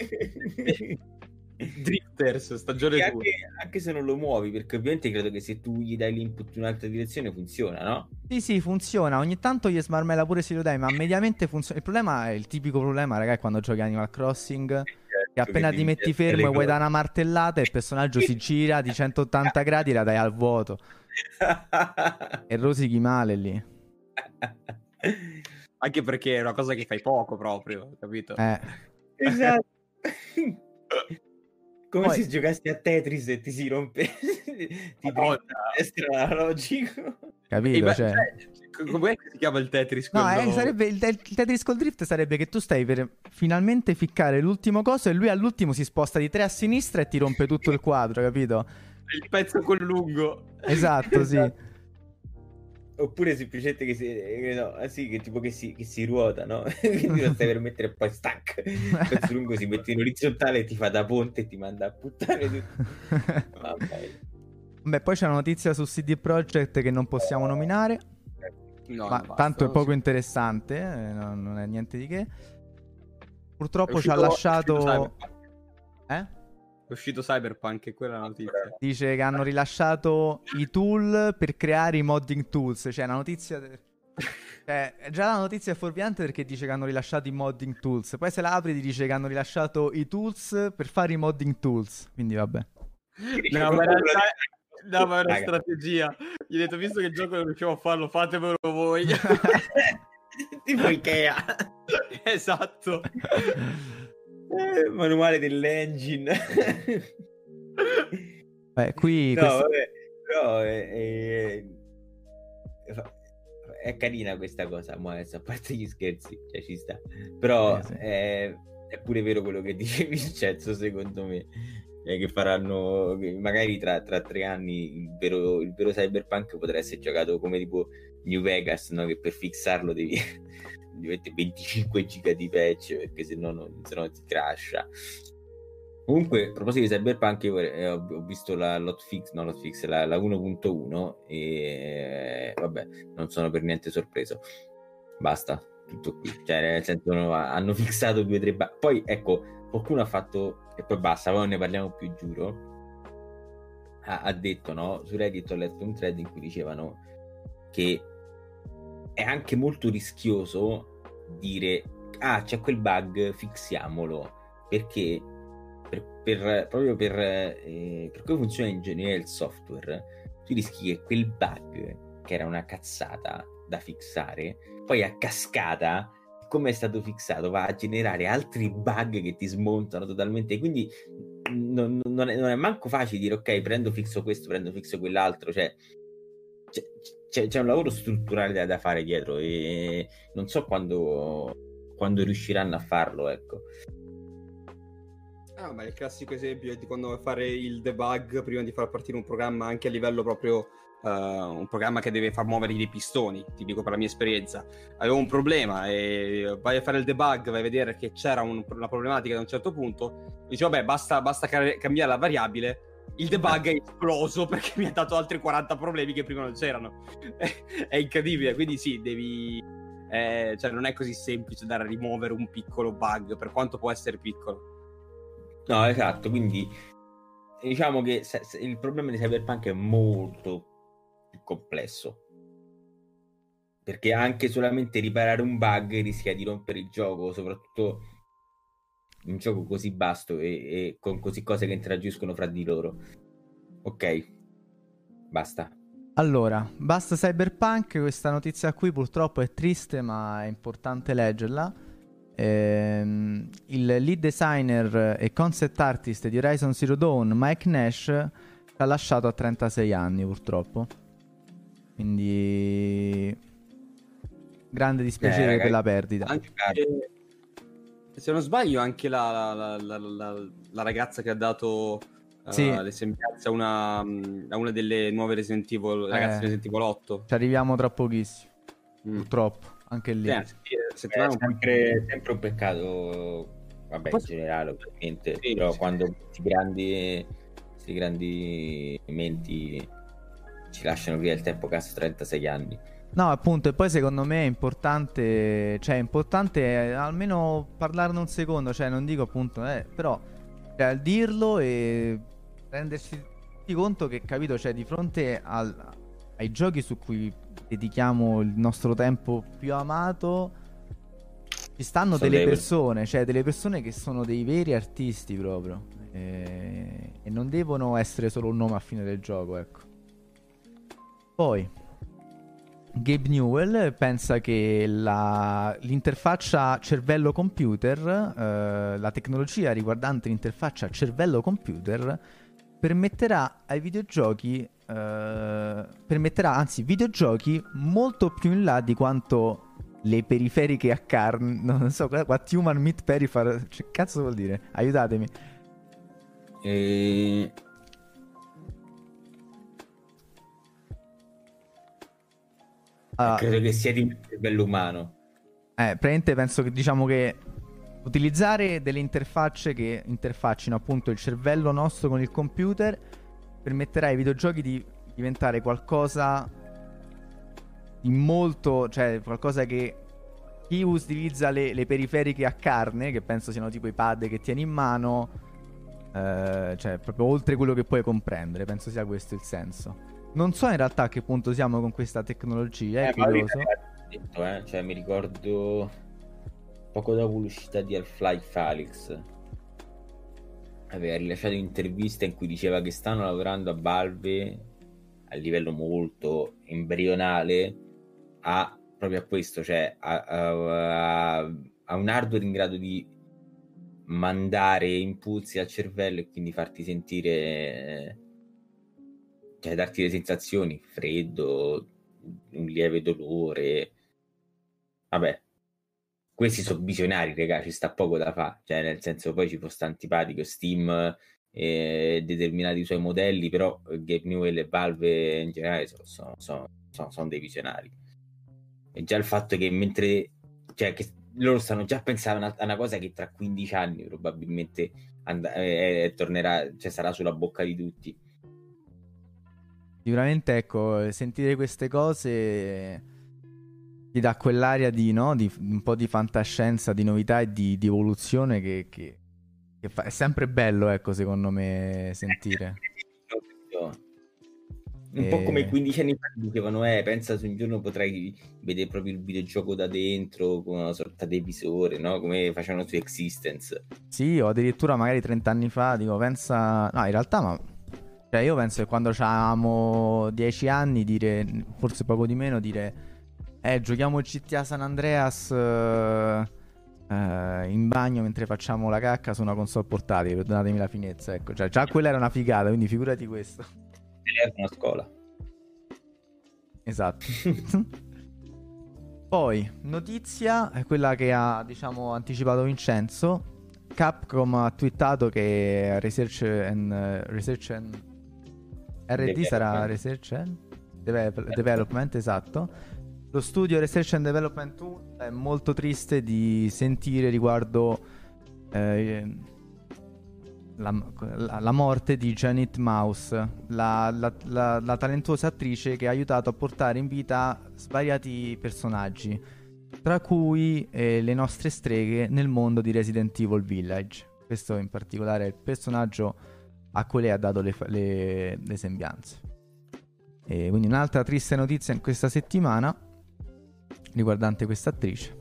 Drifters, stagione Che due. anche, anche se non lo muovi, perché ovviamente credo che se tu gli dai l'input in un'altra direzione funziona, no? Sì, sì, funziona. Ogni tanto gli smarmella pure se lo dai, ma mediamente funziona. Il problema è il tipico problema, ragazzi, quando giochi Animal Crossing. Che appena ti metti fermo e vuoi dare una martellata, il personaggio si gira di centottanta gradi e la dai al vuoto. E rosichi male lì. Anche perché è una cosa che fai poco proprio, capito? Eh. Esatto. Come Poi- se giocassi a Tetris e ti si rompe ti Madonna. destra l'analogico. Capito? E beh, Cioè... cioè, com'è che si chiama il Tetris? No, quello- eh, sarebbe il, il Tetris col drift sarebbe che tu stai per finalmente ficcare l'ultimo coso e lui all'ultimo si sposta di tre a sinistra e ti rompe tutto il quadro, capito? il pezzo con lungo. Esatto, sì. Oppure semplicemente che si, che no, ah, sì, che tipo che si, che si ruota, no? Quindi lo stai per mettere e poi stack. Il pezzo lungo si mette in orizzontale e ti fa da ponte e ti manda a puttane tutto. Mamma mia. Beh, poi c'è una notizia su C D Projekt che non possiamo nominare, No, ma no, basta, tanto è non poco si- interessante, eh, non, non è niente di che. Purtroppo È ci ha uscito- lasciato... è uscito Cyberpunk. Eh? È uscito Cyberpunk, è quella la notizia. Dice che hanno rilasciato i tool per creare i modding tools. Cioè, una notizia. de- Cioè, già la notizia è fuorviante perché dice che hanno rilasciato i modding tools. Poi se la apri ti dice che hanno rilasciato i tools per fare i modding tools. Quindi vabbè. No, ma in realtà no, ma è una Raga. strategia. Gli ho detto, visto che il gioco non riusciamo a farlo, fatemelo voi. Tipo Ikea. Esatto. Eh, manuale dell'engine. Beh, qui. No, questo- vabbè, però è, è, è carina questa cosa, ma adesso, a parte gli scherzi, cioè ci sta. Però Eh, sì. è, è pure vero quello che dice Vincenzo, secondo me, è che faranno, che magari tra, tra tre anni il vero, il vero Cyberpunk potrà essere giocato come tipo New Vegas, no? Che per fixarlo devi diventa venticinque giga di patch perché se no non, se no ti crasha. Comunque, a proposito di Cyberpunk, io eh, ho, ho visto la l'hotfix, no l'hotfix, la, la uno punto uno e vabbè, non sono per niente sorpreso. Basta, tutto qui. Cioè, nel senso, no, hanno fissato due o tre ba- poi ecco, qualcuno ha fatto e poi basta, poi non ne parliamo più, giuro. Ha, ha detto, no, su Reddit ho letto un thread in cui dicevano che è anche molto rischioso dire ah, c'è quel bug, fixiamolo, perché per, per, proprio per, eh, per come funziona in genere il software, tu rischi che quel bug, che era una cazzata, da fissare, poi a cascata, come è stato fissato, va a generare altri bug che ti smontano totalmente, quindi non, non, è, non è manco facile dire ok, prendo fixo questo, prendo fixo quell'altro, cioè c'è, c'è, c'è un lavoro strutturale da, da fare dietro e non so quando, quando riusciranno a farlo, ecco. Ah, ma il classico esempio è di quando fare il debug prima di far partire un programma, anche a livello proprio uh, un programma che deve far muovere dei pistoni. Ti dico per la mia esperienza, avevo un problema e vai a fare il debug, vai a vedere che c'era un, una problematica da un certo punto, dici vabbè basta, basta ca- cambiare la variabile, il debug è esploso perché mi ha dato altri quaranta problemi che prima non c'erano. È incredibile, quindi sì, devi eh, cioè non è così semplice da rimuovere un piccolo bug, per quanto può essere piccolo. No, esatto, quindi diciamo che se, se il problema di Cyberpunk è molto più complesso, perché anche solamente riparare un bug rischia di rompere il gioco, soprattutto un gioco così vasto e, e con così cose che interagiscono fra di loro. Ok, basta. Allora, basta Cyberpunk, questa notizia qui purtroppo è triste ma è importante leggerla. Ehm, il lead designer e concept artist di Horizon Zero Dawn, Mike Nash, l'ha lasciato a trentasei anni purtroppo, quindi grande dispiacere eh, per la perdita. Anche, se non sbaglio anche la, la, la, la, la ragazza che ha dato sì. uh, le sembianze a una, a una delle nuove Resident Evil, ragazzi, eh, Resident Evil otto, ci arriviamo tra pochissimo, mm. purtroppo anche lì. Eh, sì, è sempre, sempre un peccato, vabbè, in generale ovviamente, sì, però sì. Quando questi grandi, questi grandi menti ci lasciano via il tempo, cazzo, trentasei anni. No, appunto, e poi secondo me è importante, cioè è importante almeno parlarne un secondo, cioè non dico appunto, eh, però cioè, dirlo e rendersi conto che, capito, cioè di fronte al, ai giochi su cui dedichiamo il nostro tempo più amato ci stanno sono delle persone, cioè delle persone che sono dei veri artisti proprio, e, e non devono essere solo un nome a fine del gioco, ecco. Poi Gabe Newell pensa che la, l'interfaccia cervello-computer, eh, la tecnologia riguardante l'interfaccia cervello-computer permetterà ai videogiochi, eh, permetterà anzi videogiochi molto più in là di quanto le periferiche a carne, non so, what human meat peripher, che cazzo vuol dire? Aiutatemi. E... Uh, credo che sia di cervello umano. Eh, praticamente penso che diciamo che utilizzare delle interfacce che interfaccino appunto il cervello nostro con il computer permetterà ai videogiochi di diventare qualcosa di molto, cioè qualcosa che chi utilizza le, le periferiche a carne, che penso siano tipo i pad che tieni in mano, eh, cioè proprio oltre quello che puoi comprendere, penso sia questo il senso. Non so in realtà a che punto siamo con questa tecnologia, eh, è curioso. Detto, eh? Cioè, mi ricordo poco dopo l'uscita di Half-Life Alyx aveva rilasciato un'intervista in cui diceva che stanno lavorando a Valve a livello molto embrionale a proprio a questo, cioè a, a, a un hardware in grado di mandare impulsi al cervello e quindi farti sentire, cioè darti le sensazioni, freddo, un lieve dolore. Vabbè, questi sono visionari, raga, ci sta poco da fare, cioè nel senso poi ci può sta antipatico Steam e determinati suoi modelli, però Gabe Newell e Valve in generale sono, sono, sono, sono, sono dei visionari. E già il fatto che mentre, cioè che loro stanno già pensando a una cosa che tra quindici anni probabilmente and- eh, tornerà, cioè sarà sulla bocca di tutti. Sicuramente, ecco, sentire queste cose ti dà quell'aria di, no, di un po' di fantascienza, di novità e di, di evoluzione che, che, che fa, è sempre bello, ecco, secondo me, sentire. Un e... po' come quindici anni fa dicevano, eh, pensa se un giorno potrai vedere proprio il videogioco da dentro con una sorta di visore, no? Come facevano su Existence. Sì, o addirittura magari trenta anni fa, dico, pensa... No, in realtà, ma... Cioè, io penso che quando avevamo dieci anni, dire, forse poco di meno, dire... Eh, giochiamo G T A San Andreas eh, eh, in bagno mentre facciamo la cacca su una console portatile, perdonatemi la finezza, ecco. Cioè, già quella era una figata, quindi figurati questo. Era una scuola. Esatto. Poi, notizia, è quella che ha, diciamo, anticipato Vincenzo. Capcom ha twittato che Research and, uh, Research and R D sarà Research and Develop- Development, esatto. Lo studio Research and Development due è molto triste di sentire riguardo eh, la, la, la morte di Janet Mouse, la, la, la, la talentuosa attrice che ha aiutato a portare in vita svariati personaggi, tra cui eh, le nostre streghe nel mondo di Resident Evil Village. Questo in particolare è il personaggio a cui lei ha dato le, le, le sembianze. E quindi un'altra triste notizia in questa settimana riguardante questa attrice.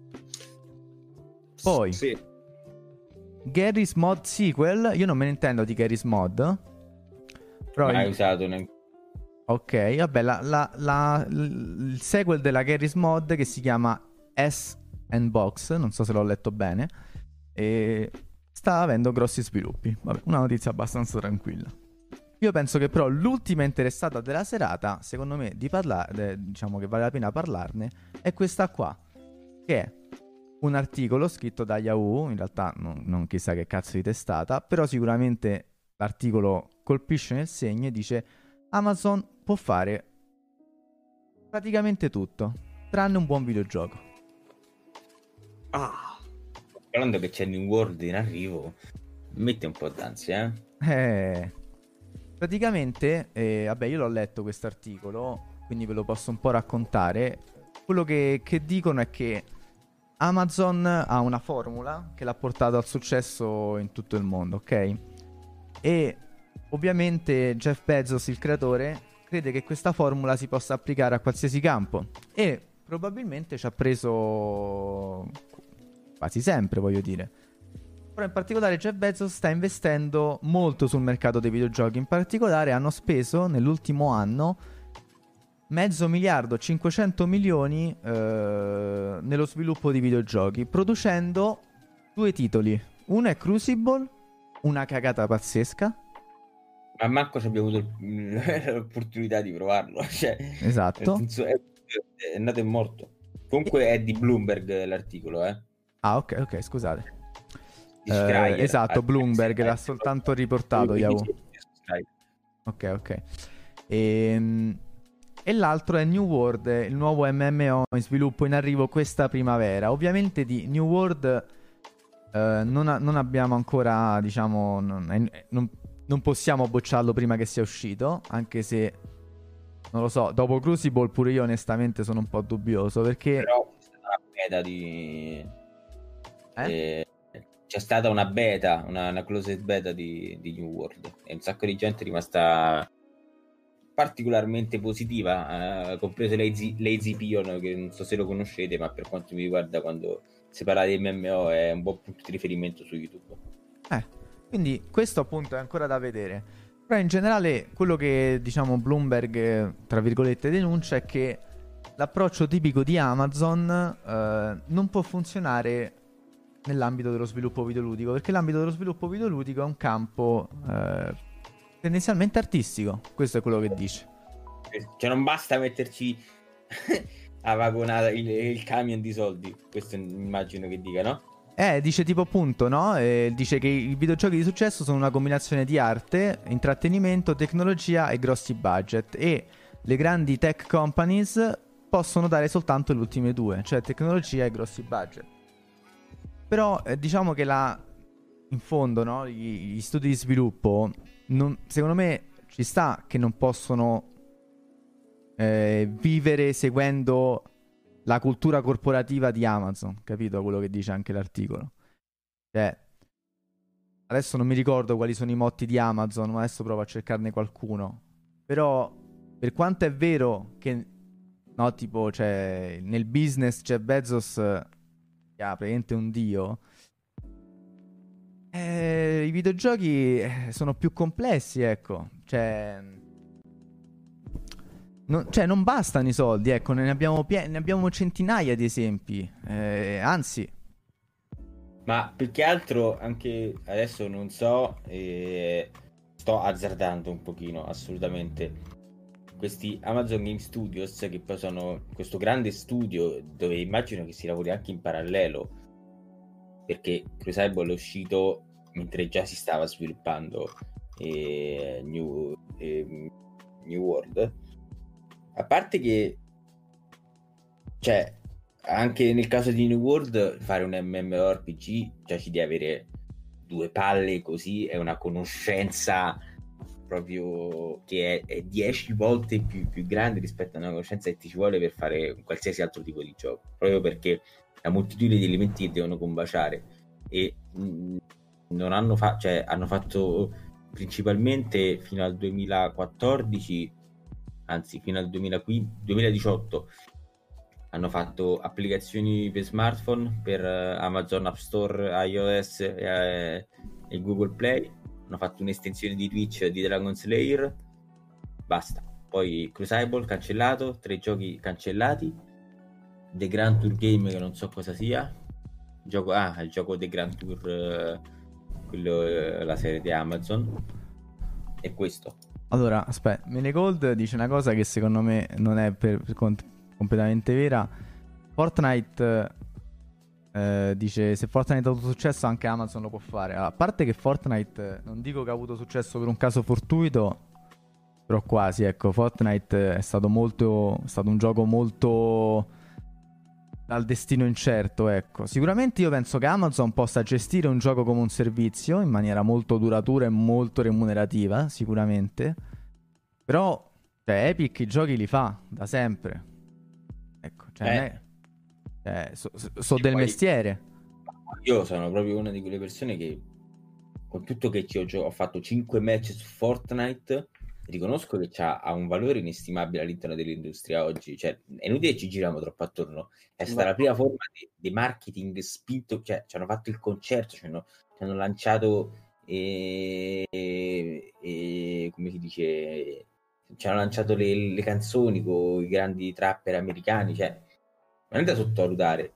Poi sì. Garry's Mod sequel. Io non me ne intendo di Garry's Mod, però mai il... usato neanche. Ok, vabbè, la, la, la, il sequel della Garry's Mod che si chiama S and Box, non so se l'ho letto bene, e sta avendo grossi sviluppi. Vabbè, una notizia abbastanza tranquilla. Io penso che però l'ultima interessata della serata, secondo me, di parlare, diciamo che vale la pena parlarne, è questa qua, che è un articolo scritto da Yahoo, in realtà non, non chissà che cazzo di testata, però sicuramente l'articolo colpisce nel segno e dice: Amazon può fare praticamente tutto, tranne un buon videogioco. Ah, parlando che c'è New World in arrivo, mette un po' d'ansia, eh? Eh, praticamente, eh, vabbè, io l'ho letto questo articolo, quindi ve lo posso un po' raccontare. Quello che, che dicono è che Amazon ha una formula che l'ha portato al successo in tutto il mondo, ok? E ovviamente Jeff Bezos, il creatore, crede che questa formula si possa applicare a qualsiasi campo e probabilmente ci ha preso quasi sempre, voglio dire. Però in particolare Jeff Bezos sta investendo molto sul mercato dei videogiochi. In particolare hanno speso nell'ultimo anno mezzo miliardo, cinquecento milioni eh, nello sviluppo di videogiochi, producendo due titoli. Uno è Crucible, una cagata pazzesca. Ma manco ci abbiamo avuto l'opportunità di provarlo. Cioè, esatto. Nel senso, è, è nato e morto. Comunque è di Bloomberg l'articolo, eh. Ah, ok, ok, scusate. Di Eh, Schreier, esatto, ah, Bloomberg sì, l'ha sì, soltanto sì, riportato sì, Yahoo. sì, sì. Ok, ok. E, e l'altro è New World, il nuovo M M O in sviluppo in arrivo questa primavera. Ovviamente di New World eh, non, ha, non abbiamo ancora, diciamo, non, non, non possiamo bocciarlo prima che sia uscito, anche se, non lo so, dopo Crucible pure io onestamente sono un po' dubbioso, perché... Però c'è stata una beta di... Eh? Eh, c'è stata una beta, una, una closed beta di, di New World e un sacco di gente è rimasta particolarmente positiva, eh, compreso Lazy, Lazy Pion, che non so se lo conoscete, ma per quanto mi riguarda, quando si parla di M M O è un buon punto di riferimento su YouTube. Eh, quindi questo appunto è ancora da vedere. Però in generale quello che, diciamo, Bloomberg, tra virgolette, denuncia è che l'approccio tipico di Amazon eh, non può funzionare nell'ambito dello sviluppo videoludico, perché l'ambito dello sviluppo videoludico è un campo eh, tendenzialmente artistico. Questo è quello che dice. Cioè non basta metterci a vagonata il, il camion di soldi, questo immagino che dica, no? Eh, dice tipo appunto, no? Eh, dice che i videogiochi di successo sono una combinazione di arte, intrattenimento, tecnologia e grossi budget, e le grandi tech companies possono dare soltanto le ultime due, cioè tecnologia e grossi budget. Però eh, diciamo che la, in fondo, no, gli, gli studi di sviluppo, non, secondo me ci sta che non possono eh, vivere seguendo la cultura corporativa di Amazon, capito quello che dice anche l'articolo? Cioè, adesso non mi ricordo quali sono i motti di Amazon, ma adesso provo a cercarne qualcuno. Però, per quanto è vero che, no, tipo, cioè, nel business c'è Bezos, che ha praticamente un dio, eh, i videogiochi sono più complessi, ecco. Cioè, non, cioè non bastano i soldi, ecco, ne abbiamo, pie- ne abbiamo centinaia di esempi, eh, anzi. Ma più che altro anche adesso non so, eh, sto azzardando un pochino, assolutamente. Questi Amazon Game Studios, che poi sono questo grande studio dove immagino che si lavori anche in parallelo, perché Crucible è uscito mentre già si stava sviluppando eh, New, eh, New World. A parte che, cioè, anche nel caso di New World, fare un MMORPG, cioè ci devi avere due palle così, è una conoscenza proprio che è, è dieci volte più, più grande rispetto a una conoscenza che ti ci vuole per fare un qualsiasi altro tipo di gioco, proprio perché la moltitudine di elementi che devono combaciare e mh, non hanno, fa- cioè, hanno fatto principalmente fino al duemilaquattordici, anzi fino al duemilaquindici, duemiladiciotto hanno fatto applicazioni per smartphone per Amazon App Store, iOS e, e Google Play. Hanno fatto un'estensione di Twitch di Dragon Slayer, basta. Poi Crucible cancellato, tre giochi cancellati, The Grand Tour Game che non so cosa sia, gioco, ah, il gioco The Grand Tour, eh, quello, eh, la serie di Amazon, e questo. Allora, aspetta, Menegold dice una cosa che secondo me non è per, per cont- completamente vera. Fortnite eh, dice se Fortnite ha avuto successo anche Amazon lo può fare. Allora, a parte che Fortnite non dico che ha avuto successo per un caso fortuito, però quasi, ecco. Fortnite è stato molto è stato un gioco molto dal destino incerto, ecco. Sicuramente io penso che Amazon possa gestire un gioco come un servizio in maniera molto duratura e molto remunerativa, sicuramente. Però, cioè, Epic i giochi li fa da sempre. Ecco, cioè, Eh. non è... Eh, so, so- so del poi- mestiere. Io sono proprio una di quelle persone che, con tutto che ci ho, gio- ho fatto cinque match su Fortnite, riconosco che c'ha, ha un valore inestimabile all'interno dell'industria oggi. Cioè, è inutile che ci giriamo troppo attorno. È stata la prima forma di, di marketing spinto, cioè ci hanno fatto il concerto, ci hanno, ci hanno lanciato e, e come si dice, ci hanno lanciato le, le canzoni con i grandi trapper americani, cioè non è da sottovalutare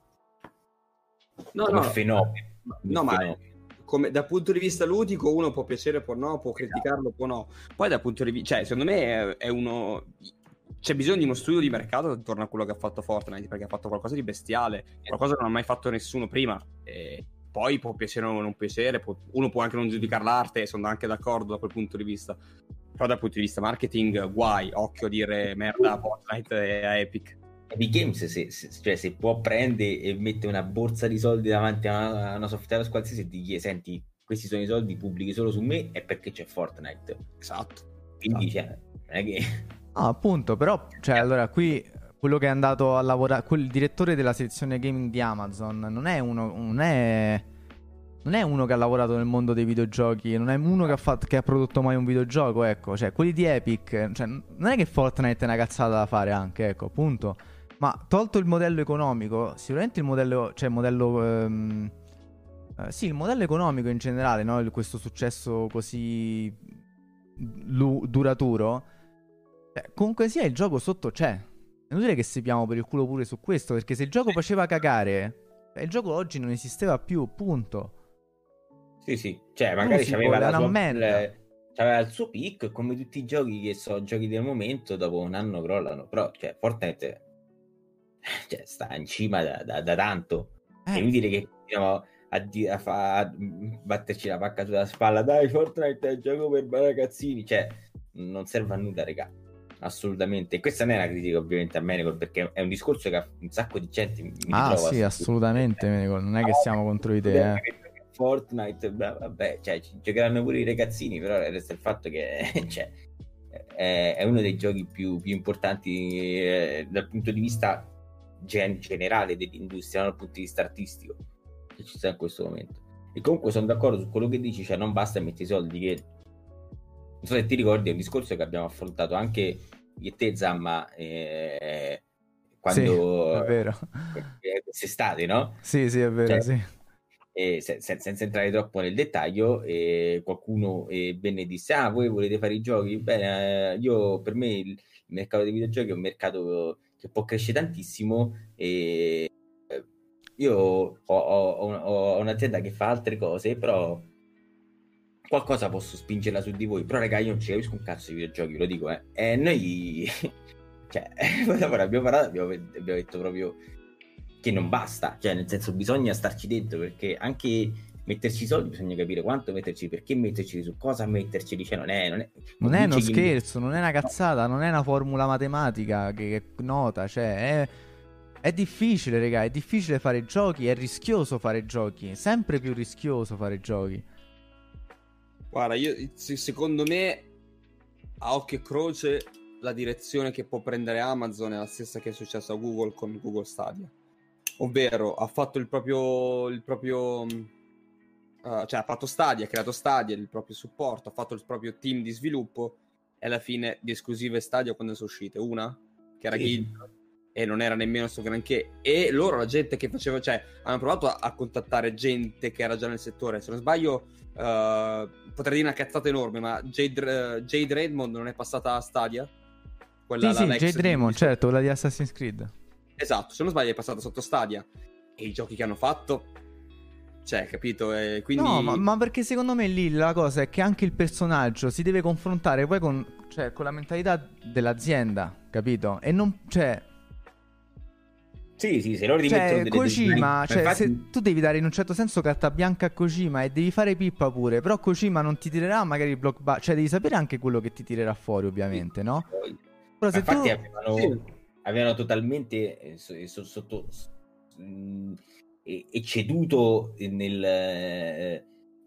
No, come no, fenomeno. no, come ma fenomeno. come, dal punto di vista ludico uno può piacere, può no, può criticarlo, può no. Poi dal punto di vista, cioè, secondo me è, è uno... C'è bisogno di uno studio di mercato intorno a quello che ha fatto Fortnite, perché ha fatto qualcosa di bestiale, qualcosa che non ha mai fatto nessuno prima. E poi può piacere o non piacere, può- uno può anche non giudicare l'arte, sono anche d'accordo da quel punto di vista. Però dal punto di vista marketing, guai, occhio a dire merda a Fortnite e a Epic. Epic Games se, se, cioè, se può prendere e mette una borsa di soldi davanti a una, a una software house qualsiasi e ti chiede senti, questi sono i soldi pubblichi solo su me, è perché c'è Fortnite. Esatto. Quindi Esatto. cioè, non è che No, appunto, però, cioè, allora, qui quello che è andato a lavorare, quel direttore della sezione gaming di Amazon non è uno, non è, non è uno che ha lavorato nel mondo dei videogiochi, non è uno che ha, fatto, che ha prodotto mai un videogioco, ecco, cioè, quelli di Epic, cioè, non è che Fortnite è una cazzata da fare anche, ecco, appunto, ma tolto il modello economico, sicuramente il modello, cioè, il modello, ehm, eh, sì, il modello economico in generale, no, il- questo successo così lu- duraturo. Cioè, comunque sia il gioco sotto c'è. È inutile che sipiamo per il culo pure su questo, perché se il gioco faceva cagare, cioè, il gioco oggi non esisteva più, punto. sì sì, cioè magari Musical, c'aveva è la una sua, merda. le- c'aveva il suo peak, come tutti i giochi che sono giochi del momento, dopo un anno crollano. Però cioè, Fortnite cioè, sta in cima da, da, da tanto. È Eh, inutile che continuiamo a, di- a, fa- a batterci la pacca sulla spalla. Dai, Fortnite è un gioco per ragazzini. Cioè, non serve a nulla, regà. Assolutamente. E questa non è una critica ovviamente a Menecol, perché è un discorso che ha un sacco di gente mi, mi ah ritrova sì, su- assolutamente, Menecol, non è che siamo contro di te, eh. Fortnite, beh, vabbè, cioè, ci giocheranno pure i ragazzini, però resta il fatto che cioè, è, è uno dei giochi più, più importanti eh, dal punto di vista gen- generale dell'industria, non dal punto di vista artistico che ci sta in questo momento. E comunque sono d'accordo su quello che dici, cioè non basta mettere i soldi, che non so se ti ricordi, è un discorso che abbiamo affrontato anche io e te, Zamma, eh, Sì, quando è vero. eh, quest'estate, no? Sì, sì, è vero, Cioè, sì. e se, se, senza entrare troppo nel dettaglio, e qualcuno eh, venne e disse: ah, voi volete fare i giochi? Bene, eh, io per me il, il mercato dei videogiochi è un mercato che può crescere tantissimo, e eh, io ho, ho, ho, ho un'azienda che fa altre cose, però qualcosa posso spingerla su di voi. Però raga, io non ci capisco un cazzo di videogiochi, lo dico, eh. E noi cioè, dopo abbiamo parlato, abbiamo, abbiamo detto proprio che non basta, cioè nel senso bisogna starci dentro, perché anche metterci i soldi bisogna capire quanto metterci, perché metterci, su cosa metterci, cioè non è non è, non è uno scherzo, non è una cazzata, non è una formula matematica che è nota, cioè è, è difficile, raga, è difficile fare giochi, è rischioso fare giochi, è sempre più rischioso fare giochi. Guarda, io secondo me a occhio e croce la direzione che può prendere Amazon è la stessa che è successa a Google con Google Stadia, ovvero ha fatto il proprio il proprio uh, cioè ha fatto Stadia, ha creato Stadia, il proprio supporto, ha fatto il proprio team di sviluppo, e alla fine di esclusive Stadia quando sono uscite una che era sì. Guild, e non era nemmeno sto granché, e loro la gente che faceva, cioè hanno provato a, a contattare gente che era già nel settore. Se non sbaglio uh, potrei dire una cazzata enorme, ma Jade, uh, Jade Raymond non è passata a Stadia? Quella, sì, sì, Jade Raymond, certo, quella di Assassin's Creed. Esatto, se non sbaglio è passata sotto Stadia. E i giochi che hanno fatto, cioè, capito? E quindi... No, ma, ma perché secondo me lì la cosa è che anche il personaggio si deve confrontare poi con, cioè, con la mentalità dell'azienda, capito? E non, cioè... Sì, sì, se loro rimettono cioè, Kojima, cioè, infatti... se tu devi dare in un certo senso carta bianca a Kojima e devi fare pippa pure, però Kojima non ti tirerà magari il blockbuster, cioè devi sapere anche quello che ti tirerà fuori, ovviamente, no? Però se infatti tu... avevano, sì. avevano totalmente eh, sotto, sotto mh, ecceduto nel, eh,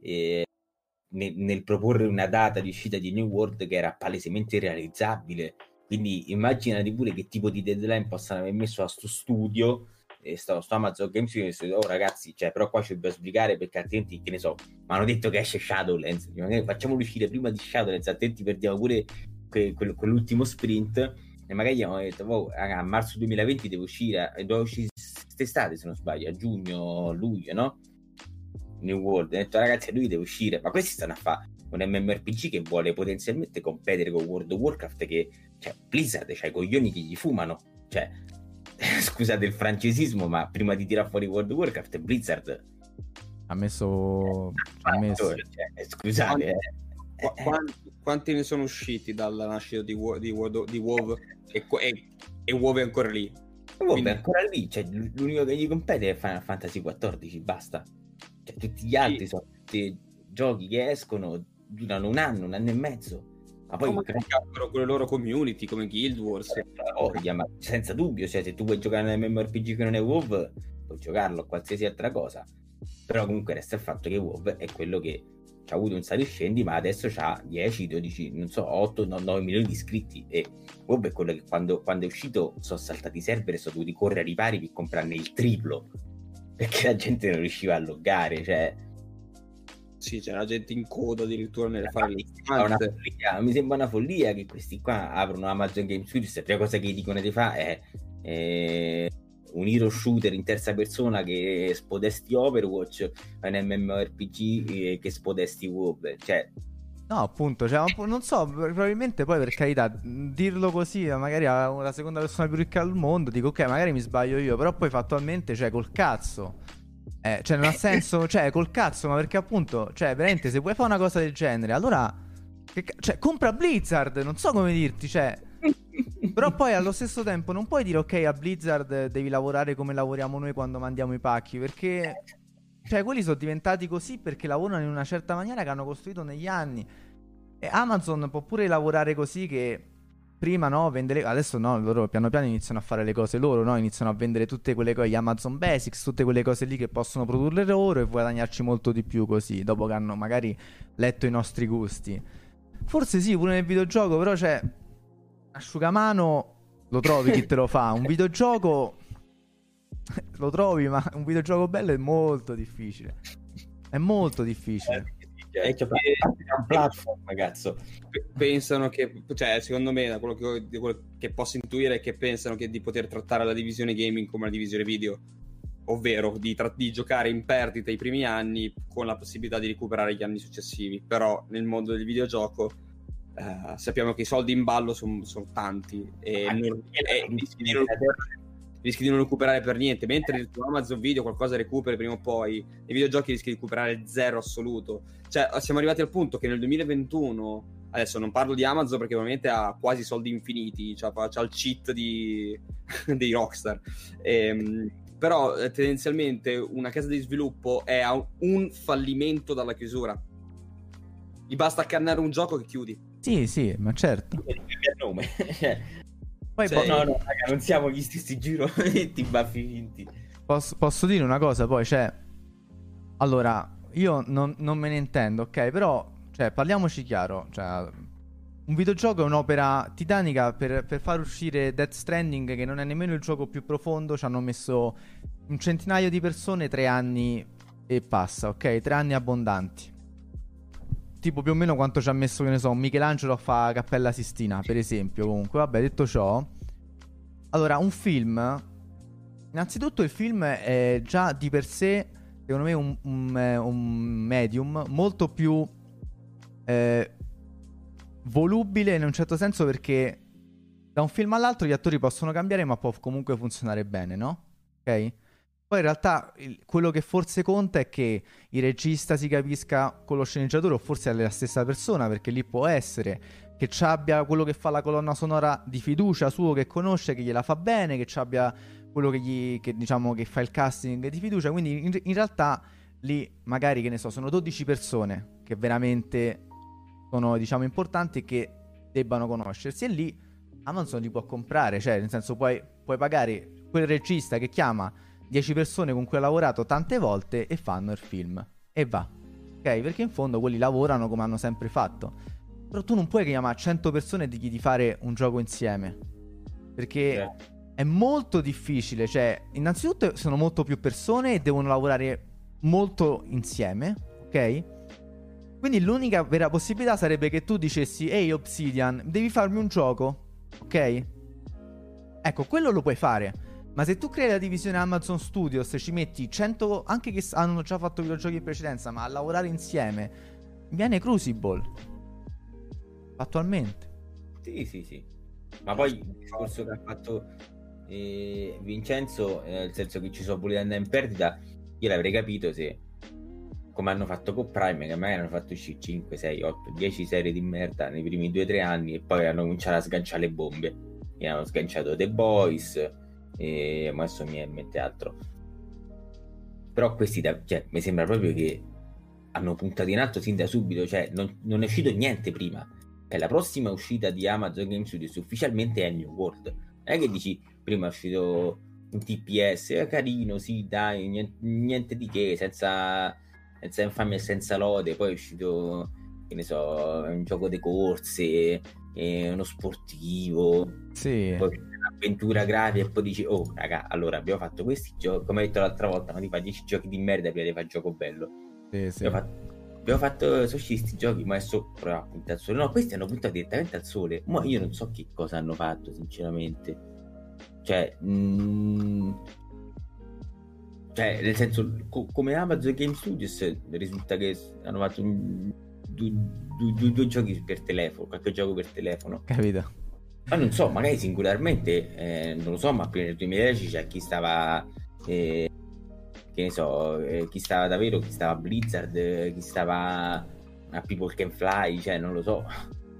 nel, nel proporre una data di uscita di New World che era palesemente irrealizzabile. Quindi immaginati pure che tipo di deadline possano aver messo a sto studio, e sto, sto Amazon Games Studio, e sto, oh ragazzi, cioè però qua ci dobbiamo sbrigare, perché altrimenti, che ne so, mi hanno detto che esce Shadowlands, magari facciamolo uscire prima di Shadowlands, altrimenti perdiamo pure que, que, quell'ultimo sprint. E magari gli hanno detto, oh, raga, a marzo duemilaventi deve uscire, e doveva uscire quest'estate se non sbaglio, a giugno, luglio, no? New World. E ho detto, ragazzi, lui deve uscire, ma questi stanno a fare un MMORPG che vuole potenzialmente competere con World of Warcraft, che, cioè, Blizzard c'ha i coglioni che gli fumano, cioè, scusate il francesismo, ma prima di tirare fuori World of Warcraft Blizzard ha messo, ha messo. Cioè, scusate, quanti, eh. quanti, quanti ne sono usciti dalla nascita di, di, World, di WoW, e, e, e WoW è ancora lì, WoW Quindi... è ancora lì, cioè, l'unico che gli compete è Final Fantasy quattordici, basta, cioè, tutti gli altri sì. sono tutti giochi che escono, durano un anno, un anno e mezzo, ma poi come cambierò con le loro community come Guild Wars, oh, ma senza dubbio, cioè se tu vuoi giocare un MMORPG che non è WoW puoi giocarlo, qualsiasi altra cosa, però comunque resta il fatto che WoW è quello che ha avuto un saliscendi, ma adesso c'ha dieci, dodici, non so, otto, nove milioni di iscritti, e WoW è quello che quando, quando è uscito sono saltati i server e sono dovuti correre ai ripari per comprarne il triplo, perché la gente non riusciva a loggare, cioè sì, c'è la gente in coda addirittura nelle fare le istanze. Mi sembra una follia che questi qua aprono Amazon Game Studios e la prima cosa che dicono di fare è, è un hero shooter in terza persona che spodesti Overwatch, un MMORPG che spodesti WoW, cioè no, appunto, cioè, non so, probabilmente poi, per carità, dirlo così, magari a la seconda persona più ricca al mondo, dico ok, magari mi sbaglio io, però poi fattualmente, cioè, col cazzo. Eh, cioè non ha senso, cioè col cazzo, ma perché appunto, cioè veramente se vuoi fare una cosa del genere, allora che, cioè compra Blizzard, non so come dirti, cioè però poi allo stesso tempo non puoi dire ok, a Blizzard devi lavorare come lavoriamo noi quando mandiamo i pacchi, perché cioè quelli sono diventati così perché lavorano in una certa maniera che hanno costruito negli anni, e Amazon può pure lavorare così, che prima no, vendere, adesso no, loro piano piano iniziano a fare le cose loro, no, iniziano a vendere tutte quelle cose, gli Amazon Basics, tutte quelle cose lì che possono produrre loro e guadagnarci molto di più così, dopo che hanno magari letto i nostri gusti. Forse sì, pure nel videogioco, però c'è asciugamano, lo trovi chi te lo fa, un videogioco lo trovi, ma un videogioco bello è molto difficile. È molto difficile. È un platform, ragazzo. Pensano che, cioè, secondo me, da quello che, quello che posso intuire, è che pensano che di poter trattare la divisione gaming come la divisione video. ovvero di, tra- di giocare in perdita i primi anni con la possibilità di recuperare gli anni successivi. Però nel mondo del videogioco eh, sappiamo che i soldi in ballo sono son tanti e, Ah, non, e rischi, di non recuperare, rischi di non recuperare per niente, mentre su Amazon Video qualcosa recuperi prima o poi, nei videogiochi rischi di recuperare zero assoluto. Cioè siamo arrivati al punto che nel duemilaventuno, adesso non parlo di Amazon perché ovviamente ha quasi soldi infiniti, cioè c'ha il cheat di, dei Rockstar, ehm, però eh, tendenzialmente una casa di sviluppo è a un fallimento dalla chiusura. Gli basta accannare un gioco che chiudi. Sì, sì, ma certo. Il nome. Poi Cioè, po- no, no, raga, non siamo gli stessi gironetti baffi finti. posso, posso dire una cosa, poi, cioè... Allora, io non, non me ne intendo, ok? Però, cioè, parliamoci chiaro. Cioè, un videogioco è un'opera titanica. Per, per far uscire Death Stranding, che non è nemmeno il gioco più profondo, ci hanno messo un centinaio di persone, tre anni e passa, ok? Tre anni abbondanti. Tipo più o meno quanto ci ha messo, che ne so, Michelangelo a fa Cappella Sistina, per esempio. Comunque, vabbè, detto ciò, allora, un film... Innanzitutto il film è già di per sé, secondo me, un, un, un medium molto più eh, volubile in un certo senso, perché da un film all'altro gli attori possono cambiare, ma può comunque funzionare bene, no? Ok? Poi in realtà il, quello che forse conta è che il regista si capisca con lo sceneggiatore, o forse è la stessa persona, perché lì può essere che ci abbia quello che fa la colonna sonora di fiducia suo, che conosce, che gliela fa bene, che ci abbia quello che gli, che diciamo che fa il casting di fiducia. Quindi in, in realtà lì magari, che ne so, sono dodici persone che veramente sono, diciamo, importanti e che debbano conoscersi, e lì Amazon li può comprare. Cioè, nel senso, puoi, puoi pagare quel regista che chiama dieci persone con cui ha lavorato tante volte e fanno il film, e va, ok? Perché in fondo quelli lavorano come hanno sempre fatto. Però tu non puoi chiamare cento persone e dirgli di fare un gioco insieme, perché Eh. è molto difficile. Cioè, innanzitutto sono molto più persone e devono lavorare molto insieme, ok? Quindi l'unica vera possibilità sarebbe che tu dicessi: ehi Obsidian, devi farmi un gioco, ok? Ecco, quello lo puoi fare. Ma se tu crei la divisione Amazon Studios e ci metti cento, anche che hanno già fatto videogiochi in precedenza, ma a lavorare insieme, viene Crucible attualmente. Sì, sì, sì. Ma poi il discorso che ha fatto eh, Vincenzo, eh, nel senso che ci sono voluti andare in perdita, io l'avrei capito se, come hanno fatto con Prime, che magari hanno fatto cinque, sei, otto, dieci serie di merda nei primi due tre anni e poi hanno cominciato a sganciare le bombe. E hanno sganciato The Boys e adesso mi è in mente altro. Però questi da, cioè, mi sembra proprio che hanno puntato in alto sin da subito. Cioè non, non è uscito niente prima. È la prossima uscita di Amazon Game Studios ufficialmente è New World. Non è che dici prima è uscito un T P S, è carino, sì, dai, niente, niente di che, senza, senza infamia e senza lode. Poi è uscito, che ne so, un gioco di corse, eh, uno sportivo, Sì. poi un'avventura grave, e poi dici: oh raga, allora abbiamo fatto questi giochi, come hai detto l'altra volta, ma ti fai dieci giochi di merda prima di fare il gioco bello. Sì, sì. Abbiamo fatto, abbiamo fatto sono questi giochi, ma adesso proviamo a puntare al sole. No, questi hanno puntato direttamente al sole. Ma io non so che cosa hanno fatto, sinceramente. Cioè, mh, cioè nel senso, co- come Amazon Game Studios risulta che hanno fatto un, due, due, due giochi per telefono, qualche gioco per telefono. Capito? Ma non so, magari singolarmente, eh, non lo so, ma prima del duemiladieci c'è chi stava, eh, che ne so, eh, chi stava davvero, chi stava a Blizzard, eh, chi stava a People Can Fly, cioè non lo so.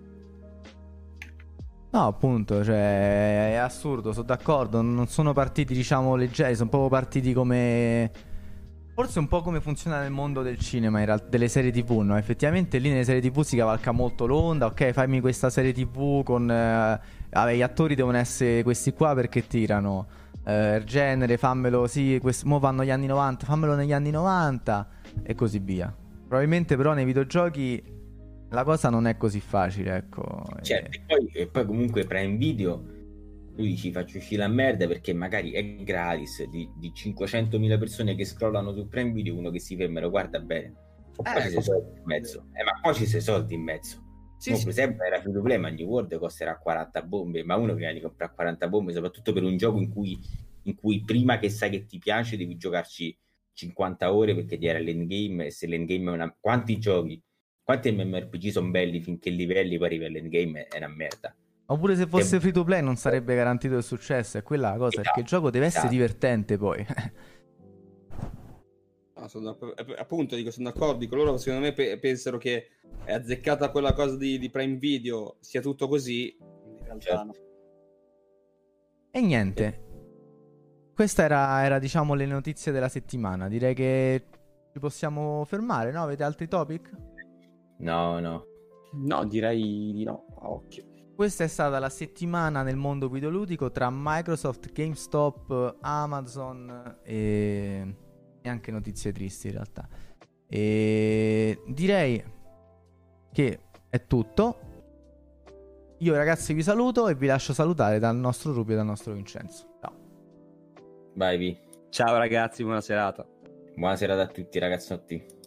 No, appunto, cioè, è assurdo, sono d'accordo. Non sono partiti, diciamo, leggeri, sono proprio partiti come... Forse un po' come funziona nel mondo del cinema, in realtà, delle serie tv, no? Effettivamente lì nelle serie tv si cavalca molto l'onda. Ok, fammi questa serie tv con... Eh, vabbè, gli attori devono essere questi qua perché tirano. Eh, il genere, fammelo, sì, quest- mo vanno gli anni novanta, fammelo negli anni novanta e così via. Probabilmente però nei videogiochi la cosa non è così facile, ecco. Certo, e poi, e poi comunque Prime Video, tu dici faccio uscire la merda perché magari è gratis, di, di cinquecentomila persone che scrollano su Prime Video, uno che si ferma e lo guarda bene. O poi Eh, ci sei soldi in mezzo. Eh, ma poi ci sei soldi in mezzo. Sì, Mo, sì. per esempio era free to play, ma New World costerà quaranta bombe, ma uno prima di comprare quaranta bombe, soprattutto per un gioco in cui in cui prima che sai che ti piace devi giocarci cinquanta ore perché ti era l'endgame, e se l'endgame è una... Quanti giochi, quanti MMORPG sono belli finché livelli poi arrivi all'endgame è una merda. Oppure se fosse Che... free to play non sarebbe garantito il successo, è quella la cosa, esatto, perché il gioco deve essere esatto. divertente poi. Ah, sono, appunto, dico, sono d'accordo, dico, loro secondo me pe- pensano che è azzeccata quella cosa di, di Prime Video, sia tutto così, in realtà certo. no. E niente, questa era, era diciamo le notizie della settimana, direi che ci possiamo fermare, no? Avete altri topic? No, no. No, direi di no, a occhio. Questa è stata la settimana nel mondo videoludico tra Microsoft, GameStop, Amazon e... e anche notizie tristi in realtà. E direi che è tutto. Io ragazzi vi saluto e vi lascio salutare dal nostro Rubio e dal nostro Vincenzo. Ciao. Vai, Vi. Ciao ragazzi, buona serata. Buona serata a tutti, ragazzotti.